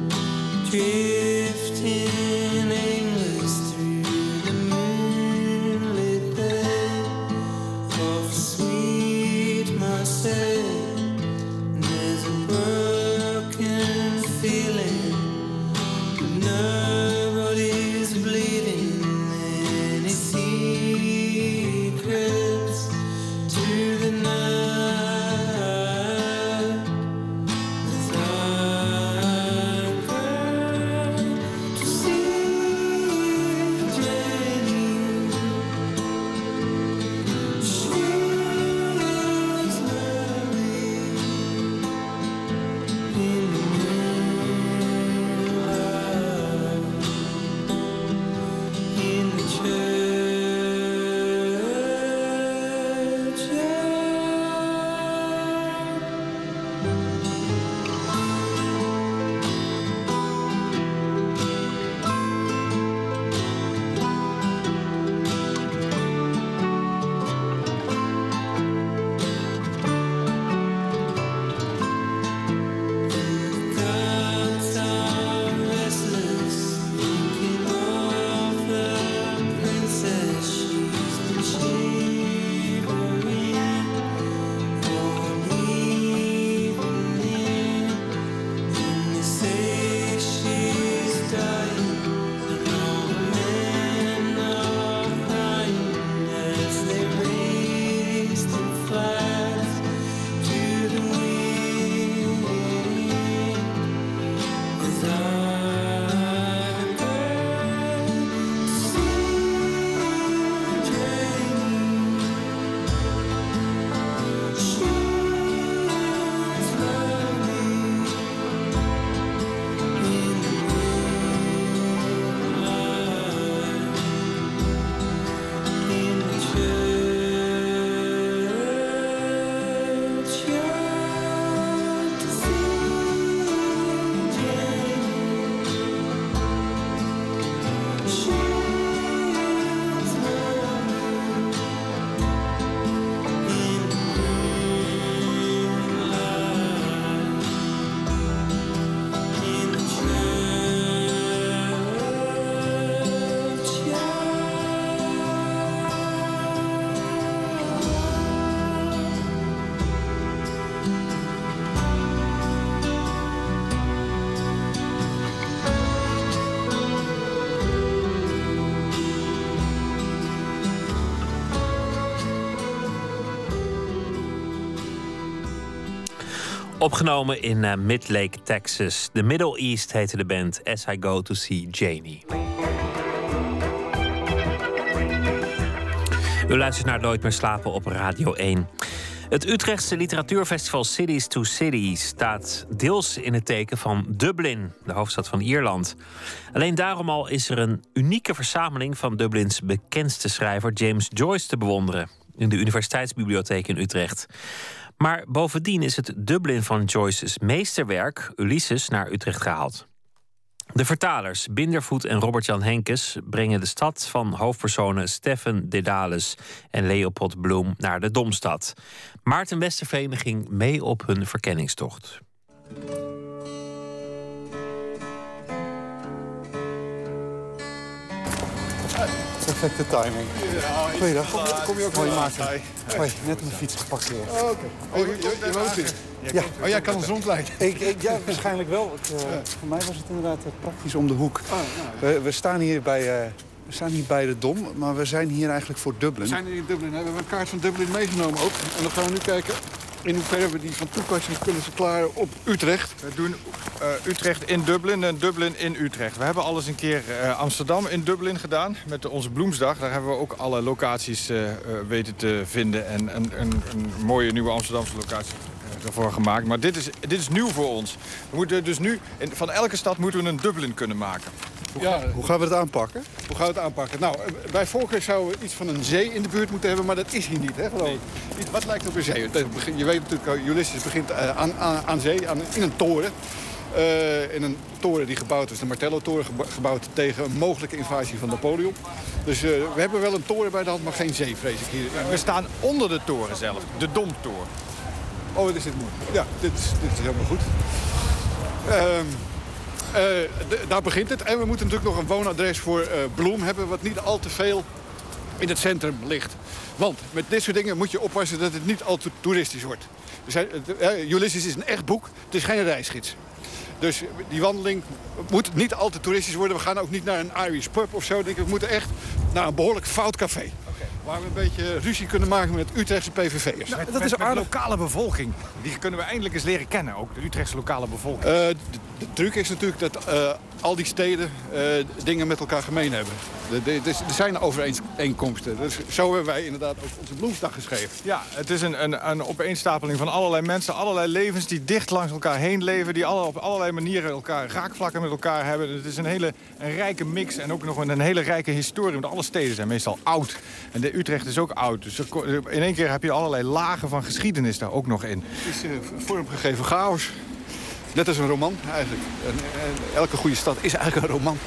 drifting aimless through the moonlit bay of sweet Marseille. There's a broken feeling, nobody's bleeding any secrets to the night. Opgenomen in Midlake, Texas. The Middle East heette de band As I Go To See Janie. U luistert naar Nooit meer slapen op Radio 1. Het Utrechtse literatuurfestival Cities to City staat deels in het teken van Dublin, de hoofdstad van Ierland. Alleen daarom al is er een unieke verzameling van Dublins bekendste schrijver James Joyce te bewonderen in de Universiteitsbibliotheek in Utrecht. Maar bovendien is het Dublin van Joyce's meesterwerk, Ulysses, naar Utrecht gehaald. De vertalers Bindervoet en Robert-Jan Henkes brengen de stad van hoofdpersonen Stefan Dedalus en Leopold Bloem naar de Domstad. Maarten Westerveen ging mee op hun verkenningstocht. Perfecte timing. Goeiedag. Kom je ook mee, Maarten? Hoi, net mijn fiets gepakt weer. Oh, oké. Je woont hier? Ja. Oh, jij kan ons rondleiden? Ja, waarschijnlijk wel. Voor mij was het inderdaad praktisch om de hoek. We staan hier bij de Dom, maar we zijn hier eigenlijk voor Dublin. We zijn hier in Dublin. We hebben een kaart van Dublin meegenomen ook. En dan gaan we nu kijken in hoeverre we die van toepassing kunnen verklaren op Utrecht. We doen Utrecht in Dublin en Dublin in Utrecht. We hebben al eens een keer Amsterdam in Dublin gedaan met onze Bloemsdag. Daar hebben we ook alle locaties weten te vinden en een mooie nieuwe Amsterdamse locatie ervoor gemaakt. Maar dit is nieuw voor ons. We moeten dus nu, van elke stad moeten we een Dublin kunnen maken. Hoe gaan we het aanpakken? Hoe gaan we het aanpakken? Nou, bij voorkeur zouden we iets van een zee in de buurt moeten hebben, maar dat is hier niet, hè, geloof ik. Nee. Wat lijkt op een zee? Je weet natuurlijk, Ulysses begint aan zee, in een toren. In een toren die gebouwd is, de Martello-toren, gebouwd tegen een mogelijke invasie van Napoleon. Dus we hebben wel een toren bij de hand, maar geen zee, vrees ik hier. We staan onder de toren zelf, de Domtoren. Oh, dit is het mooi. Ja, dit is helemaal goed. Daar begint het. En we moeten natuurlijk nog een woonadres voor Bloem hebben, wat niet al te veel in het centrum ligt. Want met dit soort dingen moet je oppassen dat het niet al te toeristisch wordt. Ulysses is een echt boek, het is geen reisgids. Dus die wandeling moet niet al te toeristisch worden. We gaan ook niet naar een Irish pub of zo. We moeten echt naar een behoorlijk fout café. Waar we een beetje ruzie kunnen maken met Utrechtse PVV'ers. Nou, dat is met de lokale bevolking. Die kunnen we eindelijk eens leren kennen, ook de Utrechtse lokale bevolking. De truc is natuurlijk dat al die steden dingen met elkaar gemeen hebben. Er zijn overeenkomsten. Dus zo hebben wij inderdaad ook onze Bloemsdag geschreven. Ja, het is een opeenstapeling van allerlei mensen, allerlei levens die dicht langs elkaar heen leven, die op allerlei manieren elkaar raakvlakken met elkaar hebben. Het is een rijke mix en ook nog een hele rijke historie. Want alle steden zijn meestal oud. En Utrecht is ook oud. Dus in één keer heb je allerlei lagen van geschiedenis daar ook nog in. Het is vormgegeven chaos. Net als een roman eigenlijk. Elke goede stad is eigenlijk een roman.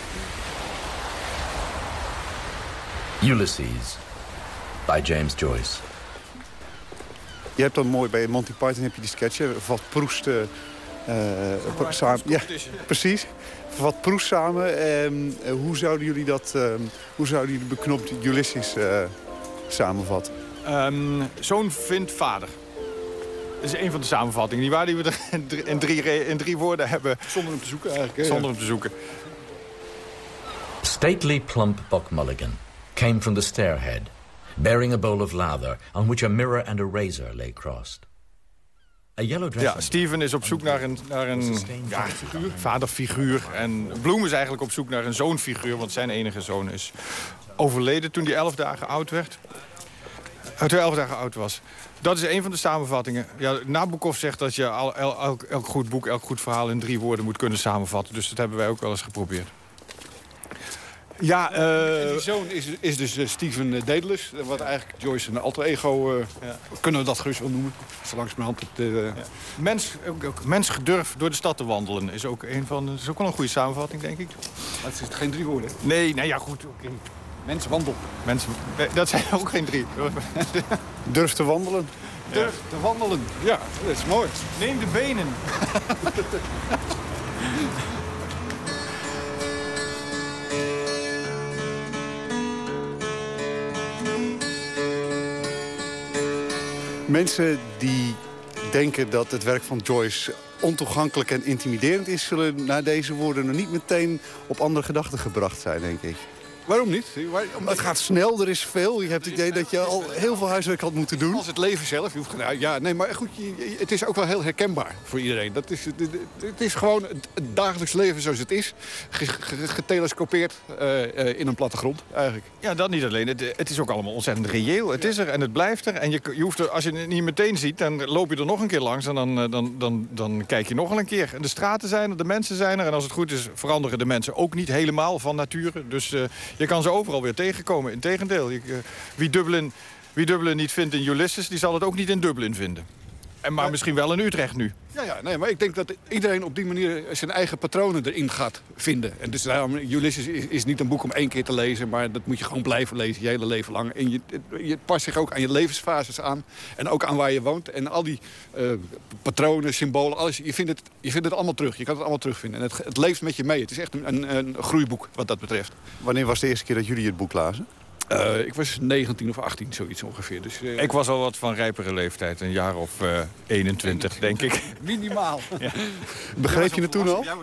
Ulysses, by James Joyce. Je hebt dan mooi bij Monty Python heb je die sketchen. Vat Proest samen. Ja, precies. Vat Proest samen. Hoe zouden jullie beknopt Ulysses samenvatten? Zoon vindt vader. Dat is een van de samenvattingen. Die we er in drie woorden hebben. Zonder hem te zoeken eigenlijk. Zonder hem te zoeken. Stately plump Buck Mulligan came from the stairhead, bearing a bowl of lather on which a mirror and a razor lay crossed. A yellow dress. Ja, Steven is op zoek naar een vaderfiguur. En Bloem is eigenlijk op zoek naar een zoonfiguur, want zijn enige zoon is overleden toen hij 11 dagen oud werd. Toen hij 11 dagen oud was. Dat is een van de samenvattingen. Ja, Nabokov zegt dat je elk goed boek, elk goed verhaal in 3 woorden moet kunnen samenvatten. Dus dat hebben wij ook wel eens geprobeerd. Ja, die zoon is dus Stephen Dedalus. Wat eigenlijk Joyce een alter ego, kunnen we dat gerust wel noemen. Zolang Mens gedurfd door de stad te wandelen is ook wel een goede samenvatting, denk ik. Maar het is geen 3 woorden. Nee, nou ja, goed. Okay. Mens wandel. Dat zijn ook geen 3. Durf te wandelen. Durf te wandelen. Ja, dat is mooi. Neem de benen. Mensen die denken dat het werk van Joyce ontoegankelijk en intimiderend is, zullen na deze woorden nog niet meteen op andere gedachten gebracht zijn, denk ik. Waarom niet? Het gaat snel, er is veel. Je hebt het idee dat je al heel veel huiswerk had moeten doen. Als het leven zelf. Maar goed, het is ook wel heel herkenbaar voor iedereen. Het is gewoon het dagelijks leven zoals het is. Getelescopeerd in een plattegrond, eigenlijk. Ja, dat niet alleen. Het is ook allemaal ontzettend reëel. Het is er en het blijft er. En je hoeft er, als je het niet meteen ziet, dan loop je er nog een keer langs. En dan kijk je nog wel een keer. En de straten zijn er, de mensen zijn er. En als het goed is, veranderen de mensen ook niet helemaal van nature. Dus je kan ze overal weer tegenkomen. Integendeel, wie Dublin niet vindt in Ulysses, die zal het ook niet in Dublin vinden. Maar misschien wel in Utrecht nu. Maar ik denk dat iedereen op die manier zijn eigen patronen erin gaat vinden. En dus daarom, Ulysses is niet een boek om 1 keer te lezen, maar dat moet je gewoon blijven lezen, je hele leven lang. En je past zich ook aan je levensfases aan en ook aan waar je woont. En al die patronen, symbolen, alles, je vindt het allemaal terug. Je kan het allemaal terugvinden. En het leeft met je mee. Het is echt een groeiboek wat dat betreft. Wanneer was de eerste keer dat jullie het boek lazen? Ik was 19 of 18, zoiets ongeveer. Dus, ik was al wat van rijpere leeftijd, een jaar of 21, denk ik. Minimaal. Ja. Begreep je het toen al?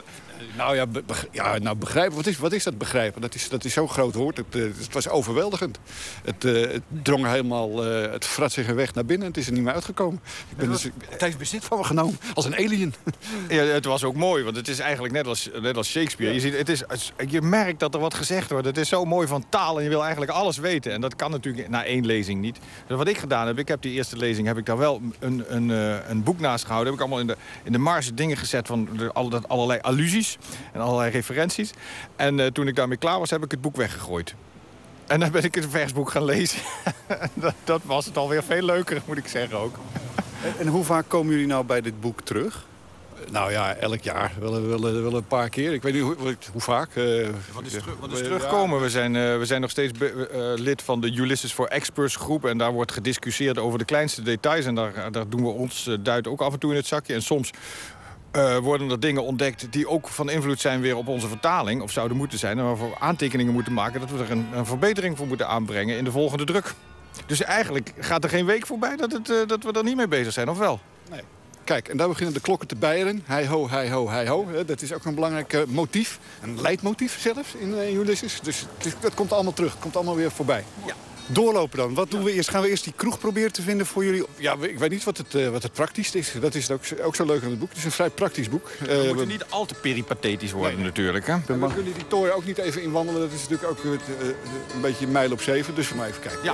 Begrijpen. Wat is dat begrijpen? Dat is zo'n groot woord. Het was overweldigend. Het drong helemaal, het frat zich een weg naar binnen. Het is er niet meer uitgekomen. Het heeft bezit van me genomen, als een alien. Ja, het was ook mooi, want het is eigenlijk net als Shakespeare. Je ziet, je merkt dat er wat gezegd wordt. Het is zo mooi van taal en je wil eigenlijk alles weten. En dat kan natuurlijk na 1 lezing niet. Dus wat ik gedaan heb, ik heb die eerste lezing, heb ik daar wel een boek naast gehouden. Heb ik allemaal in de marge dingen gezet van allerlei allusies en allerlei referenties. En toen ik daarmee klaar was, heb ik het boek weggegooid. En dan ben ik het versboek gaan lezen. dat was het alweer veel leuker, moet ik zeggen ook. En hoe vaak komen jullie nou bij dit boek terug? Nou ja, elk jaar. Wel een paar keer. Ik weet niet hoe vaak. Wat is terugkomen? Ja. We zijn nog steeds lid van de Ulysses for Experts groep. En daar wordt gediscussieerd over de kleinste details. En daar doen we ons duit ook af en toe in het zakje. En soms worden er dingen ontdekt die ook van invloed zijn weer op onze vertaling. Of zouden moeten zijn. En waar we aantekeningen moeten maken. Dat we er een verbetering voor moeten aanbrengen in de volgende druk. Dus eigenlijk gaat er geen week voorbij dat we er niet mee bezig zijn, of wel? Nee. Kijk, en daar beginnen de klokken te bijeren. Hei ho, hei ho, hei ho. Dat is ook een belangrijk motief. Een leidmotief zelfs in Ulysses. Dus dat komt allemaal terug. Het komt allemaal weer voorbij. Ja. Doorlopen dan. Wat doen we eerst? Gaan we eerst die kroeg proberen te vinden voor jullie? Ja, ik weet niet wat het praktisch is. Dat is ook zo leuk aan het boek. Het is een vrij praktisch boek. We moeten niet al te peripathetisch worden natuurlijk. Hè? En we kunnen die toren ook niet even inwandelen. Dat is natuurlijk ook een beetje mijl op 7. Dus voor mij even kijken. Ja.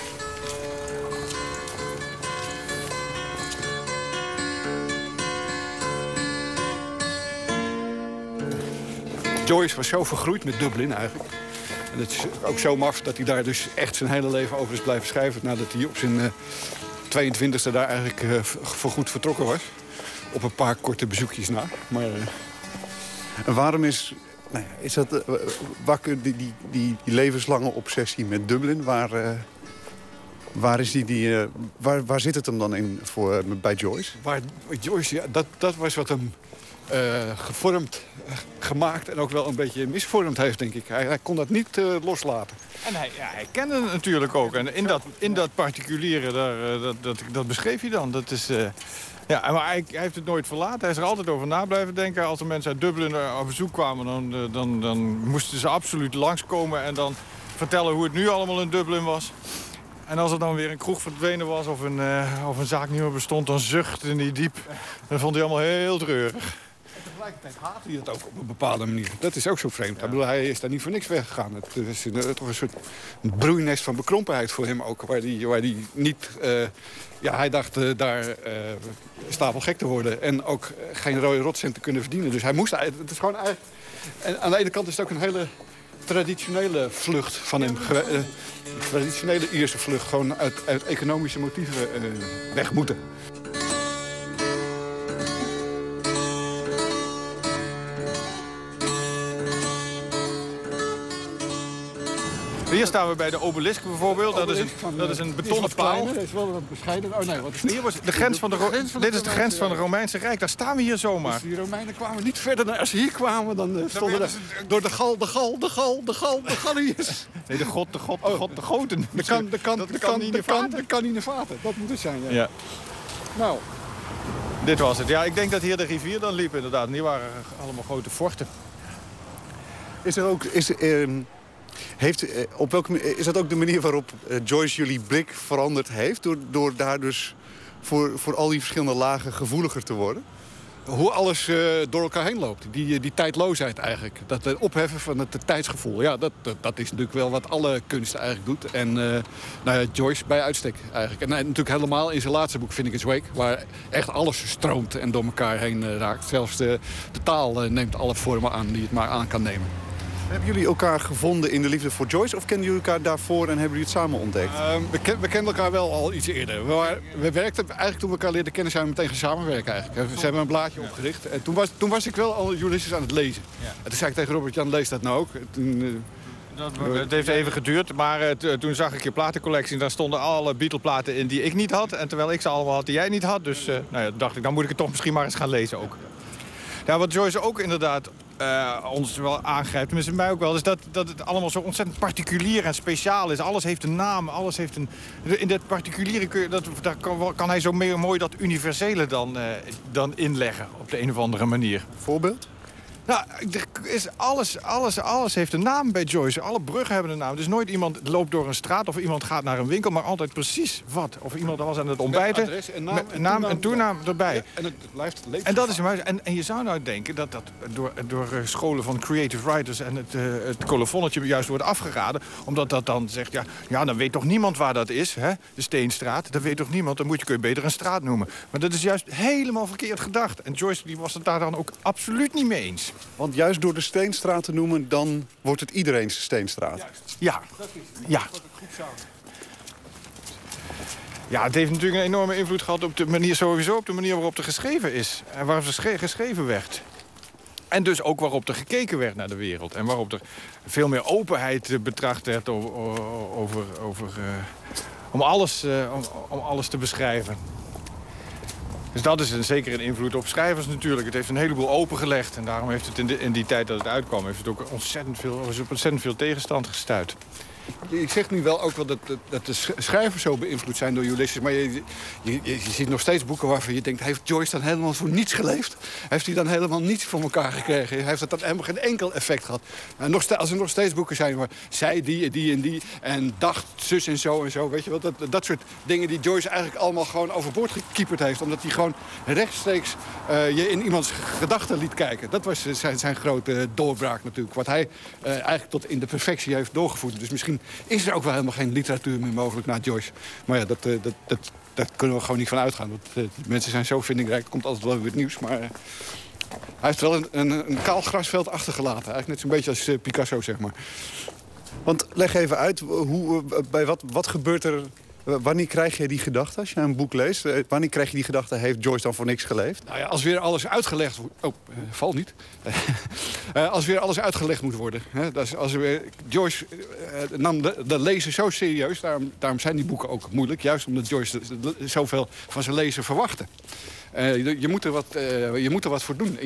Joyce was zo vergroeid met Dublin eigenlijk. En het is ook zo maf dat hij daar dus echt zijn hele leven over is blijven schrijven. Nadat hij op zijn 22e daar eigenlijk voorgoed vertrokken was. Op een paar korte bezoekjes na. Maar, en waarom is dat die levenslange obsessie met Dublin? Waar zit het hem dan in bij Joyce? Joyce, ja, dat was wat hem gevormd, gemaakt en ook wel een beetje misvormd heeft, denk ik. Hij kon dat niet loslaten. En hij kende het natuurlijk ook. En in dat particuliere, dat beschreef hij dan. Dat is, maar hij heeft het nooit verlaten. Hij is er altijd over na blijven denken. Als er mensen uit Dublin op bezoek kwamen, dan moesten ze absoluut langskomen en dan vertellen hoe het nu allemaal in Dublin was. En als er dan weer een kroeg verdwenen was of een zaak niet meer bestond, dan zuchtte hij diep. Dat vond hij allemaal heel treurig. En tegelijkertijd haatte hij dat ook op een bepaalde manier. Dat is ook zo vreemd. Ja. Ik bedoel, hij is daar niet voor niks weggegaan. Het is toch een soort broeinest van bekrompenheid voor hem ook. Waar die niet... hij dacht daar stapelgek te worden. En ook geen rode rotcent te kunnen verdienen. Dus hij moest... Het is gewoon eigenlijk... En aan de ene kant is het ook een hele traditionele vlucht van hem. Traditionele Ierse vlucht. Gewoon uit economische motieven weg moeten. Hier staan we bij de obelisk bijvoorbeeld. Dat is een betonnen paal. Dat is wel wat bescheiden. Oh nee, wat is hier was de grens van dit is de grens van het Romeinse Rijk. Daar staan we hier zomaar. Dus die Romeinen kwamen niet verder. Als ze hier kwamen, dan stonden er door de galliërs. Nee, de goten. De Caninevaten. Dat moet het zijn, ja. Nou. Dit was het. Ja, ik denk dat hier de rivier dan liep inderdaad. En die waren allemaal grote forten. Is er ook... Is dat ook de manier waarop Joyce jullie blik veranderd heeft? Door daar dus voor al die verschillende lagen gevoeliger te worden? Hoe alles door elkaar heen loopt. Die tijdloosheid eigenlijk. Dat opheffen van het tijdsgevoel. Ja, dat is natuurlijk wel wat alle kunst eigenlijk doet. En Joyce bij uitstek eigenlijk. En natuurlijk helemaal in zijn laatste boek, Finnegan's Wake, waar echt alles stroomt en door elkaar heen raakt. Zelfs de taal neemt alle vormen aan die het maar aan kan nemen. Hebben jullie elkaar gevonden in de liefde voor Joyce? Of kenden jullie elkaar daarvoor en hebben jullie het samen ontdekt? We kenden elkaar wel al iets eerder. We werkten eigenlijk toen we elkaar leerden kennen, zijn we meteen gaan samenwerken eigenlijk. Ze hebben een blaadje opgericht. En toen was ik wel al Ulysses aan het lezen. Ja. En toen zei ik tegen Robert-Jan, lees dat nou ook? Het heeft even geduurd, maar toen zag ik je platencollectie. En daar stonden alle Beatle-platen in die ik niet had. En terwijl ik ze allemaal had die jij niet had. Dus dacht ik, dan moet ik het toch misschien maar eens gaan lezen ook. Ja, wat Joyce ook inderdaad ons wel aangrijpt, tenminste mij ook wel, is dat het allemaal zo ontzettend particulier en speciaal is. Alles heeft een naam, alles heeft een... In dat particuliere daar kan hij zo mooi dat universele dan inleggen op de een of andere manier. Voorbeeld? Nou, alles heeft een naam bij Joyce. Alle bruggen hebben een naam. Dus nooit iemand loopt door een straat of iemand gaat naar een winkel, maar altijd precies wat. Of iemand was aan het ontbijten. Met adres en naam en toenaam erbij. Ja, en het blijft leven. En dat is en je zou nou denken dat door scholen van creative writers en het colofonnetje juist wordt afgeraden. Omdat dat dan zegt, ja, dan weet toch niemand waar dat is, hè? De Steenstraat. Dat weet toch niemand, dan kun je beter een straat noemen. Maar dat is juist helemaal verkeerd gedacht. En Joyce die was het daar dan ook absoluut niet mee eens. Want juist door de Steenstraat te noemen, dan wordt het iedereen's Steenstraat. Ja. Ja, het heeft natuurlijk een enorme invloed gehad op de manier, sowieso op de manier waarop er geschreven is. En waarop er geschreven werd. En dus ook waarop er gekeken werd naar de wereld. En waarop er veel meer openheid betracht werd om alles te beschrijven. Dus dat is zeker een invloed op schrijvers natuurlijk. Het heeft een heleboel opengelegd. En daarom heeft het in die tijd dat het uitkwam, heeft het ook ontzettend veel tegenstand gestuit. Ik zeg nu wel ook wel dat de schrijvers zo beïnvloed zijn door Ulysses. Maar je ziet nog steeds boeken waarvan je denkt, heeft Joyce dan helemaal voor niets geleefd? Heeft hij dan helemaal niets voor elkaar gekregen? Heeft dat helemaal geen enkel effect gehad? En als er nog steeds boeken zijn waar zij die en die en dacht zus en zo, weet je wel. Dat soort dingen die Joyce eigenlijk allemaal gewoon overboord gekieperd heeft. Omdat hij gewoon rechtstreeks je in iemands gedachten liet kijken. Dat was zijn grote doorbraak natuurlijk. Wat hij eigenlijk tot in de perfectie heeft doorgevoerd. Dus misschien is er ook wel helemaal geen literatuur meer mogelijk na Joyce. Maar ja, dat kunnen we gewoon niet van uitgaan. Want mensen zijn zo vindingrijk, er komt altijd wel weer het nieuws. Maar hij heeft wel een kaal grasveld achtergelaten. Eigenlijk net zo'n beetje als Picasso, zeg maar. Want leg even uit, wat gebeurt er... Wanneer krijg je die gedachte als je een boek leest? Wanneer krijg je die gedachte, heeft Joyce dan voor niks geleefd? Nou ja, als weer alles uitgelegd wordt... Oh, val niet. Als weer alles uitgelegd moet worden. Hè, Joyce nam de lezer zo serieus. Daarom zijn die boeken ook moeilijk. Juist omdat Joyce zoveel van zijn lezer verwachtte. Je moet er wat voor doen. En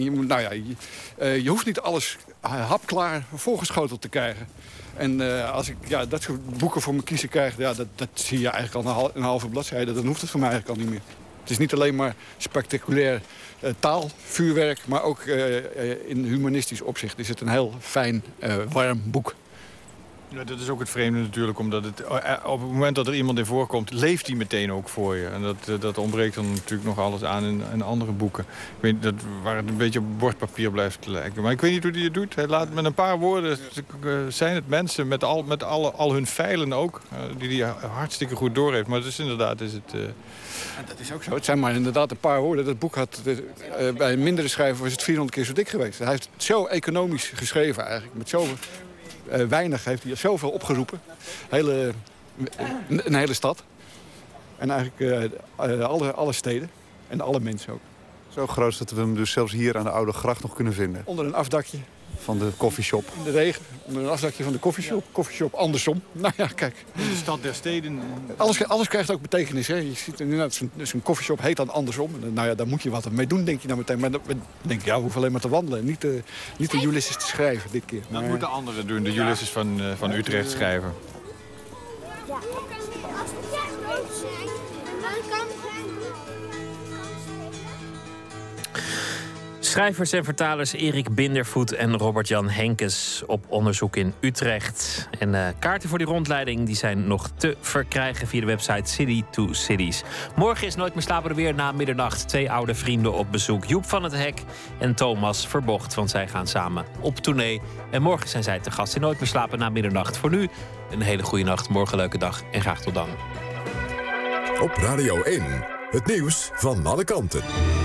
je hoeft niet alles hapklaar voorgeschoteld te krijgen. En als ik dat soort boeken voor me kiezen krijg... dat zie je eigenlijk al een halve bladzijde. Dan hoeft het voor mij eigenlijk al niet meer. Het is niet alleen maar spectaculair taalvuurwerk... maar ook in humanistisch opzicht is het een heel fijn, warm boek. Ja, dat is ook het vreemde natuurlijk, omdat op het moment dat er iemand in voorkomt, leeft hij meteen ook voor je. En dat ontbreekt dan natuurlijk nog alles aan in andere boeken. Ik weet waar het een beetje op bordpapier blijft lijken. Maar ik weet niet hoe hij het doet. Hij laat met een paar woorden zijn het mensen, met al hun feilen ook, die hij hartstikke goed doorheeft. Maar dus inderdaad is het... En dat is ook zo. Het zijn maar inderdaad een paar woorden. Dat boek had bij een mindere schrijver was het 400 keer zo dik geweest. Hij heeft het zo economisch geschreven eigenlijk, met zoveel... weinig heeft hij zoveel opgeroepen. Een hele stad. En eigenlijk alle steden. En alle mensen ook. Zo groot dat we hem dus zelfs hier aan de Oude Gracht nog kunnen vinden. Onder een afdakje. Van de koffieshop. In de regen. Onder een afdakje van de koffieshop. Koffieshop andersom. Nou ja, kijk. In de stad der steden. Alles krijgt ook betekenis. Hè? Je ziet inderdaad, zo'n koffieshop heet dan andersom. Nou ja, daar moet je wat mee doen, denk je nou meteen. Maar dan denk je, we hoeven alleen maar te wandelen. Niet de Ulysses te schrijven dit keer. Dat moeten anderen doen, de Ulysses van Utrecht schrijven. Schrijvers en vertalers Erik Bindervoet en Robert-Jan Henkes op onderzoek in Utrecht. En kaarten voor die rondleiding die zijn nog te verkrijgen via de website City to Cities. Morgen is Nooit meer slapen er weer na middernacht. 2 oude vrienden op bezoek. Joep van het Hek en Thomas Verbocht, want zij gaan samen op tournee. En morgen zijn zij te gast in Nooit meer slapen na middernacht. Voor nu een hele goede nacht, morgen een leuke dag en graag tot dan. Op Radio 1, het nieuws van alle kanten.